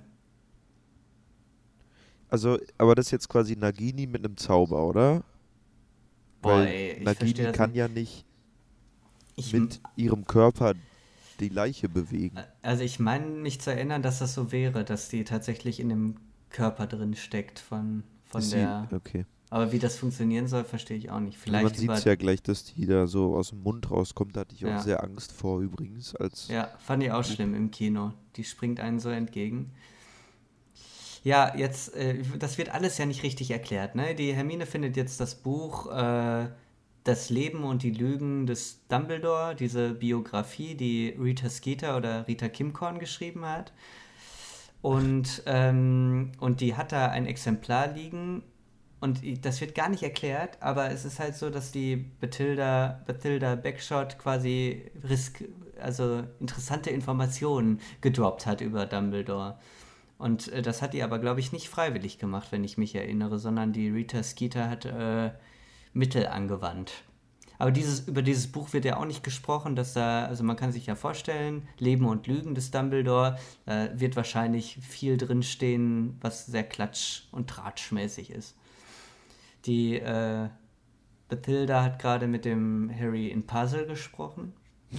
Also, aber das ist jetzt quasi Nagini mit einem Zauber, oder? Boah, Weil ey, ich Nagini verstehe das kann nicht. ja nicht Ich, mit ihrem Körper die Leiche bewegen. also ich meine mich zu erinnern, dass das so wäre, dass die tatsächlich in dem Körper drin steckt von, von Ist sie- der... Okay. Aber wie das funktionieren soll, verstehe ich auch nicht. Also man Vielleicht sieht über... es ja gleich, dass die da so aus dem Mund rauskommt. Da hatte ich auch Ja. sehr Angst vor übrigens. Als Ja, fand ich auch schlimm im Kino. Die springt einen so entgegen. Ja, jetzt, äh, das wird alles ja nicht richtig erklärt, ne? Die Hermine findet jetzt das Buch äh, Das Leben und die Lügen des Dumbledore, diese Biografie, die Rita Skeeter oder Rita Kimcorn geschrieben hat. Und, ähm, und die hat da ein Exemplar liegen. Und i- das wird gar nicht erklärt, aber es ist halt so, dass die Bethilda, Bethilda Backshot quasi risk, also interessante Informationen gedroppt hat über Dumbledore. Und äh, das hat die aber, glaube ich, nicht freiwillig gemacht, wenn ich mich erinnere, sondern die Rita Skeeter hat äh, Mittel angewandt. Aber dieses, über dieses Buch wird ja auch nicht gesprochen, dass da, also man kann sich ja vorstellen, Leben und Lügen des Dumbledore, äh, wird wahrscheinlich viel drinstehen, was sehr klatsch- und tratschmäßig ist. Die äh, Bethilda hat gerade mit dem Harry in Puzzle gesprochen.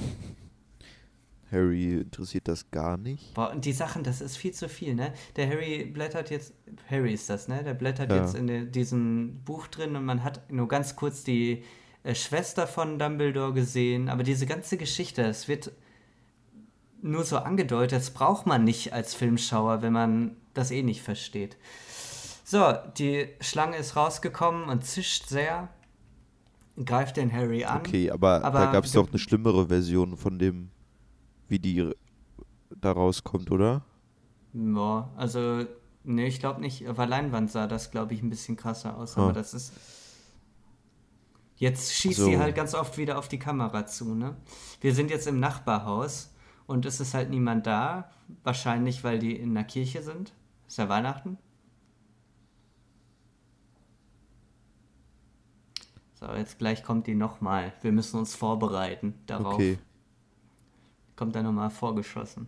Harry interessiert das gar nicht. Boah, und die Sachen, das ist viel zu viel, ne? Der Harry blättert jetzt, Harry ist das, ne? Der blättert Ja. jetzt in de, diesem Buch drin und man hat nur ganz kurz die äh, Schwester von Dumbledore gesehen, aber diese ganze Geschichte, es wird nur so angedeutet, das braucht man nicht als Filmschauer, wenn man das eh nicht versteht. So, die Schlange ist rausgekommen und zischt sehr, greift den Harry an. Okay, aber, aber da gab es ge- doch eine schlimmere Version von dem, wie die da rauskommt, oder? Ja, also Nee, ich glaube nicht. Auf der Leinwand sah das, glaube ich, ein bisschen krasser aus. Ah. Aber das ist... Jetzt schießt So. sie halt ganz oft wieder auf die Kamera zu, ne? Wir sind jetzt im Nachbarhaus und es ist halt niemand da. Wahrscheinlich, weil die in der Kirche sind. Ist ja Weihnachten. So, jetzt gleich kommt die nochmal. Wir müssen uns vorbereiten darauf. Okay. Kommt dann nochmal vorgeschossen.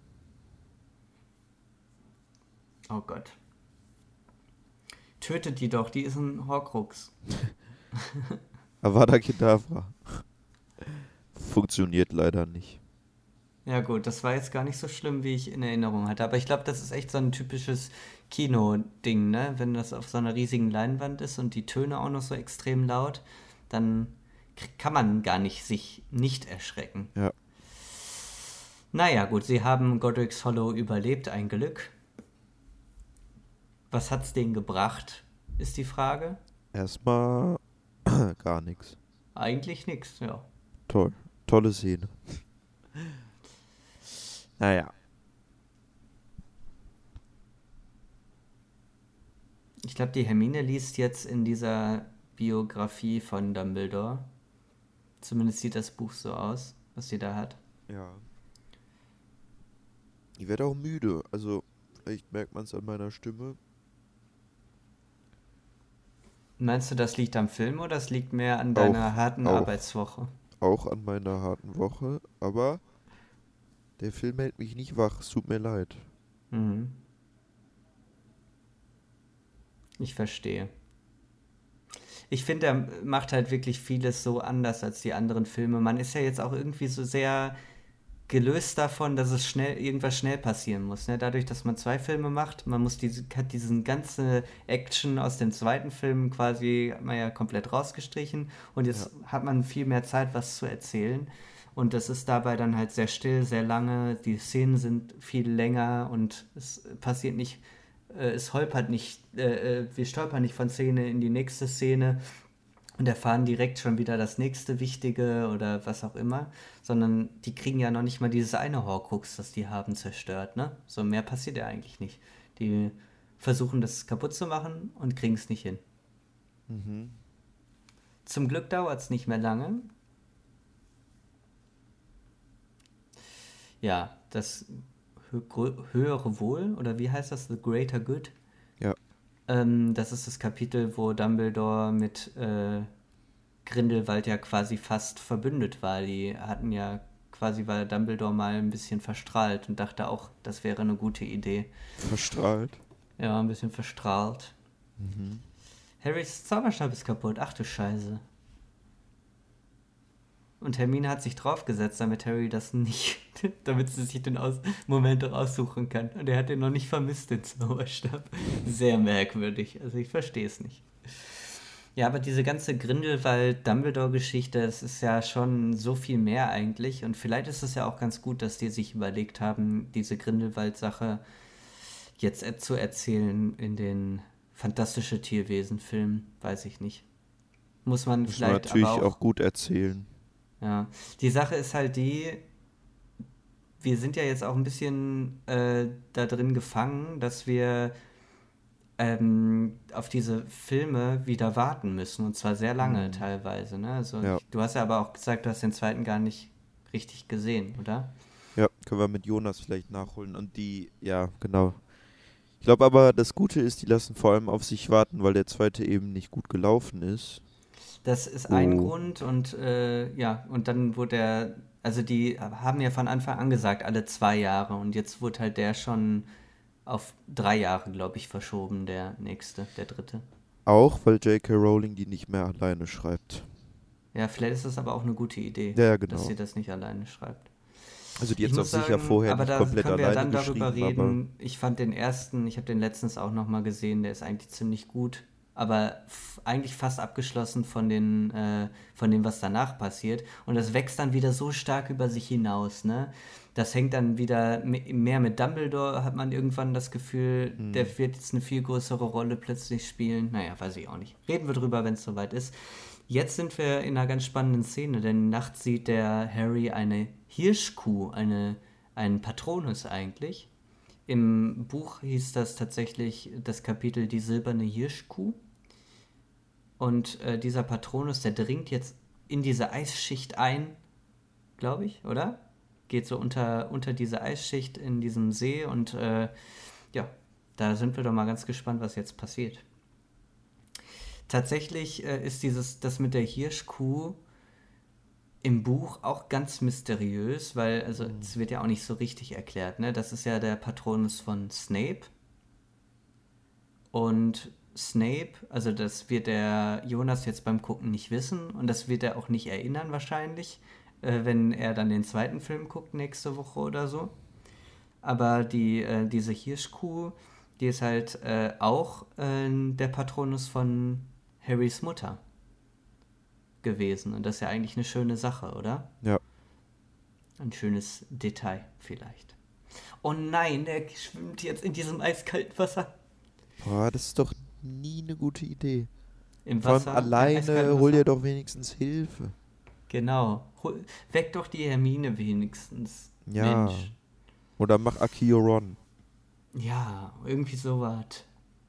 Oh Gott. Tötet die doch, die ist ein Horcrux. Avada Kedavra. Funktioniert leider nicht. Ja gut, das war jetzt gar nicht so schlimm, wie ich in Erinnerung hatte. Aber ich glaube, das ist echt so ein typisches Kino-Ding, ne? Wenn das auf so einer riesigen Leinwand ist und die Töne auch noch so extrem laut, dann k- kann man gar nicht sich nicht erschrecken. Ja. Naja, gut, sie haben Godric's Hollow überlebt, ein Glück. Was hat's denen gebracht, ist die Frage. Erstmal gar nichts. Eigentlich nix, ja. Toll. Tolle Szene. Naja. Ich glaube, die Hermine liest jetzt in dieser Biografie von Dumbledore. Zumindest sieht das Buch so aus, was sie da hat. Ja. Ich werde auch müde. Also, vielleicht merkt man es an meiner Stimme. Meinst du, das liegt am Film oder das liegt mehr an Auch, deiner harten auch, Arbeitswoche? auch an meiner harten Woche. Aber der Film hält mich nicht wach. Es tut mir leid. Mhm. Ich verstehe. Ich finde, er macht halt wirklich vieles so anders als die anderen Filme. Man ist ja jetzt auch irgendwie so sehr gelöst davon, dass es schnell irgendwas schnell passieren muss. Ne? Dadurch, dass man zwei Filme macht, man muss diese, hat diesen ganze Action aus dem zweiten Film quasi hat man ja komplett rausgestrichen und jetzt Ja. hat man viel mehr Zeit, was zu erzählen. Und das ist dabei dann halt sehr still, sehr lange. Die Szenen sind viel länger und es passiert nicht, äh, es holpert nicht, äh, äh, wir stolpern nicht von Szene in die nächste Szene und erfahren direkt schon wieder das nächste Wichtige oder was auch immer, sondern die kriegen ja noch nicht mal dieses eine Horcrux, das die haben, zerstört, ne? So mehr passiert ja eigentlich nicht. Die versuchen das kaputt zu machen und kriegen es nicht hin. Mhm. Zum Glück dauert es nicht mehr lange. Ja, das hö grö- höhere Wohl, oder wie heißt das? The Greater Good. Ja. Ähm, das ist das Kapitel, wo Dumbledore mit äh, Grindelwald ja quasi fast verbündet war. Die hatten ja quasi, war Dumbledore mal ein bisschen verstrahlt und dachte auch, das wäre eine gute Idee. Verstrahlt. Ja, ein bisschen verstrahlt. Mhm. Harrys Zauberstab ist kaputt. Ach du Scheiße. Und Hermine hat sich draufgesetzt, damit Harry das nicht, damit sie sich den Aus Moment aussuchen kann. Und er hat den noch nicht vermisst, den Zauberstab. Sehr merkwürdig. Also ich verstehe es nicht. Ja, aber diese ganze Grindelwald-Dumbledore-Geschichte, das ist ja schon so viel mehr eigentlich. Und vielleicht ist es ja auch ganz gut, dass die sich überlegt haben, diese Grindelwald-Sache jetzt er zu erzählen in den Fantastische Tierwesen-Filmen. Weiß ich nicht. Muss man Muss man vielleicht natürlich aber auch auch... gut erzählen. Ja, die Sache ist halt die, wir sind ja jetzt auch ein bisschen äh, da drin gefangen, dass wir ähm, auf diese Filme wieder warten müssen. Und zwar sehr lange Mhm. teilweise. Ne? Also Ja. ich, du hast ja aber auch gesagt, du hast den zweiten gar nicht richtig gesehen, oder? Ja, können wir mit Jonas vielleicht nachholen. Und die, ja, genau. Ich glaube aber, das Gute ist, die lassen vor allem auf sich warten, weil der zweite eben nicht gut gelaufen ist. Das ist ein Oh. Grund und äh, ja, und dann wurde der, also die haben ja von Anfang an gesagt, alle zwei Jahre und jetzt wurde halt der schon auf drei Jahre, glaube ich, verschoben, der nächste, der dritte. Auch, weil J K. Rowling die nicht mehr alleine schreibt. Ja, vielleicht ist das aber auch eine gute Idee, Ja, ja, dass sie genau. das nicht alleine schreibt. Also die Ich jetzt auch muss sicher sagen, vorher aber nicht da komplett können wir ja alleine dann darüber geschrieben, aber reden. Ich fand den ersten, ich habe den letztens auch nochmal gesehen, der ist eigentlich ziemlich gut, aber f- eigentlich fast abgeschlossen von den, äh, von dem, was danach passiert. Und das wächst dann wieder so stark über sich hinaus, ne? Das hängt dann wieder me- mehr mit Dumbledore, hat man irgendwann das Gefühl, der hm, wird jetzt eine viel größere Rolle plötzlich spielen. Naja, weiß ich auch nicht. Reden wir drüber, wenn es soweit ist. Jetzt sind wir in einer ganz spannenden Szene, denn nachts sieht der Harry eine Hirschkuh, eine, einen Patronus eigentlich, Im Buch hieß das tatsächlich das Kapitel Die silberne Hirschkuh. Und äh, dieser Patronus, der dringt jetzt in diese Eisschicht ein, glaube ich, oder? Geht so unter, unter diese Eisschicht in diesem See und äh, ja, da sind wir doch mal ganz gespannt, was jetzt passiert. Tatsächlich äh, ist dieses, das mit der Hirschkuh im Buch auch ganz mysteriös, weil, also es wird ja auch nicht so richtig erklärt, ne? Das ist ja der Patronus von Snape. Und Snape, also das wird der Jonas jetzt beim Gucken nicht wissen und das wird er auch nicht erinnern wahrscheinlich, äh, wenn er dann den zweiten Film guckt nächste Woche oder so. Aber die, äh, diese Hirschkuh, die ist halt äh, auch äh, der Patronus von Harrys Mutter gewesen. Und das ist ja eigentlich eine schöne Sache, oder? Ja. Ein schönes Detail vielleicht. Oh nein, der schwimmt jetzt in diesem eiskalten Wasser. Boah, das ist doch nie eine gute Idee. Im Vor allem Wasser. im alleine eiskalten hol Wasser. dir doch wenigstens Hilfe. Genau. Hol, weck doch die Hermine wenigstens. Ja. Mensch. Oder mach Akio Ron. Ja, irgendwie sowas.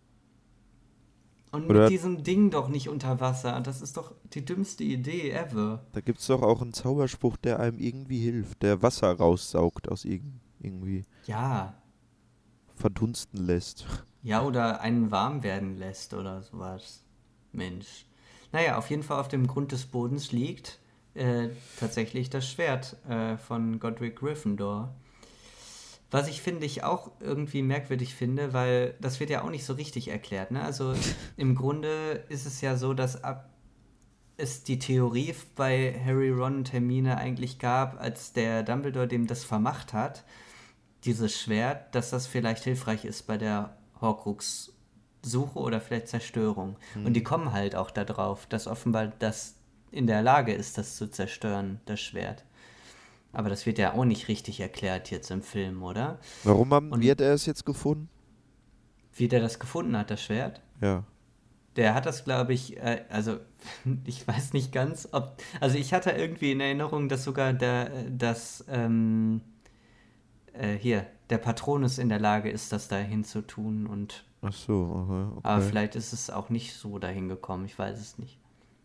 Und Oder- mit diesem Ding doch nicht unter Wasser. Das ist doch die dümmste Idee ever. Da gibt's doch auch einen Zauberspruch, der einem irgendwie hilft, der Wasser raussaugt aus irgend, irgendwie Ja. verdunsten lässt. Ja, oder einen warm werden lässt oder sowas. Mensch. Naja, auf jeden Fall auf dem Grund des Bodens liegt äh, tatsächlich das Schwert äh, von Godric Gryffindor. Was ich finde, ich auch irgendwie merkwürdig finde, weil das wird ja auch nicht so richtig erklärt. Ne? Also im Grunde ist es ja so, dass ab es die Theorie bei Harry, Ron und Hermine eigentlich gab, als der Dumbledore dem das vermacht hat, dieses Schwert, dass das vielleicht hilfreich ist bei der Horcrux-Suche oder vielleicht Zerstörung. Mhm. Und die kommen halt auch darauf, dass offenbar das in der Lage ist, das zu zerstören, das Schwert. Aber das wird ja auch nicht richtig erklärt jetzt im Film, oder? Warum haben, Und- wie hat er es jetzt gefunden? Wie der das gefunden hat, das Schwert. Ja. Der hat das, glaube ich, äh, also ich weiß nicht ganz, ob, also ich hatte irgendwie in Erinnerung, dass sogar der, das, ähm, äh, hier, der Patronus in der Lage ist, das dahin zu tun und, Ach so, aha, okay. aber vielleicht ist es auch nicht so dahin gekommen, ich weiß es nicht.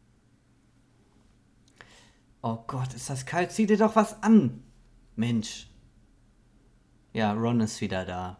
Oh Gott, ist das kalt, zieh dir doch was an, Mensch. Ja, Ron ist wieder da.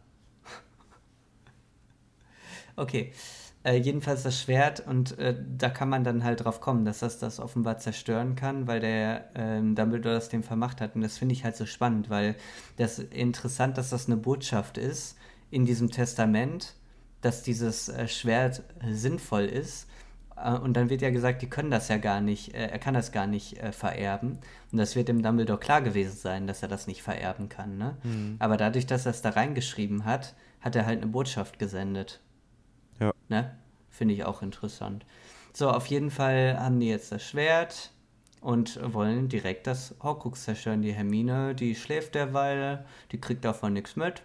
Okay. Äh, jedenfalls das Schwert und äh, da kann man dann halt drauf kommen, dass das das offenbar zerstören kann, weil der ähm, Dumbledore das dem vermacht hat. Und das finde ich halt so spannend, weil das interessant, dass das eine Botschaft ist in diesem Testament, dass dieses äh, Schwert äh, sinnvoll ist. Äh, und dann wird ja gesagt, die können das ja gar nicht, äh, er kann das gar nicht äh, vererben. Und das wird dem Dumbledore klar gewesen sein, dass er das nicht vererben kann. Ne? Mhm. Aber dadurch, dass er es da reingeschrieben hat, hat er halt eine Botschaft gesendet. Ja. Ne? Finde ich auch interessant. So, auf jeden Fall haben die jetzt das Schwert und wollen direkt das Horcrux zerstören. Die Hermine, die schläft derweil, die kriegt davon nichts mit.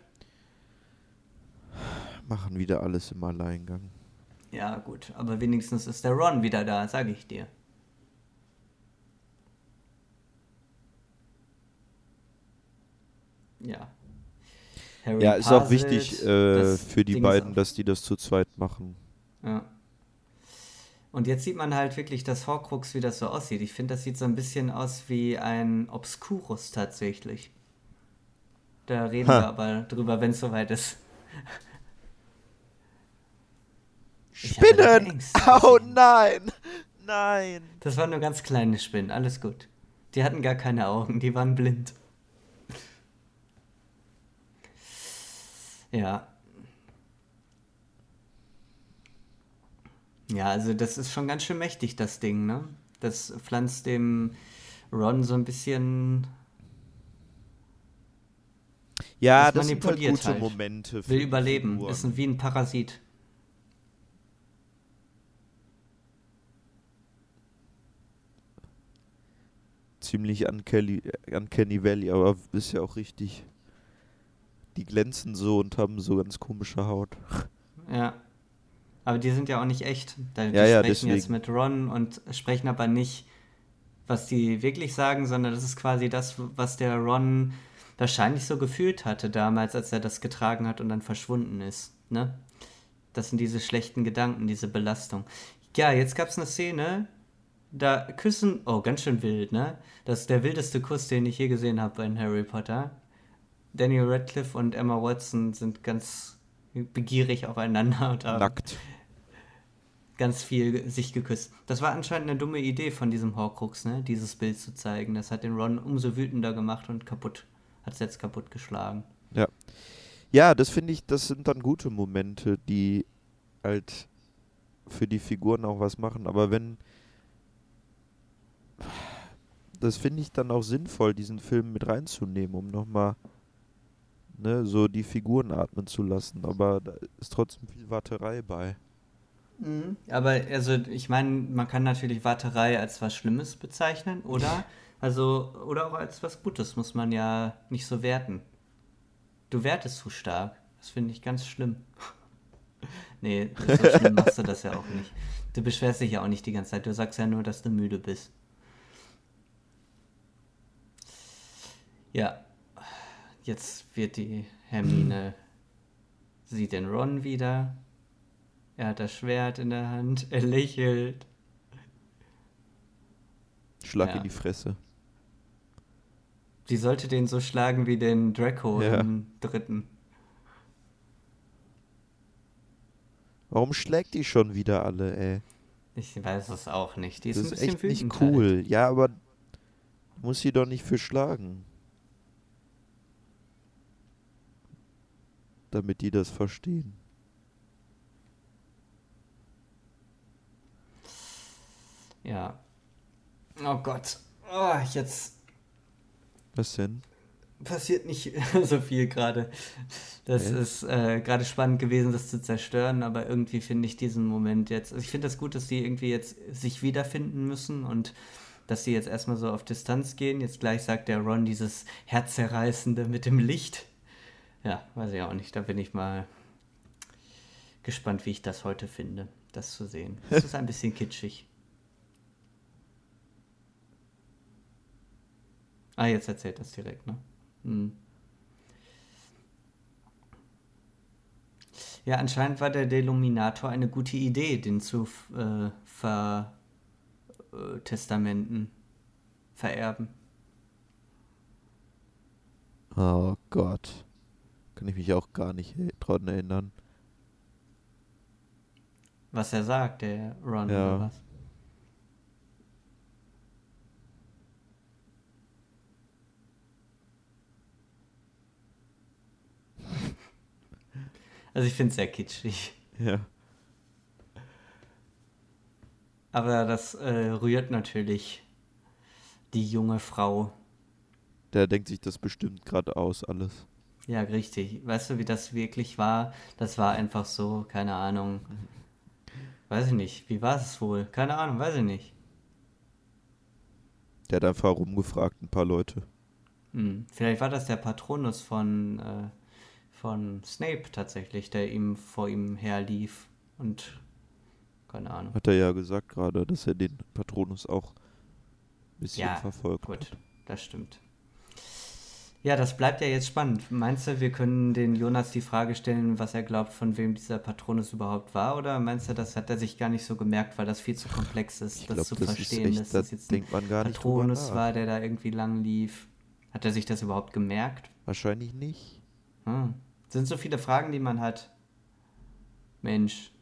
Machen wieder alles im Alleingang. Ja, gut, aber wenigstens ist der Ron wieder da, sage ich dir. Ja. Harry Ja, ist auch puzzelt, wichtig äh, das für die Ding ist beiden, auf- dass die das zu zweit machen. Ja. Und jetzt sieht man halt wirklich das Horcrux, wie das so aussieht. Ich finde, das sieht so ein bisschen aus wie ein Obscurus tatsächlich. Da reden Ha. wir aber drüber, wenn es soweit ist. Ich habe da Spinnen! Ängste Oh gesehen. nein! Nein! Das waren nur ganz kleine Spinnen, alles gut. Die hatten gar keine Augen, die waren blind. Ja. Ja, also das ist schon ganz schön mächtig, das Ding, ne? Das pflanzt dem Ron so ein bisschen, Ja, Das das sind halt manipuliert gute halt. Momente für will die überleben, Figuren. ist ein, wie ein Parasit. Ziemlich uncanny, uncanny Valley, aber ist ja auch richtig. Die glänzen so und haben so ganz komische Haut. Ja. Aber die sind ja auch nicht echt. Da- Die Ja, ja, sprechen jetzt deswegen. mit Ron und sprechen aber nicht, was die wirklich sagen, sondern das ist quasi das, was der Ron, wahrscheinlich so gefühlt hatte damals, als er das getragen hat und dann verschwunden ist. Ne? Das sind diese schlechten Gedanken, diese Belastung. Ja, jetzt gab es eine Szene, da küssen, oh, ganz schön wild, ne? Das ist der wildeste Kuss, den ich je gesehen habe in Harry Potter. Daniel Radcliffe und Emma Watson sind ganz begierig aufeinander und haben Nackt. ganz viel sich geküsst. Das war anscheinend eine dumme Idee von diesem Horcrux, ne? Dieses Bild zu zeigen. Das hat den Ron umso wütender gemacht und kaputt, hat es jetzt kaputt geschlagen. Ja. Ja, das finde ich, das sind dann gute Momente, die halt für die Figuren auch was machen. Aber wenn, das finde ich dann auch sinnvoll, diesen Film mit reinzunehmen, um nochmal, ne, so die Figuren atmen zu lassen. Aber da ist trotzdem viel Warterei bei. Mhm. Aber also ich meine, man kann natürlich Warterei als was Schlimmes bezeichnen, oder? Also, oder auch als was Gutes, muss man ja nicht so werten. Du wertest zu stark. Das finde ich ganz schlimm. Nee, so schlimm machst du das ja auch nicht. Du beschwerst dich ja auch nicht die ganze Zeit. Du sagst ja nur, dass du müde bist. Ja, jetzt wird die Hermine, sieht den Ron wieder. Er hat das Schwert in der Hand. Er lächelt. Schlag Ja. in die Fresse. Sie sollte den so schlagen wie den Draco Ja. im dritten. Warum schlägt die schon wieder alle, ey? Ich weiß es auch nicht. Die ist Das ein ist bisschen echt nicht wütend halt. cool. Ja, aber muss sie doch nicht für schlagen. Damit die das verstehen. Ja. Oh Gott. Oh, jetzt Was denn? passiert nicht so viel gerade. Das Hä? ist äh, gerade spannend gewesen, das zu zerstören, aber irgendwie finde ich diesen Moment jetzt. Also ich finde das gut, dass die irgendwie jetzt sich wiederfinden müssen und dass sie jetzt erstmal so auf Distanz gehen. Jetzt gleich sagt der Ron dieses Herzzerreißende mit dem Licht. Ja, weiß ich auch nicht. Da bin ich mal gespannt, wie ich das heute finde, das zu sehen. Das ist ein bisschen kitschig. Ah, jetzt erzählt das direkt, ne? Hm. Ja, anscheinend war der Deluminator eine gute Idee, den zu äh, ver äh, testamenten, vererben. Oh Gott. Kann ich mich auch gar nicht he- dran erinnern. Was er sagt, der Ron Ja. oder was? Also ich finde es sehr kitschig. Ja. Aber das äh, rührt natürlich die junge Frau. Der denkt sich das bestimmt gerade aus, alles. Ja, richtig. Weißt du, wie das wirklich war? Das war einfach so, keine Ahnung. Weiß ich nicht. Wie war es wohl? Keine Ahnung, weiß ich nicht. Der hat einfach rumgefragt, ein paar Leute. Hm. Vielleicht war das der Patronus von, äh, von Snape tatsächlich, der ihm vor ihm herlief. Und keine Ahnung. Hat er ja gesagt gerade, dass er den Patronus auch ein bisschen Ja, verfolgt gut, hat. das stimmt. Ja, das bleibt ja jetzt spannend. Meinst du, wir können den Jonas die Frage stellen, was er glaubt, von wem dieser Patronus überhaupt war? Oder meinst du, das hat er sich gar nicht so gemerkt, weil das viel zu komplex ist, Ich das glaube, zu das ist verstehen, echt, dass da das jetzt ein denkt man gar nicht drüber Patronus nach. war, der da irgendwie lang lief? Hat er sich das überhaupt gemerkt? Wahrscheinlich nicht. Hm. Sind so viele Fragen, die man hat. Mensch.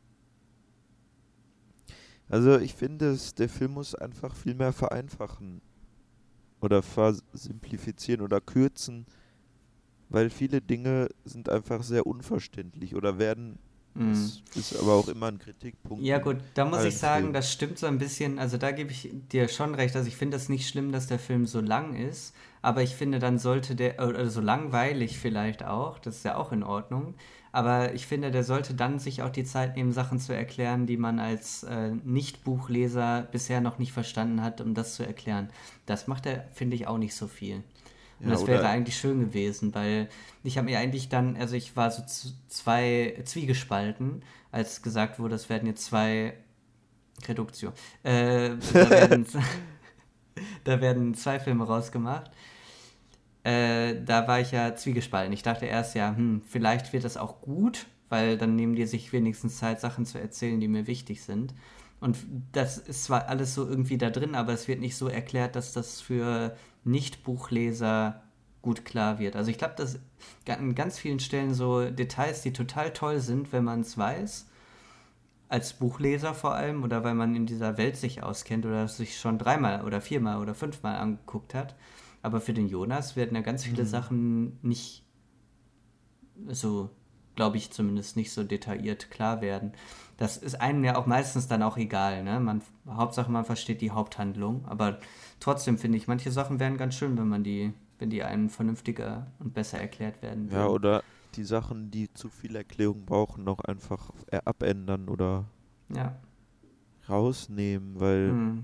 Also ich finde, es, der Film muss einfach viel mehr vereinfachen oder versimplifizieren oder kürzen, weil viele Dinge sind einfach sehr unverständlich oder werden, Hm. das ist aber auch immer ein Kritikpunkt Ja in gut, da muss allen ich sagen, Filmen. das stimmt so ein bisschen, also da gebe ich dir schon recht, also ich finde es nicht schlimm, dass der Film so lang ist, aber ich finde, dann sollte der, oder so langweilig vielleicht auch, das ist ja auch in Ordnung, aber ich finde, der sollte dann sich auch die Zeit nehmen, Sachen zu erklären, die man als äh, Nicht-Buchleser bisher noch nicht verstanden hat, um das zu erklären. Das macht er, finde ich, auch nicht so viel. Und Ja, das wäre oder eigentlich schön gewesen, weil ich habe mir eigentlich dann, also ich war so z- zwei zwiegespalten, als gesagt wurde, es werden jetzt zwei Reduktion. Äh, da, werden, da werden zwei Filme rausgemacht. äh, da war ich ja zwiegespalten. Ich dachte erst, ja, hm, vielleicht wird das auch gut, weil dann nehmen die sich wenigstens Zeit, Sachen zu erzählen, die mir wichtig sind. Und das ist zwar alles so irgendwie da drin, aber es wird nicht so erklärt, dass das für Nicht-Buchleser gut klar wird. Also ich glaube, dass an ganz vielen Stellen so Details, die total toll sind, wenn man es weiß, als Buchleser vor allem, oder weil man in dieser Welt sich auskennt oder sich schon dreimal oder viermal oder fünfmal angeguckt hat. Aber für den Jonas werden ja ganz viele Mhm. Sachen nicht so, glaube ich zumindest, nicht so detailliert klar werden. Das ist einem ja auch meistens dann auch egal, ne? Man, Hauptsache man versteht die Haupthandlung, aber trotzdem finde ich, manche Sachen wären ganz schön, wenn man die, wenn die einem vernünftiger und besser erklärt werden Ja, würden. oder die Sachen, die zu viel Erklärung brauchen, noch einfach äh, abändern oder Ja. rausnehmen, weil Hm.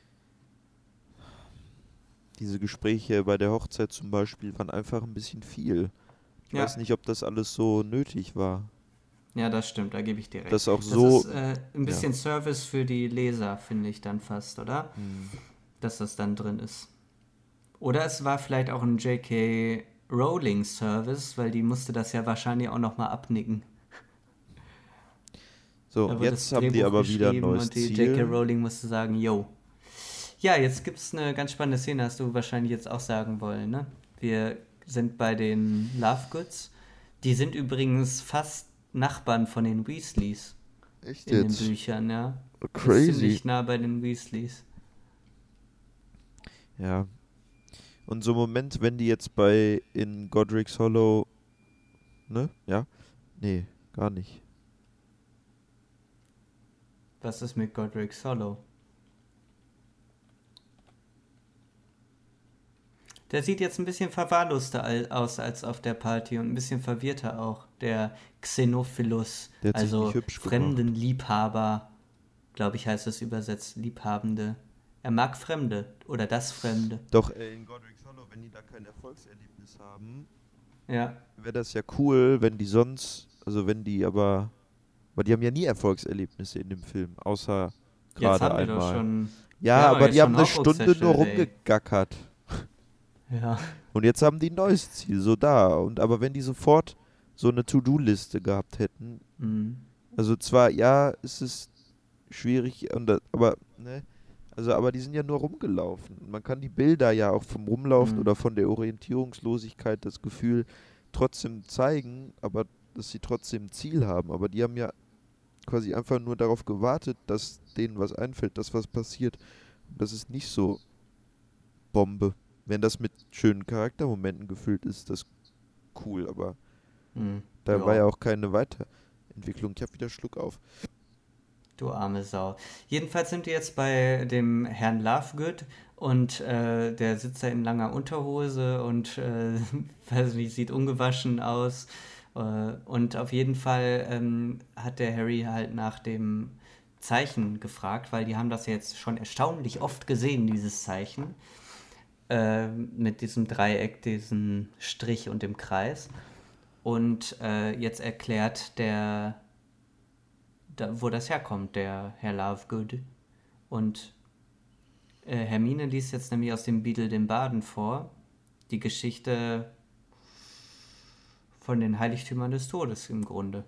diese Gespräche bei der Hochzeit zum Beispiel waren einfach ein bisschen viel. Ich weiß Ja, nicht, ob das alles so nötig war. ja, das stimmt, da gebe ich dir recht. Das auch Das so, ist äh, ein ja. bisschen Service für die Leser, finde ich dann fast, oder? Hm. Dass das dann drin ist. Oder es war vielleicht auch ein J K. Rowling Service, weil die musste das ja wahrscheinlich auch nochmal abnicken. So, Da und wurde jetzt das haben die Drehbuch aber wieder ein geschrieben neues und die J K. Ziel. Rowling musste sagen, yo. Ja, jetzt gibt es eine ganz spannende Szene, hast du wahrscheinlich jetzt auch sagen wollen, ne? Wir sind bei den Lovegoods. Die sind übrigens fast Nachbarn von den Weasleys Echt in den jetzt? Büchern, ja. Das ist Crazy. ziemlich nah bei den Weasleys. Ja. Und so im Moment, wenn die jetzt bei in Godric's Hollow, ne? Ja? Nee, gar nicht. Was ist mit Godric's Hollow? Der sieht jetzt ein bisschen verwahrloster al- aus als auf der Party und ein bisschen verwirrter auch. Der Xenophilus, Der hat sich nicht also hübsch gemacht. Fremdenliebhaber, glaube ich heißt es übersetzt, Liebhabende. Er mag Fremde oder das Fremde. Doch, äh, in Godric's Hollow, wenn die da kein Erfolgserlebnis haben, Ja, wäre das ja cool, wenn die sonst, also wenn die aber, aber die haben ja nie Erfolgserlebnisse in dem Film, außer jetzt gerade haben wir doch einmal. schon, wir Ja, haben doch aber jetzt die haben schon eine Stunde nur Hogwarts-Special, ey. rumgegackert. Ja. Und jetzt haben die ein neues Ziel, so da. Und aber wenn die sofort so eine To-Do-Liste gehabt hätten, Mhm. also zwar, ja, ist es schwierig, und, da- aber, ne, also aber die sind ja nur rumgelaufen. Man kann die Bilder ja auch vom Rumlaufen Mhm. oder von der Orientierungslosigkeit, das Gefühl trotzdem zeigen, aber dass sie trotzdem ein Ziel haben. Aber die haben ja quasi einfach nur darauf gewartet, dass denen was einfällt, dass was passiert. Und das ist nicht so Bombe. Wenn das mit schönen Charaktermomenten gefüllt ist, das cool, aber Mhm. da war Ja. ja auch keine Weiterentwicklung. Ich habe wieder Schluck auf. Du arme Sau. Jedenfalls sind wir jetzt bei dem Herrn Lovegood und äh, der sitzt da in langer Unterhose und äh, weiß nicht, sieht ungewaschen aus. Äh, und auf jeden Fall ähm, hat der Harry halt nach dem Zeichen gefragt, weil die haben das jetzt schon erstaunlich oft gesehen, dieses Zeichen. Äh, mit diesem Dreieck, diesem Strich und dem Kreis. Und äh, jetzt erklärt der da, wo das herkommt, der Herr Lovegood. Und äh, Hermine liest jetzt nämlich aus dem Beadle den Baden vor, die Geschichte von den Heiligtümern des Todes im Grunde.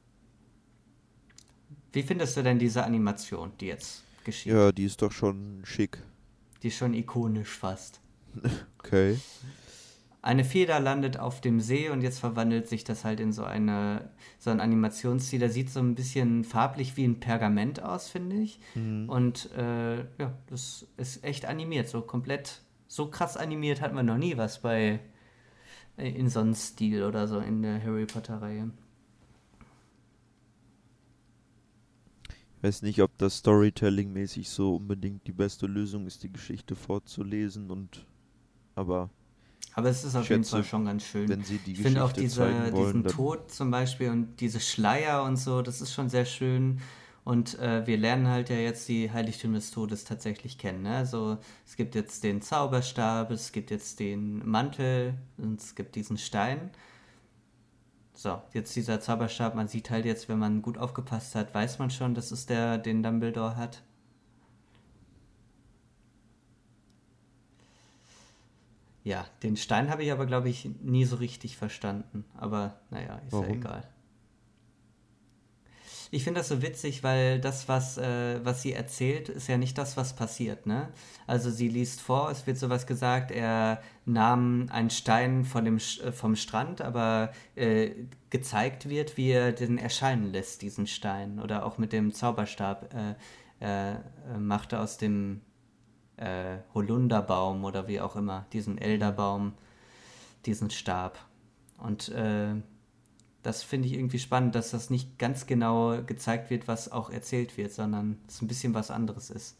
Wie findest du denn diese Animation, die jetzt geschieht? Ja, die ist doch schon schick. Die ist schon ikonisch fast. Okay. Eine Feder landet auf dem See und jetzt verwandelt sich das halt in so eine so ein Animationsstil. Der sieht so ein bisschen farblich wie ein Pergament aus, finde ich. Mhm. Und äh, ja, das ist echt animiert, so komplett, so krass animiert hat man noch nie was bei äh, in so einem Stil oder so in der Harry Potter Reihe. Ich weiß nicht, ob das Storytelling-mäßig so unbedingt die beste Lösung ist, die Geschichte vorzulesen und aber Aber es ist ich auf jeden Fall schätze, schon ganz schön. wenn sie die Ich finde auch Geschichte zeigen diese, wollen, diesen dann Tod zum Beispiel und diese Schleier und so, das ist schon sehr schön. Und äh, wir lernen halt ja jetzt die Heiligtümer des Todes tatsächlich kennen. Ne? Also es gibt jetzt den Zauberstab, es gibt jetzt den Mantel und es gibt diesen Stein. So, jetzt dieser Zauberstab, man sieht halt jetzt, wenn man gut aufgepasst hat, weiß man schon, das ist der, den Dumbledore hat. Ja, den Stein habe ich aber, glaube ich, nie so richtig verstanden. Aber naja, ist ja Warum? egal. Ich finde das so witzig, weil das, was, äh, was sie erzählt, ist ja nicht das, was passiert, ne? Also sie liest vor, es wird sowas gesagt, er nahm einen Stein von dem, Sch- äh, vom Strand, aber äh, gezeigt wird, wie er den erscheinen lässt, diesen Stein. Oder auch mit dem Zauberstab. Äh, er äh, machte aus dem äh, Holunderbaum oder wie auch immer, diesen Hm. Elderbaum, diesen Stab. Und äh, das finde ich irgendwie spannend, dass das nicht ganz genau gezeigt wird, was auch erzählt wird, sondern es ein bisschen was anderes ist.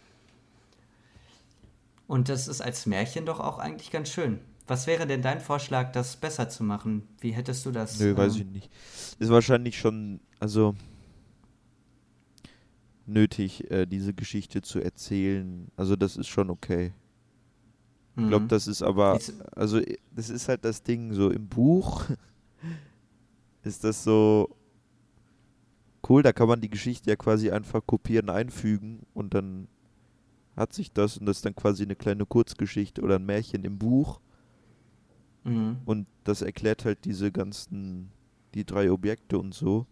Und das ist als Märchen doch auch eigentlich ganz schön. Was wäre denn dein Vorschlag, das besser zu machen? Wie hättest du das? Nö, weiß Ähm, ich nicht. Ist wahrscheinlich schon, also nötig, äh, diese Geschichte zu erzählen. Also das ist schon okay. Ich glaube, hm. das ist aber, Ist, also i- das ist halt das Ding, so im Buch ist das so cool, da kann man die Geschichte ja quasi einfach kopieren, einfügen und dann hat sich das und das ist dann quasi eine kleine Kurzgeschichte oder ein Märchen im Buch hm. und das erklärt halt diese ganzen, die drei Objekte und so.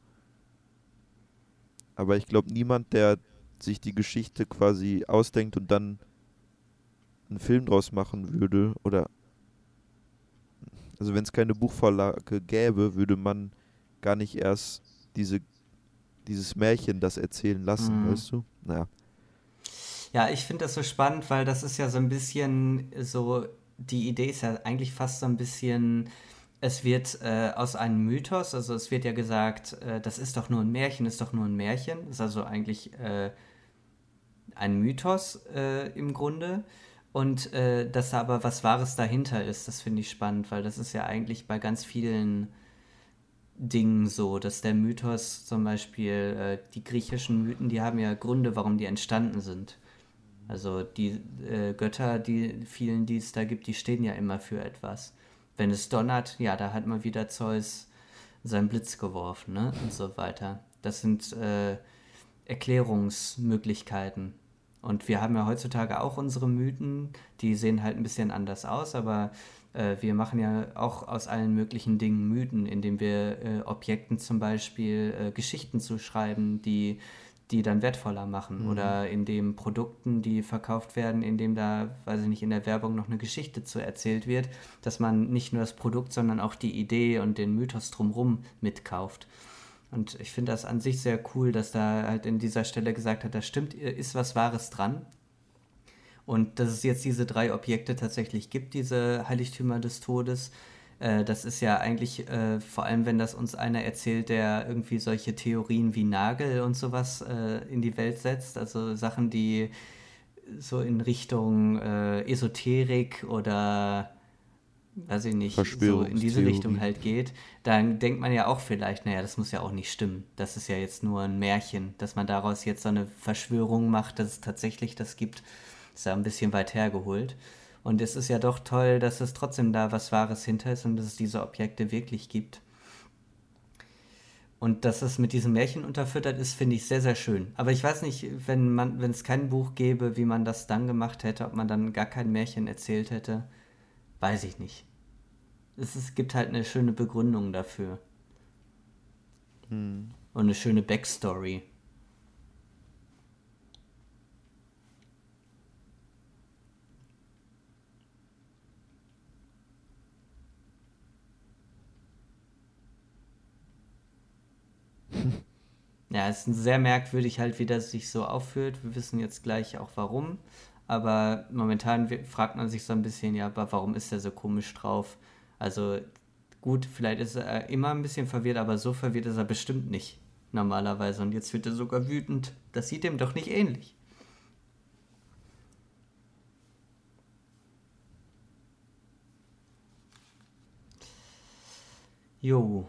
Aber ich glaube, niemand, der sich die Geschichte quasi ausdenkt und dann einen Film draus machen würde, oder also wenn es keine Buchvorlage gäbe, würde man gar nicht erst diese, dieses Märchen das erzählen lassen, Hm. weißt du? Naja. Ja, ich finde das so spannend, weil das ist ja so ein bisschen so, die Idee ist ja eigentlich fast so ein bisschen, es wird äh, aus einem Mythos, also es wird ja gesagt, äh, das ist doch nur ein Märchen, ist doch nur ein Märchen, ist also eigentlich äh, ein Mythos äh, im Grunde. Und äh, dass da aber was Wahres dahinter ist, das finde ich spannend, weil das ist ja eigentlich bei ganz vielen Dingen so, dass der Mythos zum Beispiel, äh, die griechischen Mythen, die haben ja Gründe, warum die entstanden sind. Also die äh, Götter, die vielen, die es da gibt, die stehen ja immer für etwas. Wenn es donnert, ja, da hat mal wieder Zeus seinen Blitz geworfen, ne? Und so weiter. Das sind äh, Erklärungsmöglichkeiten. Und wir haben ja heutzutage auch unsere Mythen, die sehen halt ein bisschen anders aus, aber äh, wir machen ja auch aus allen möglichen Dingen Mythen, indem wir äh, Objekten zum Beispiel äh, Geschichten zuschreiben, die die dann wertvoller machen. Hm. Oder indem Produkten, die verkauft werden, indem da, weiß ich nicht, in der Werbung noch eine Geschichte zu erzählt wird, dass man nicht nur das Produkt, sondern auch die Idee und den Mythos drumherum mitkauft. Und ich finde das an sich sehr cool, dass da halt in dieser Stelle gesagt hat, da stimmt, ist was Wahres dran. Und dass es jetzt diese drei Objekte tatsächlich gibt, diese Heiligtümer des Todes, äh, das ist ja eigentlich, äh, vor allem wenn das uns einer erzählt, der irgendwie solche Theorien wie Nagel und sowas äh, in die Welt setzt, also Sachen, die so in Richtung äh, Esoterik oder weiß ich nicht, so in diese Richtung Verschwörungstheorien. halt geht, dann denkt man ja auch vielleicht, naja, das muss ja auch nicht stimmen. Das ist ja jetzt nur ein Märchen, dass man daraus jetzt so eine Verschwörung macht, dass es tatsächlich das gibt, ist ja ein bisschen weit hergeholt. Und es ist ja doch toll, dass es trotzdem da was Wahres hinter ist und dass es diese Objekte wirklich gibt. Und dass es mit diesem Märchen unterfüttert ist, finde ich sehr, sehr schön. Aber ich weiß nicht, wenn man, wenn es kein Buch gäbe, wie man das dann gemacht hätte, ob man dann gar kein Märchen erzählt hätte, weiß ich nicht. Es ist, gibt halt eine schöne Begründung dafür. Hm. Und eine schöne Backstory. Ja, es ist sehr merkwürdig halt, wie das sich so aufführt. Wir wissen jetzt gleich auch warum. Aber momentan wi- fragt man sich so ein bisschen, ja, aber warum ist er so komisch drauf? Also gut, vielleicht ist er immer ein bisschen verwirrt, aber so verwirrt ist er bestimmt nicht normalerweise. Und jetzt wird er sogar wütend. Das sieht ihm doch nicht ähnlich. Jo,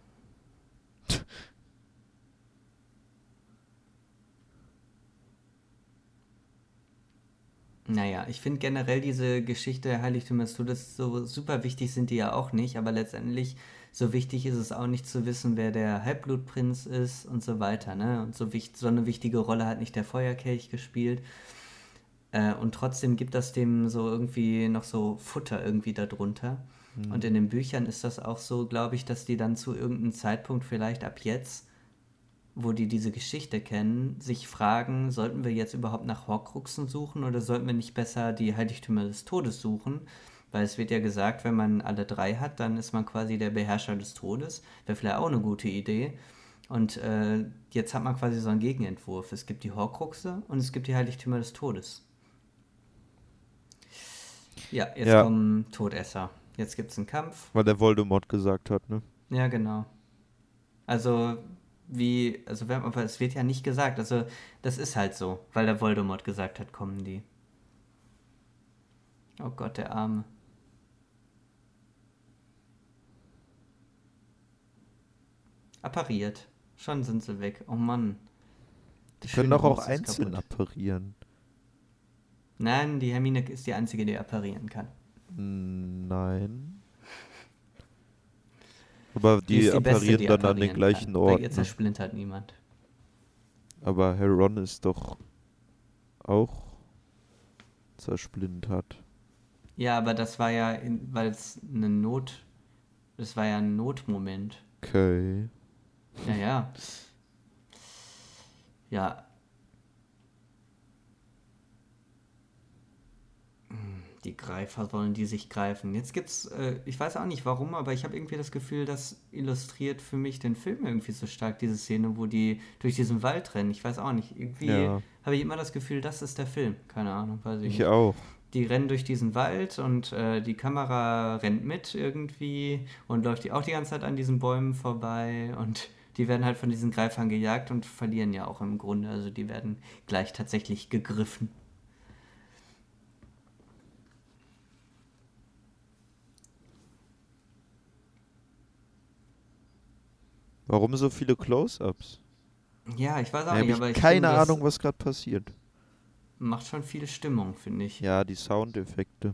naja, ich finde generell diese Geschichte der Heiligtümer des Todes so super wichtig sind die ja auch nicht, aber letztendlich so wichtig ist es auch nicht zu wissen, wer der Halbblutprinz ist und so weiter, ne? Und so, wicht, so eine wichtige Rolle hat nicht der Feuerkelch gespielt. Äh, und trotzdem gibt das dem so irgendwie noch so Futter irgendwie darunter. Und in den Büchern ist das auch so, glaube ich, dass die dann zu irgendeinem Zeitpunkt vielleicht ab jetzt, wo die diese Geschichte kennen, sich fragen, sollten wir jetzt überhaupt nach Horcruxen suchen oder sollten wir nicht besser die Heiligtümer des Todes suchen? Weil es wird ja gesagt, wenn man alle drei hat, dann ist man quasi der Beherrscher des Todes. Wäre vielleicht auch eine gute Idee. Und äh, jetzt hat man quasi so einen Gegenentwurf. Es gibt die Horcruxe und es gibt die Heiligtümer des Todes. Ja, jetzt Ja, kommen Todesser. Jetzt gibt es einen Kampf. weil der Voldemort gesagt hat, ne? Ja, genau. Also, wie, also, wenn- aber es wird ja nicht gesagt. Also, das ist halt so, weil der Voldemort gesagt hat, kommen die. Oh Gott, der Arme. Appariert. Schon sind sie weg. Oh Mann. Die Das können schöne doch auch Haus ist einzeln kaputt. apparieren. Nein, die Hermine ist die einzige, die apparieren kann. Nein. Aber Die die ist die Beste, apparieren die dann an den apparieren gleichen kann. Bei ihr Orten. Ne? zersplintert niemand. Aber Harry Ron ist doch auch zersplintert. Ja, aber das war ja, in, weil es eine Not, das war ja ein Notmoment. Okay. Ja, ja. Ja, die Greifer wollen die sich greifen. Jetzt gibt's, äh, ich weiß auch nicht warum, aber ich habe irgendwie das Gefühl, das illustriert für mich den Film irgendwie so stark, diese Szene, wo die durch diesen Wald rennen. Ich weiß auch nicht. Irgendwie Ja, habe ich immer das Gefühl, das ist der Film. Keine Ahnung, weiß ich ich nicht. auch. Die rennen durch diesen Wald und äh, die Kamera rennt mit irgendwie und läuft die auch die ganze Zeit an diesen Bäumen vorbei und die werden halt von diesen Greifern gejagt und verlieren ja auch im Grunde. Also die werden gleich tatsächlich gegriffen. Warum so viele Close-Ups? Ja, ich weiß auch Da habe nicht, ich aber ich keine finde, das Ahnung, was gerade passiert. macht schon viel Stimmung, finde ich. Ja, die Soundeffekte.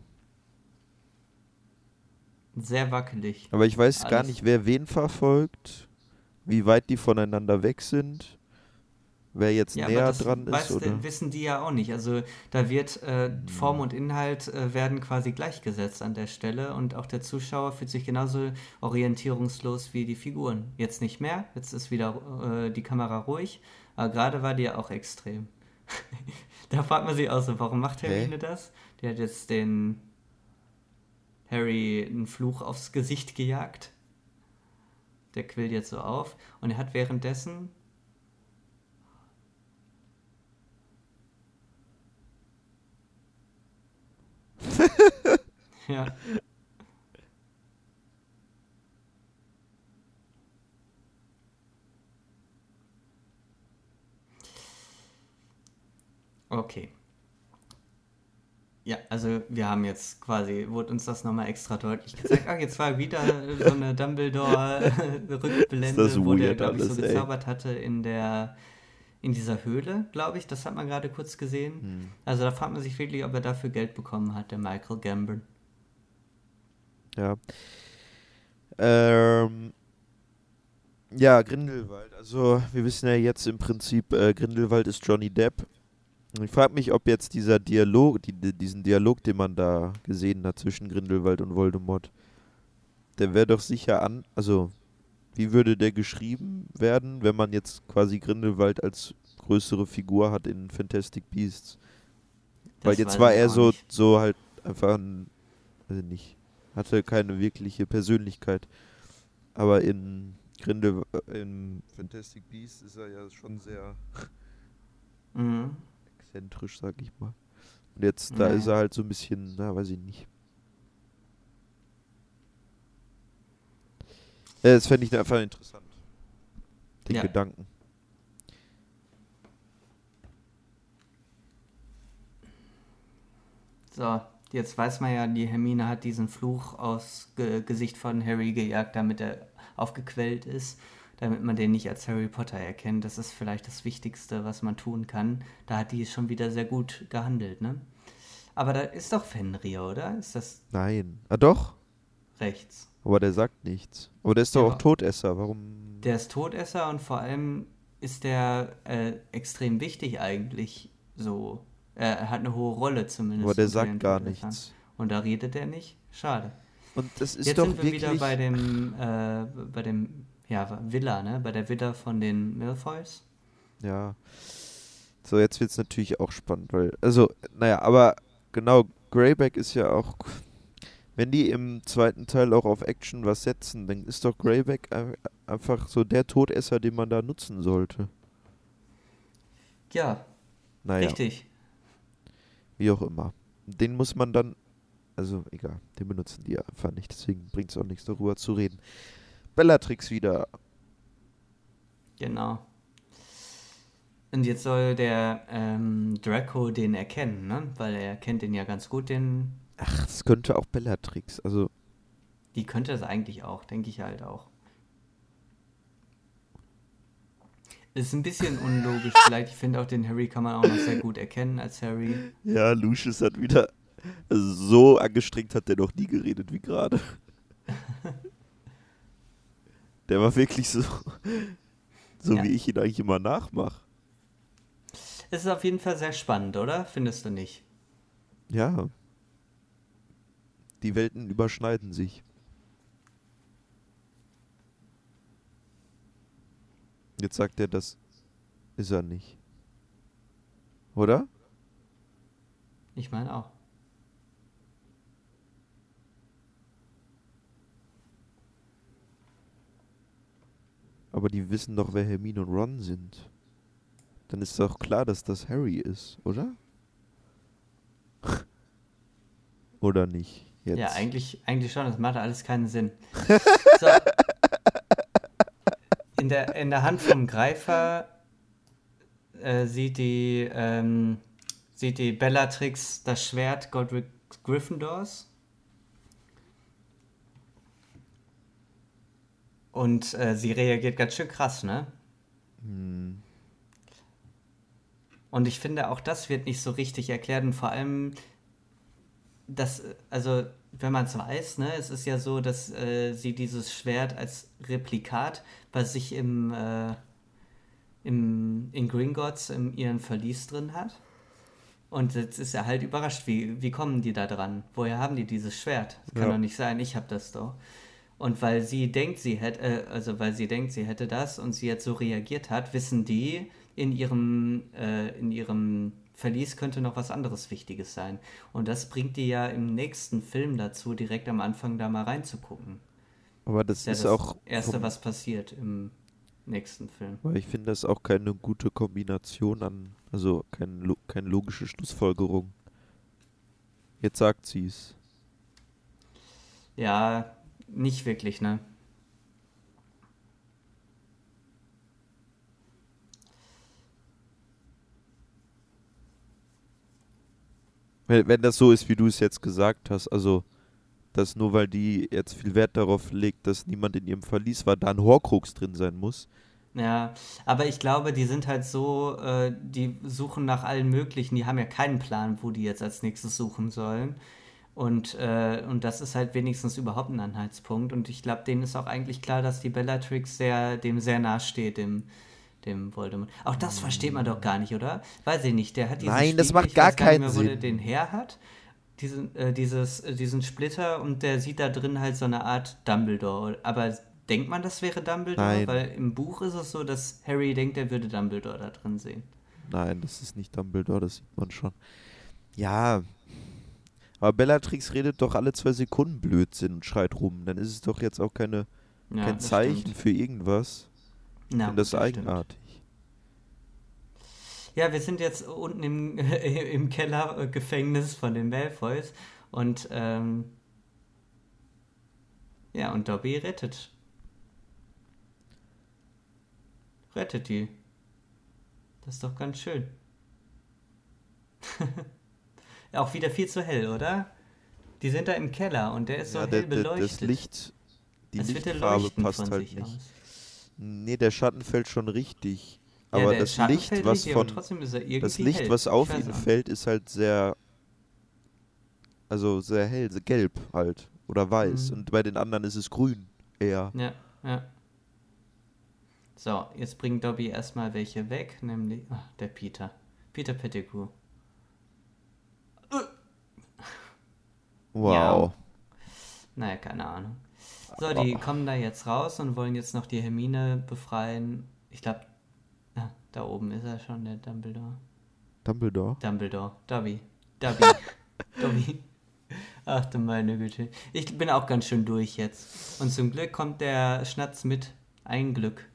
Sehr wackelig. Aber ich weiß gar Alles. nicht, wer wen verfolgt, wie weit die voneinander weg sind, wer jetzt Ja, aber näher das dran ist, weiß, oder? wissen die ja auch nicht. Also da wird äh, Form Hm. und Inhalt äh, werden quasi gleichgesetzt an der Stelle und auch der Zuschauer fühlt sich genauso orientierungslos wie die Figuren. Jetzt nicht mehr, jetzt ist wieder äh, die Kamera ruhig, aber gerade war die ja auch extrem. Da fragt man sich auch so, warum macht Hä? Hermine das? Die hat jetzt den Harry einen Fluch aufs Gesicht gejagt. Der quillt jetzt so auf und er hat währenddessen ja. Okay. Ja, also wir haben jetzt quasi, wurde uns das nochmal extra deutlich gezeigt. Ach, jetzt war wieder so eine Ist das Dumbledore-Rückblende, wo der, weird glaube ich, so alles, ey. gezaubert hatte in der, in dieser Höhle, glaube ich. Das hat man gerade kurz gesehen. Hm. Also da fragt man sich wirklich, ob er dafür Geld bekommen hat, der Michael Gambon. Ja. Ähm, ja, Grindelwald. Also, wir wissen ja jetzt im Prinzip, äh, Grindelwald ist Johnny Depp. Und ich frage mich, ob jetzt dieser Dialog, die, die- diesen Dialog, den man da gesehen hat zwischen Grindelwald und Voldemort, der wäre doch sicher an, also, wie würde der geschrieben werden, wenn man jetzt quasi Grindelwald als größere Figur hat in Fantastic Beasts? Weil Das jetzt weiß war ich er auch so, nicht. so halt einfach ein, also nicht, hatte keine wirkliche Persönlichkeit. Aber in Grindel, äh, in Fantastic Beasts ist er ja schon sehr Mhm. exzentrisch, sag ich mal. Und jetzt, da ist Naja. er halt so ein bisschen, na, weiß ich nicht. Äh, das fände ich einfach interessant, den Ja. Gedanken. So, jetzt weiß man ja, die Hermine hat diesen Fluch aufs Ge Gesicht von Harry gejagt, damit er aufgequellt ist, damit man den nicht als Harry Potter erkennt. Das ist vielleicht das Wichtigste, was man tun kann. Da hat die schon wieder sehr gut gehandelt, ne? Aber da ist doch Fenrir, oder? Ist das Nein. Ah, doch? rechts? Aber der sagt nichts. Aber der ist Ja, doch auch aber Todesser. Warum? der ist Todesser und vor allem ist der äh, extrem wichtig eigentlich so Er hat eine hohe Rolle zumindest. Aber der unter den sagt gar Todessern. nichts. Und da redet er nicht. Schade. Und das ist Jetzt doch sind wir wirklich... wieder bei dem, äh, bei dem, ja, Villa, ne? Bei der Villa von den Malfoys. Ja. So, jetzt wird es natürlich auch spannend, weil... Also, naja, aber genau, Greyback ist ja auch... Wenn die im zweiten Teil auch auf Action was setzen, dann ist doch Greyback ein- einfach so der Todesser, den man da nutzen sollte. Ja, Naja, richtig. wie auch immer. Den muss man dann... Also, egal, den benutzen die einfach nicht, deswegen bringt es auch nichts, darüber zu reden. Bellatrix wieder. Genau. Und jetzt soll der ähm, Draco den erkennen, ne? Weil er kennt den ja ganz gut, den. Ach, das könnte auch Bellatrix, also... Die könnte das eigentlich auch, denke ich halt auch. Ist ein bisschen unlogisch vielleicht. Ich finde auch, den Harry kann man auch noch sehr gut erkennen als Harry. Ja, Lucius hat wieder... Also so angestrengt hat der noch nie geredet wie gerade. Der war wirklich so, so Ja. wie ich ihn eigentlich immer nachmache. Es ist auf jeden Fall sehr spannend, oder? Findest du nicht? Ja. Die Welten überschneiden sich. Jetzt sagt er, das ist er nicht. Oder? Ich meine auch. Aber die wissen doch, wer Hermine und Ron sind. Dann ist doch klar, dass das Harry ist, oder? Oder nicht? Jetzt. Ja, eigentlich, eigentlich schon. Das macht alles keinen Sinn. So. In der, in der Hand vom Greifer äh, sieht die ähm, sieht die Bellatrix das Schwert Godric Gryffindors. Und äh, sie reagiert ganz schön krass, ne? Hm. Und ich finde, auch das wird nicht so richtig erklärt. Und vor allem, das, also, wenn man es weiß, ne, es ist ja so, dass äh, sie dieses Schwert als Replikat bei sich im, äh, im in Gringotts in ihren Verlies drin hat. Und jetzt ist er halt überrascht, wie, wie kommen die da dran? Woher haben die dieses Schwert? Das kann Ja. doch nicht sein, ich hab das doch. Und weil sie denkt, sie hätte, äh, also weil sie denkt, sie hätte das und sie jetzt so reagiert hat, wissen die, in ihrem, äh, in ihrem Verlies könnte noch was anderes Wichtiges sein. Und das bringt die ja im nächsten Film dazu, direkt am Anfang da mal reinzugucken. Aber Das das ist ja ist das auch... Erste, vom- was passiert im nächsten Film. Weil ich finde, das ist auch keine gute Kombination an... Also kein, lo- keine logische Schlussfolgerung. Jetzt sagt sie es. Ja, nicht wirklich, ne? Wenn, wenn das so ist, wie du es jetzt gesagt hast, also, dass nur weil die jetzt viel Wert darauf legt, dass niemand in ihrem Verlies war, da ein Horcrux drin sein muss. Ja, aber ich glaube, die sind halt so, äh, die suchen nach allen möglichen, die haben ja keinen Plan, wo die jetzt als nächstes suchen sollen. Und, äh, und das ist halt wenigstens überhaupt ein Anhaltspunkt. Und ich glaube, denen ist auch eigentlich klar, dass die Bellatrix sehr, dem sehr nahe steht, dem, dem Voldemort. Auch das versteht man doch gar nicht, oder? Weiß ich nicht, der hat diesen Nein, das Spiegel, macht ich gar weiß gar nicht keinen mehr, wo der Sinn. den her hat. Diesen, äh, dieses, äh, diesen Splitter und der sieht da drin halt so eine Art Dumbledore. Aber denkt man, das wäre Dumbledore? Nein. Weil im Buch ist es so, dass Harry denkt, er würde Dumbledore da drin sehen. Nein, das ist nicht Dumbledore, das sieht man schon. Ja, aber Bellatrix redet doch alle zwei Sekunden Blödsinn und schreit rum. Dann ist es doch jetzt auch keine, Ja, kein das Zeichen stimmt. für irgendwas. Ich Na, finde das gut, das stimmt. eigenartig. Ja, wir sind jetzt unten im, im Kellergefängnis von den Malfoys und ähm, ja, und Dobby rettet. Rettet die. Das ist doch ganz schön. Auch wieder viel zu hell, oder? Die sind da im Keller und der ist so Ja, hell der, der, beleuchtet. das Licht, die Als würde er Lichtfarbe leuchten passt von halt sich nicht. aus. Nee, der Schatten fällt schon richtig. Ja, Aber der das Schatten Licht, fällt was richtig, aber von trotzdem ist er irgendwie das Licht, hell. was auf Ich weiß ihn auch nicht. fällt, ist halt sehr, also sehr hell, sehr gelb halt. Oder weiß. Mhm. Und bei den anderen ist es grün eher. Ja, ja. So, jetzt bringt Dobby erstmal welche weg, nämlich ach, der Peter. Peter Pettigrew. Ja. Wow. Naja, keine Ahnung. So, die kommen da jetzt raus und wollen jetzt noch die Hermine befreien. Ich glaube, da oben ist er schon, der Dumbledore. Dumbledore? Dumbledore. Dobby. Dobby. Dobby. Ach du meine Güte. Ich bin auch ganz schön durch jetzt. Und zum Glück kommt der Schnatz mit. Ein Glück.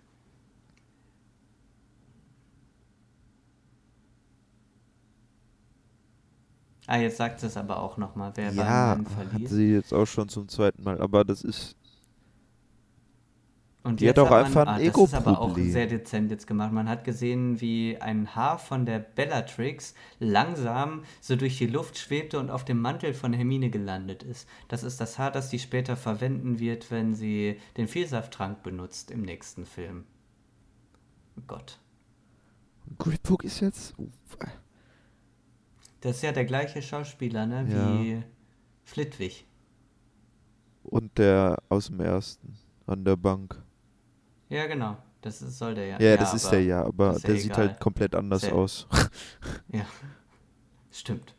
Ah, jetzt sagt es aber auch nochmal, wer Ja, Weimheim hat verließ. sie jetzt auch schon zum zweiten Mal, aber das ist, Und die hat jetzt auch hat man, einfach ein ah, das ist aber auch sehr Ego-Problem. dezent jetzt gemacht. Man hat gesehen, wie ein Haar von der Bellatrix langsam so durch die Luft schwebte und auf dem Mantel von Hermine gelandet ist. Das ist das Haar, das sie später verwenden wird, wenn sie den Vielsafttrank benutzt im nächsten Film. Oh Gott. Griphook ist jetzt, Das ist ja der gleiche Schauspieler, ne, ja, wie Flitwick. und der aus dem ersten, an der Bank. Ja, genau. Das ist, soll der ja. Ja, Ja, das ist der aber ja, das aber ist ja der sieht halt egal. komplett anders Sehr, aus. ja, stimmt.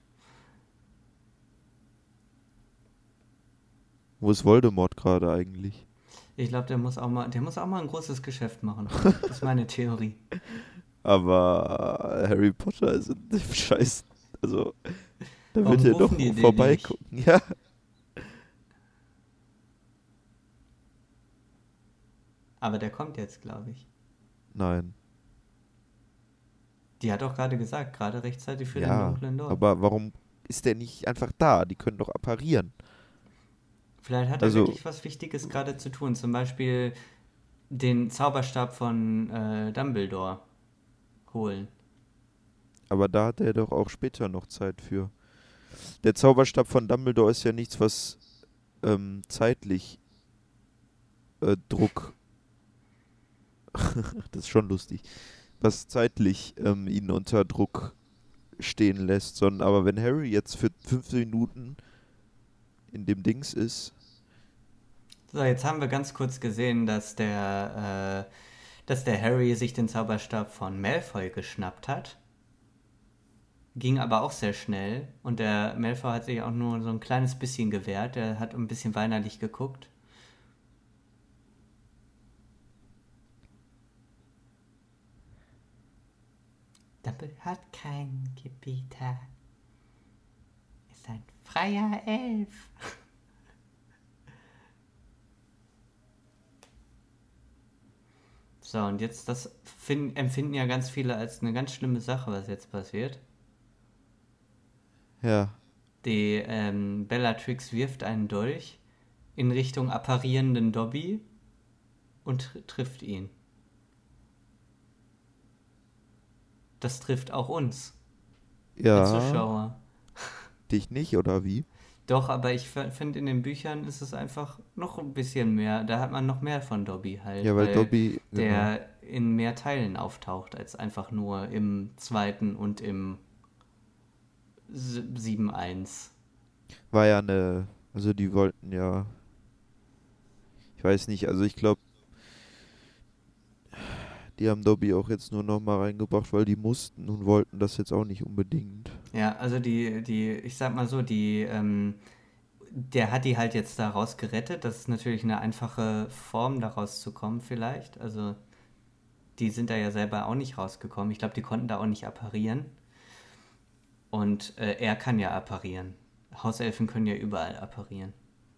Wo ist Voldemort gerade eigentlich? Ich glaube, der muss auch mal, der muss auch mal ein großes Geschäft machen. Das ist meine Theorie. Aber Harry Potter ist in dem Scheiß, also, da wird Warum er rufen doch die den nicht? vorbeigucken. Ja, Aber der kommt jetzt, glaube ich. nein, Die hat auch gerade gesagt, gerade rechtzeitig für den ja, dunklen Lord. aber warum ist der nicht einfach da? Die können doch apparieren. Vielleicht hat er Also, wirklich was Wichtiges gerade zu tun. Zum Beispiel den Zauberstab von äh, Dumbledore holen. aber da hat er doch auch später noch Zeit für. Der Zauberstab von Dumbledore ist ja nichts, was ähm, zeitlich äh, Druck, das ist schon lustig, was zeitlich ähm, ihn unter Druck stehen lässt, sondern aber wenn Harry jetzt für fünf Minuten in dem Dings ist, So, jetzt haben wir ganz kurz gesehen, dass der, äh, dass der Harry sich den Zauberstab von Malfoy geschnappt hat. Ging aber auch sehr schnell. Und der Malfoy hat sich auch nur so ein kleines bisschen gewehrt. Der hat ein bisschen weinerlich geguckt. Dumbledore hat keinen Gebieter. Ist ein freier Elf. So, und jetzt, das find, empfinden ja ganz viele als eine ganz schlimme Sache, was jetzt passiert. ja, Die ähm, Bellatrix wirft einen Dolch in Richtung apparierenden Dobby und tr trifft ihn. Das trifft auch uns, als ja, Zuschauer. dich nicht, oder wie? Doch, aber ich finde, in den Büchern ist es einfach noch ein bisschen mehr. Da hat man noch mehr von Dobby Ja, halt, weil weil Dobby, genau, der in mehr Teilen auftaucht, als einfach nur im zweiten und im sieben eins. war ja eine, also die wollten ja, ich weiß nicht, also ich glaube, die haben Dobby auch jetzt nur noch mal reingebracht, weil die mussten und wollten das jetzt auch nicht unbedingt. Ja, also die, die, ich sag mal so, die, ähm, der hat die halt jetzt daraus gerettet. Das ist natürlich eine einfache Form, da rauszukommen vielleicht. Also die sind da ja selber auch nicht rausgekommen. Ich glaube, die konnten da auch nicht apparieren. Und äh, er kann ja apparieren. Hauselfen können ja überall apparieren.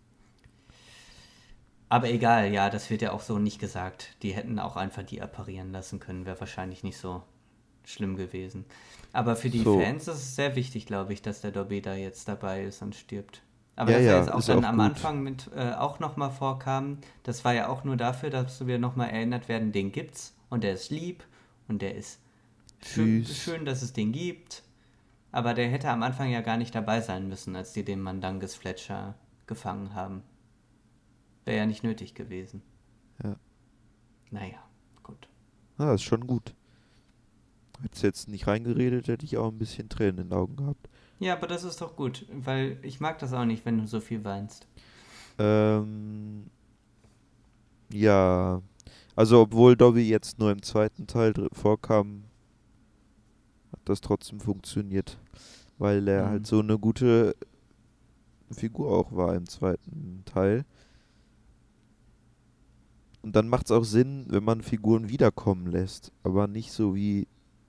Aber egal, ja, das wird ja auch so nicht gesagt. Die hätten auch einfach die apparieren lassen können. Wäre wahrscheinlich nicht so schlimm gewesen. Aber für die So, Fans ist es sehr wichtig, glaube ich, dass der Dobby da jetzt dabei ist und stirbt. Aber ja, dass er ja, jetzt auch ist dann auch am gut. Anfang mit äh, auch nochmal vorkam, das war ja auch nur dafür, dass wir nochmal erinnert werden, den gibt's und der ist lieb und der ist schön, Süß. schön, dass es den gibt. Aber der hätte am Anfang ja gar nicht dabei sein müssen, als die den Mandangus Fletcher gefangen haben. Wäre ja nicht nötig gewesen. Ja, Naja, gut. ah, ist schon gut. Hättest du jetzt nicht reingeredet, hätte ich auch ein bisschen Tränen in den Augen gehabt. Ja, aber das ist doch gut, weil ich mag das auch nicht, wenn du so viel weinst. Ähm, ja, also obwohl Dobby jetzt nur im zweiten Teil dr- vorkam, hat das trotzdem funktioniert, weil er Hm. halt so eine gute eine Figur auch war im zweiten Teil. Und dann macht es auch Sinn, wenn man Figuren wiederkommen lässt, aber nicht so wie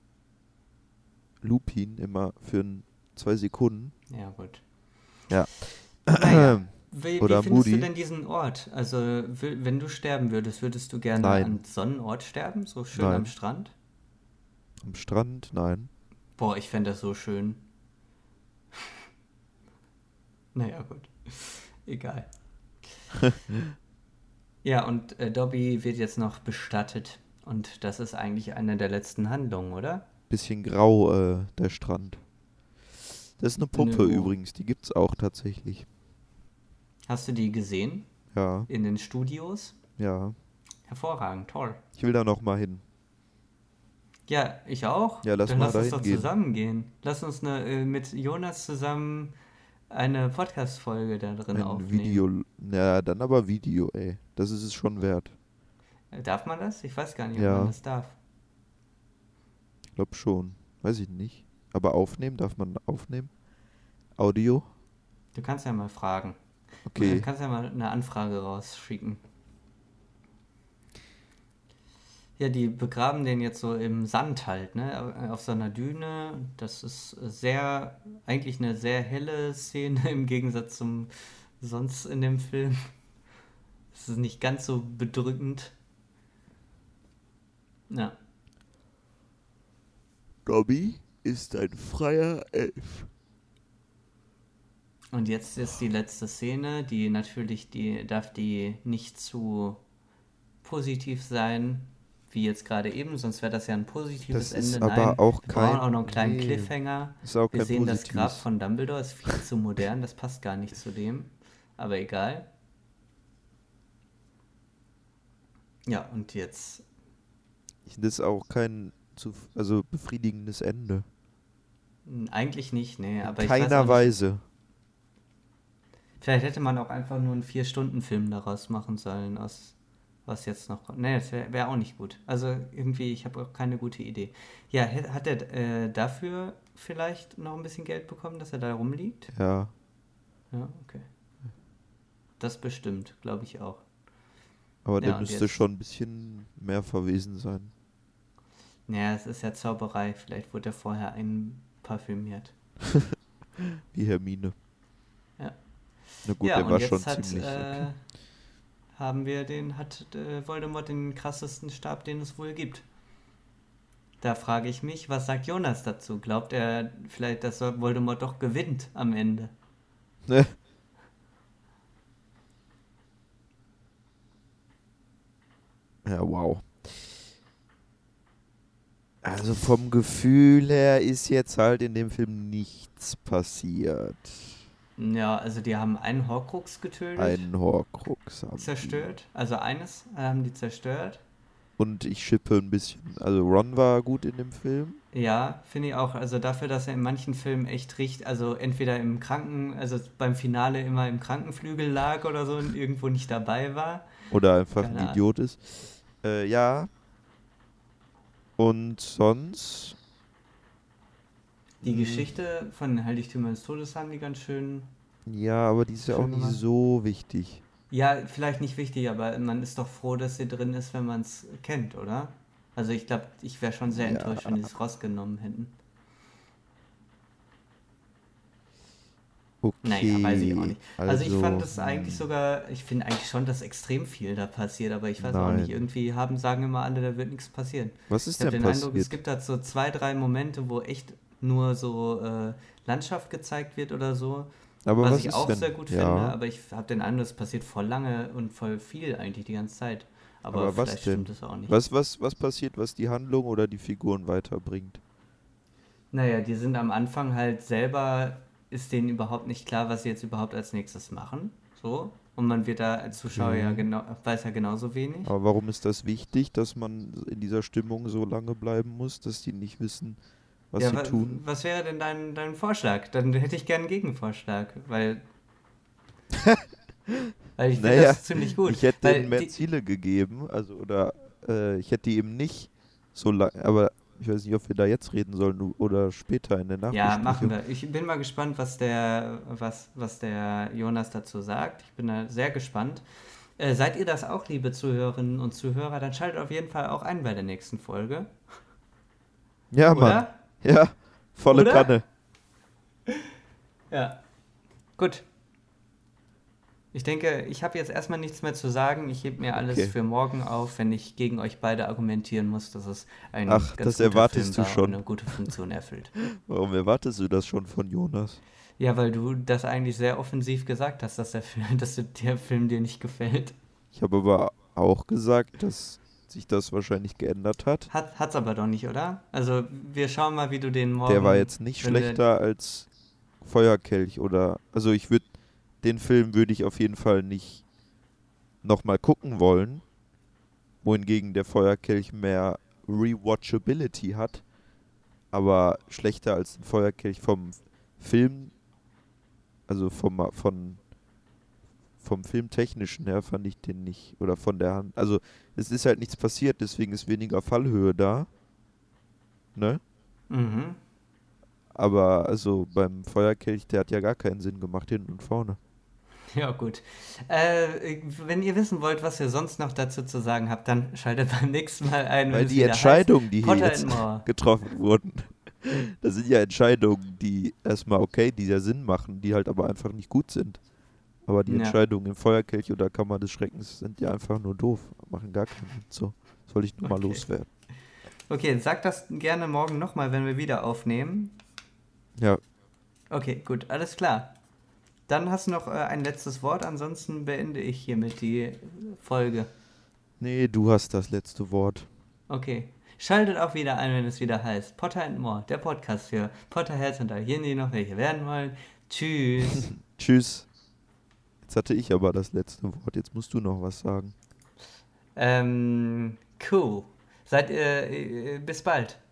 Lupin immer für ein, zwei Sekunden. Ja, gut. Ja. Naja, wie, Oder wie findest du Moody. denn diesen Ort? Also, w- wenn du sterben würdest, würdest du gerne Nein. an Sonnenort sterben? So schön Nein. am Strand? Am Strand? Nein. Boah, ich fände das so schön. Naja, gut. Egal. Ja, und äh, Dobby wird jetzt noch bestattet. Und das ist eigentlich eine der letzten Handlungen, oder? Bisschen grau, äh, der Strand. Das ist eine Puppe Nö. übrigens, die gibt's auch tatsächlich. Hast du die gesehen? Ja, In den Studios? ja. Hervorragend, toll. Ich will da noch mal hin. Ja, ich auch. Ja, lass Dann mal lass uns dahin doch gehen. zusammen gehen. Lass uns eine, äh, mit Jonas zusammen eine Podcast-Folge da drin Ein aufnehmen. Video. Ja, dann aber Video, ey. Das ist es schon wert. Äh, Darf man das? Ich weiß gar nicht, ob Ja. man das darf. Ich glaube schon. Weiß ich nicht. Aber aufnehmen, darf man aufnehmen? Audio? Du kannst ja mal fragen. Du Okay. kannst ja mal eine Anfrage rausschicken. Ja, die begraben den jetzt so im Sand halt, ne? Auf so einer Düne. Das ist sehr, eigentlich eine sehr helle Szene im Gegensatz zum sonst in dem Film. Es ist nicht ganz so bedrückend. Ja. Dobby ist ein freier Elf. Und jetzt ist die letzte Szene, die natürlich, die darf die nicht zu positiv sein, wie jetzt gerade eben, sonst wäre das ja ein positives Das ist Ende. aber Nein, auch wir brauchen kein- auch noch einen kleinen nee. Cliffhanger. Ist auch Wir kein sehen das Grab positives. von Dumbledore, ist viel zu modern, das passt gar nicht zu dem. Aber egal. Ja, und jetzt, Das ist auch kein zuf- also befriedigendes Ende. mh, eigentlich nicht, nee, In aber ich weiß keiner auch nicht, Weise. vielleicht hätte man auch einfach nur einen vier-Stunden-Film daraus machen sollen, aus was jetzt noch kommt. Nee, das wäre wär auch nicht gut. Also irgendwie, ich habe auch keine gute Idee. Ja, hä- hat er äh, dafür vielleicht noch ein bisschen Geld bekommen, dass er da rumliegt? Ja. Ja, okay. Das bestimmt, glaube ich auch. Aber Ja, der und müsste jetzt- schon ein bisschen mehr verwesen sein. Naja, es ist ja Zauberei. Vielleicht wurde er vorher einparfümiert. Wie Hermine. Ja. Na gut, Ja, der und war jetzt schon hat, ziemlich. äh, Okay. haben wir den, hat äh, Voldemort den krassesten Stab, den es wohl gibt. Da frage ich mich, was sagt Jonas dazu? Glaubt er vielleicht, dass Voldemort doch gewinnt am Ende? Ne? Ja, wow. Also vom Gefühl her ist jetzt halt in dem Film nichts passiert. Ja, also die haben einen Horcrux getötet, Einen Horcrux haben die. zerstört. Also eines haben die zerstört. Und ich schippe ein bisschen. Also Ron war gut in dem Film. Ja, finde ich auch. Also dafür, dass er in manchen Filmen echt riecht, also entweder im Kranken, also beim Finale immer im Krankenflügel lag oder so und irgendwo nicht dabei war. Oder einfach Keine ein Ahnung. Idiot ist. Äh, ja. Und sonst. Die Hm. Geschichte von den Heiligtümern des Todes haben die ganz schön. Ja, aber die ist ja Schön auch nicht gemacht. so wichtig. Ja, vielleicht nicht wichtig, aber man ist doch froh, dass sie drin ist, wenn man es kennt, oder? Also ich glaube, ich wäre schon sehr Ja. enttäuscht, wenn die es rausgenommen hätten. Okay. Naja, weiß ich auch nicht. Also, ich fand es hm, eigentlich sogar, ich finde eigentlich schon, dass extrem viel da passiert, aber ich weiß auch nicht, Nein. irgendwie haben, sagen immer alle, da wird nichts passieren. Was ist Ich habe denn den Eindruck, es passiert? gibt da so zwei, drei Momente, wo echt nur so äh, Landschaft gezeigt wird oder so, Aber was was ich ist auch denn? sehr gut Ja. finde, aber ich habe den Eindruck, es passiert voll lange und voll viel eigentlich die ganze Zeit. Aber, Aber was vielleicht denn? stimmt es auch nicht. Was, was, was passiert, was die Handlung oder die Figuren weiterbringt? Naja, die sind am Anfang halt selber, ist denen überhaupt nicht klar, was sie jetzt überhaupt als nächstes machen. So. Und man wird da als Zuschauer ja Mhm. genau, weiß ja genauso wenig. Aber warum ist das wichtig, dass man in dieser Stimmung so lange bleiben muss, dass die nicht wissen, was ja, sie wa tun? was wäre denn dein, dein Vorschlag? Dann hätte ich gerne einen Gegenvorschlag, weil. weil ich finde Naja, das ziemlich gut. Ich hätte weil denen mehr die, Ziele gegeben, also oder äh, ich hätte die eben nicht so lange, aber Ich weiß nicht, ob wir da jetzt reden sollen oder später in der Nachbesprechung. Ja, machen wir. Ich bin mal gespannt, was der, was, was der Jonas dazu sagt. Ich bin da sehr gespannt. Äh, seid ihr das auch, liebe Zuhörerinnen und Zuhörer? Dann schaltet auf jeden Fall auch ein bei der nächsten Folge. Ja, Oder? Mann. Ja, volle Oder? Kanne. Ja. Gut. Ich denke, ich habe jetzt erstmal nichts mehr zu sagen. Ich hebe mir alles Okay. für morgen auf, wenn ich gegen euch beide argumentieren muss, dass es ein Ach, ganz das guter erwartest Film du war schon. und eine gute Funktion erfüllt. Warum erwartest du das schon von Jonas? Ja, weil du das eigentlich sehr offensiv gesagt hast, dass der Film, dass der Film dir nicht gefällt. Ich habe aber auch gesagt, dass sich das wahrscheinlich geändert hat. Hat, hat's aber doch nicht, oder? Also, wir schauen mal, wie du den morgen... Der war jetzt nicht wenn wir- schlechter als Feuerkelch oder... Also ich würde... Den Film würde ich auf jeden Fall nicht nochmal gucken wollen, wohingegen der Feuerkelch mehr Rewatchability hat, aber schlechter als ein Feuerkelch vom Film, also vom, von, vom Filmtechnischen her fand ich den nicht, oder von der Hand, also es ist halt nichts passiert, deswegen ist weniger Fallhöhe da, ne? Mhm. Aber also beim Feuerkelch, der hat ja gar keinen Sinn gemacht, hinten und vorne. Ja, gut. Äh, wenn ihr wissen wollt, was ihr sonst noch dazu zu sagen habt, dann schaltet beim nächsten Mal ein, wenn Weil es die wieder Entscheidungen, die heißt, hier Potter jetzt and More. getroffen wurden, das sind ja Entscheidungen, die erstmal okay, die ja Sinn machen, die halt aber einfach nicht gut sind. Aber die Ja. Entscheidungen im Feuerkelch oder Kammer des Schreckens sind ja einfach nur doof, machen gar keinen Sinn. So, das wollte ich nur mal Okay. loswerden. Okay, sag das gerne morgen nochmal, wenn wir wieder aufnehmen. Ja, Okay, gut, alles klar. Dann hast du noch äh, ein letztes Wort, ansonsten beende ich hiermit die Folge. nee, du hast das letzte Wort. Okay. Schaltet auch wieder ein, wenn es wieder heißt Potter and More, der Podcast für Potterheads und all jene, die noch welche werden wollen. Tschüss. Tschüss. Jetzt hatte ich aber das letzte Wort, jetzt musst du noch was sagen. ähm, cool. Seid ihr, äh, bis bald.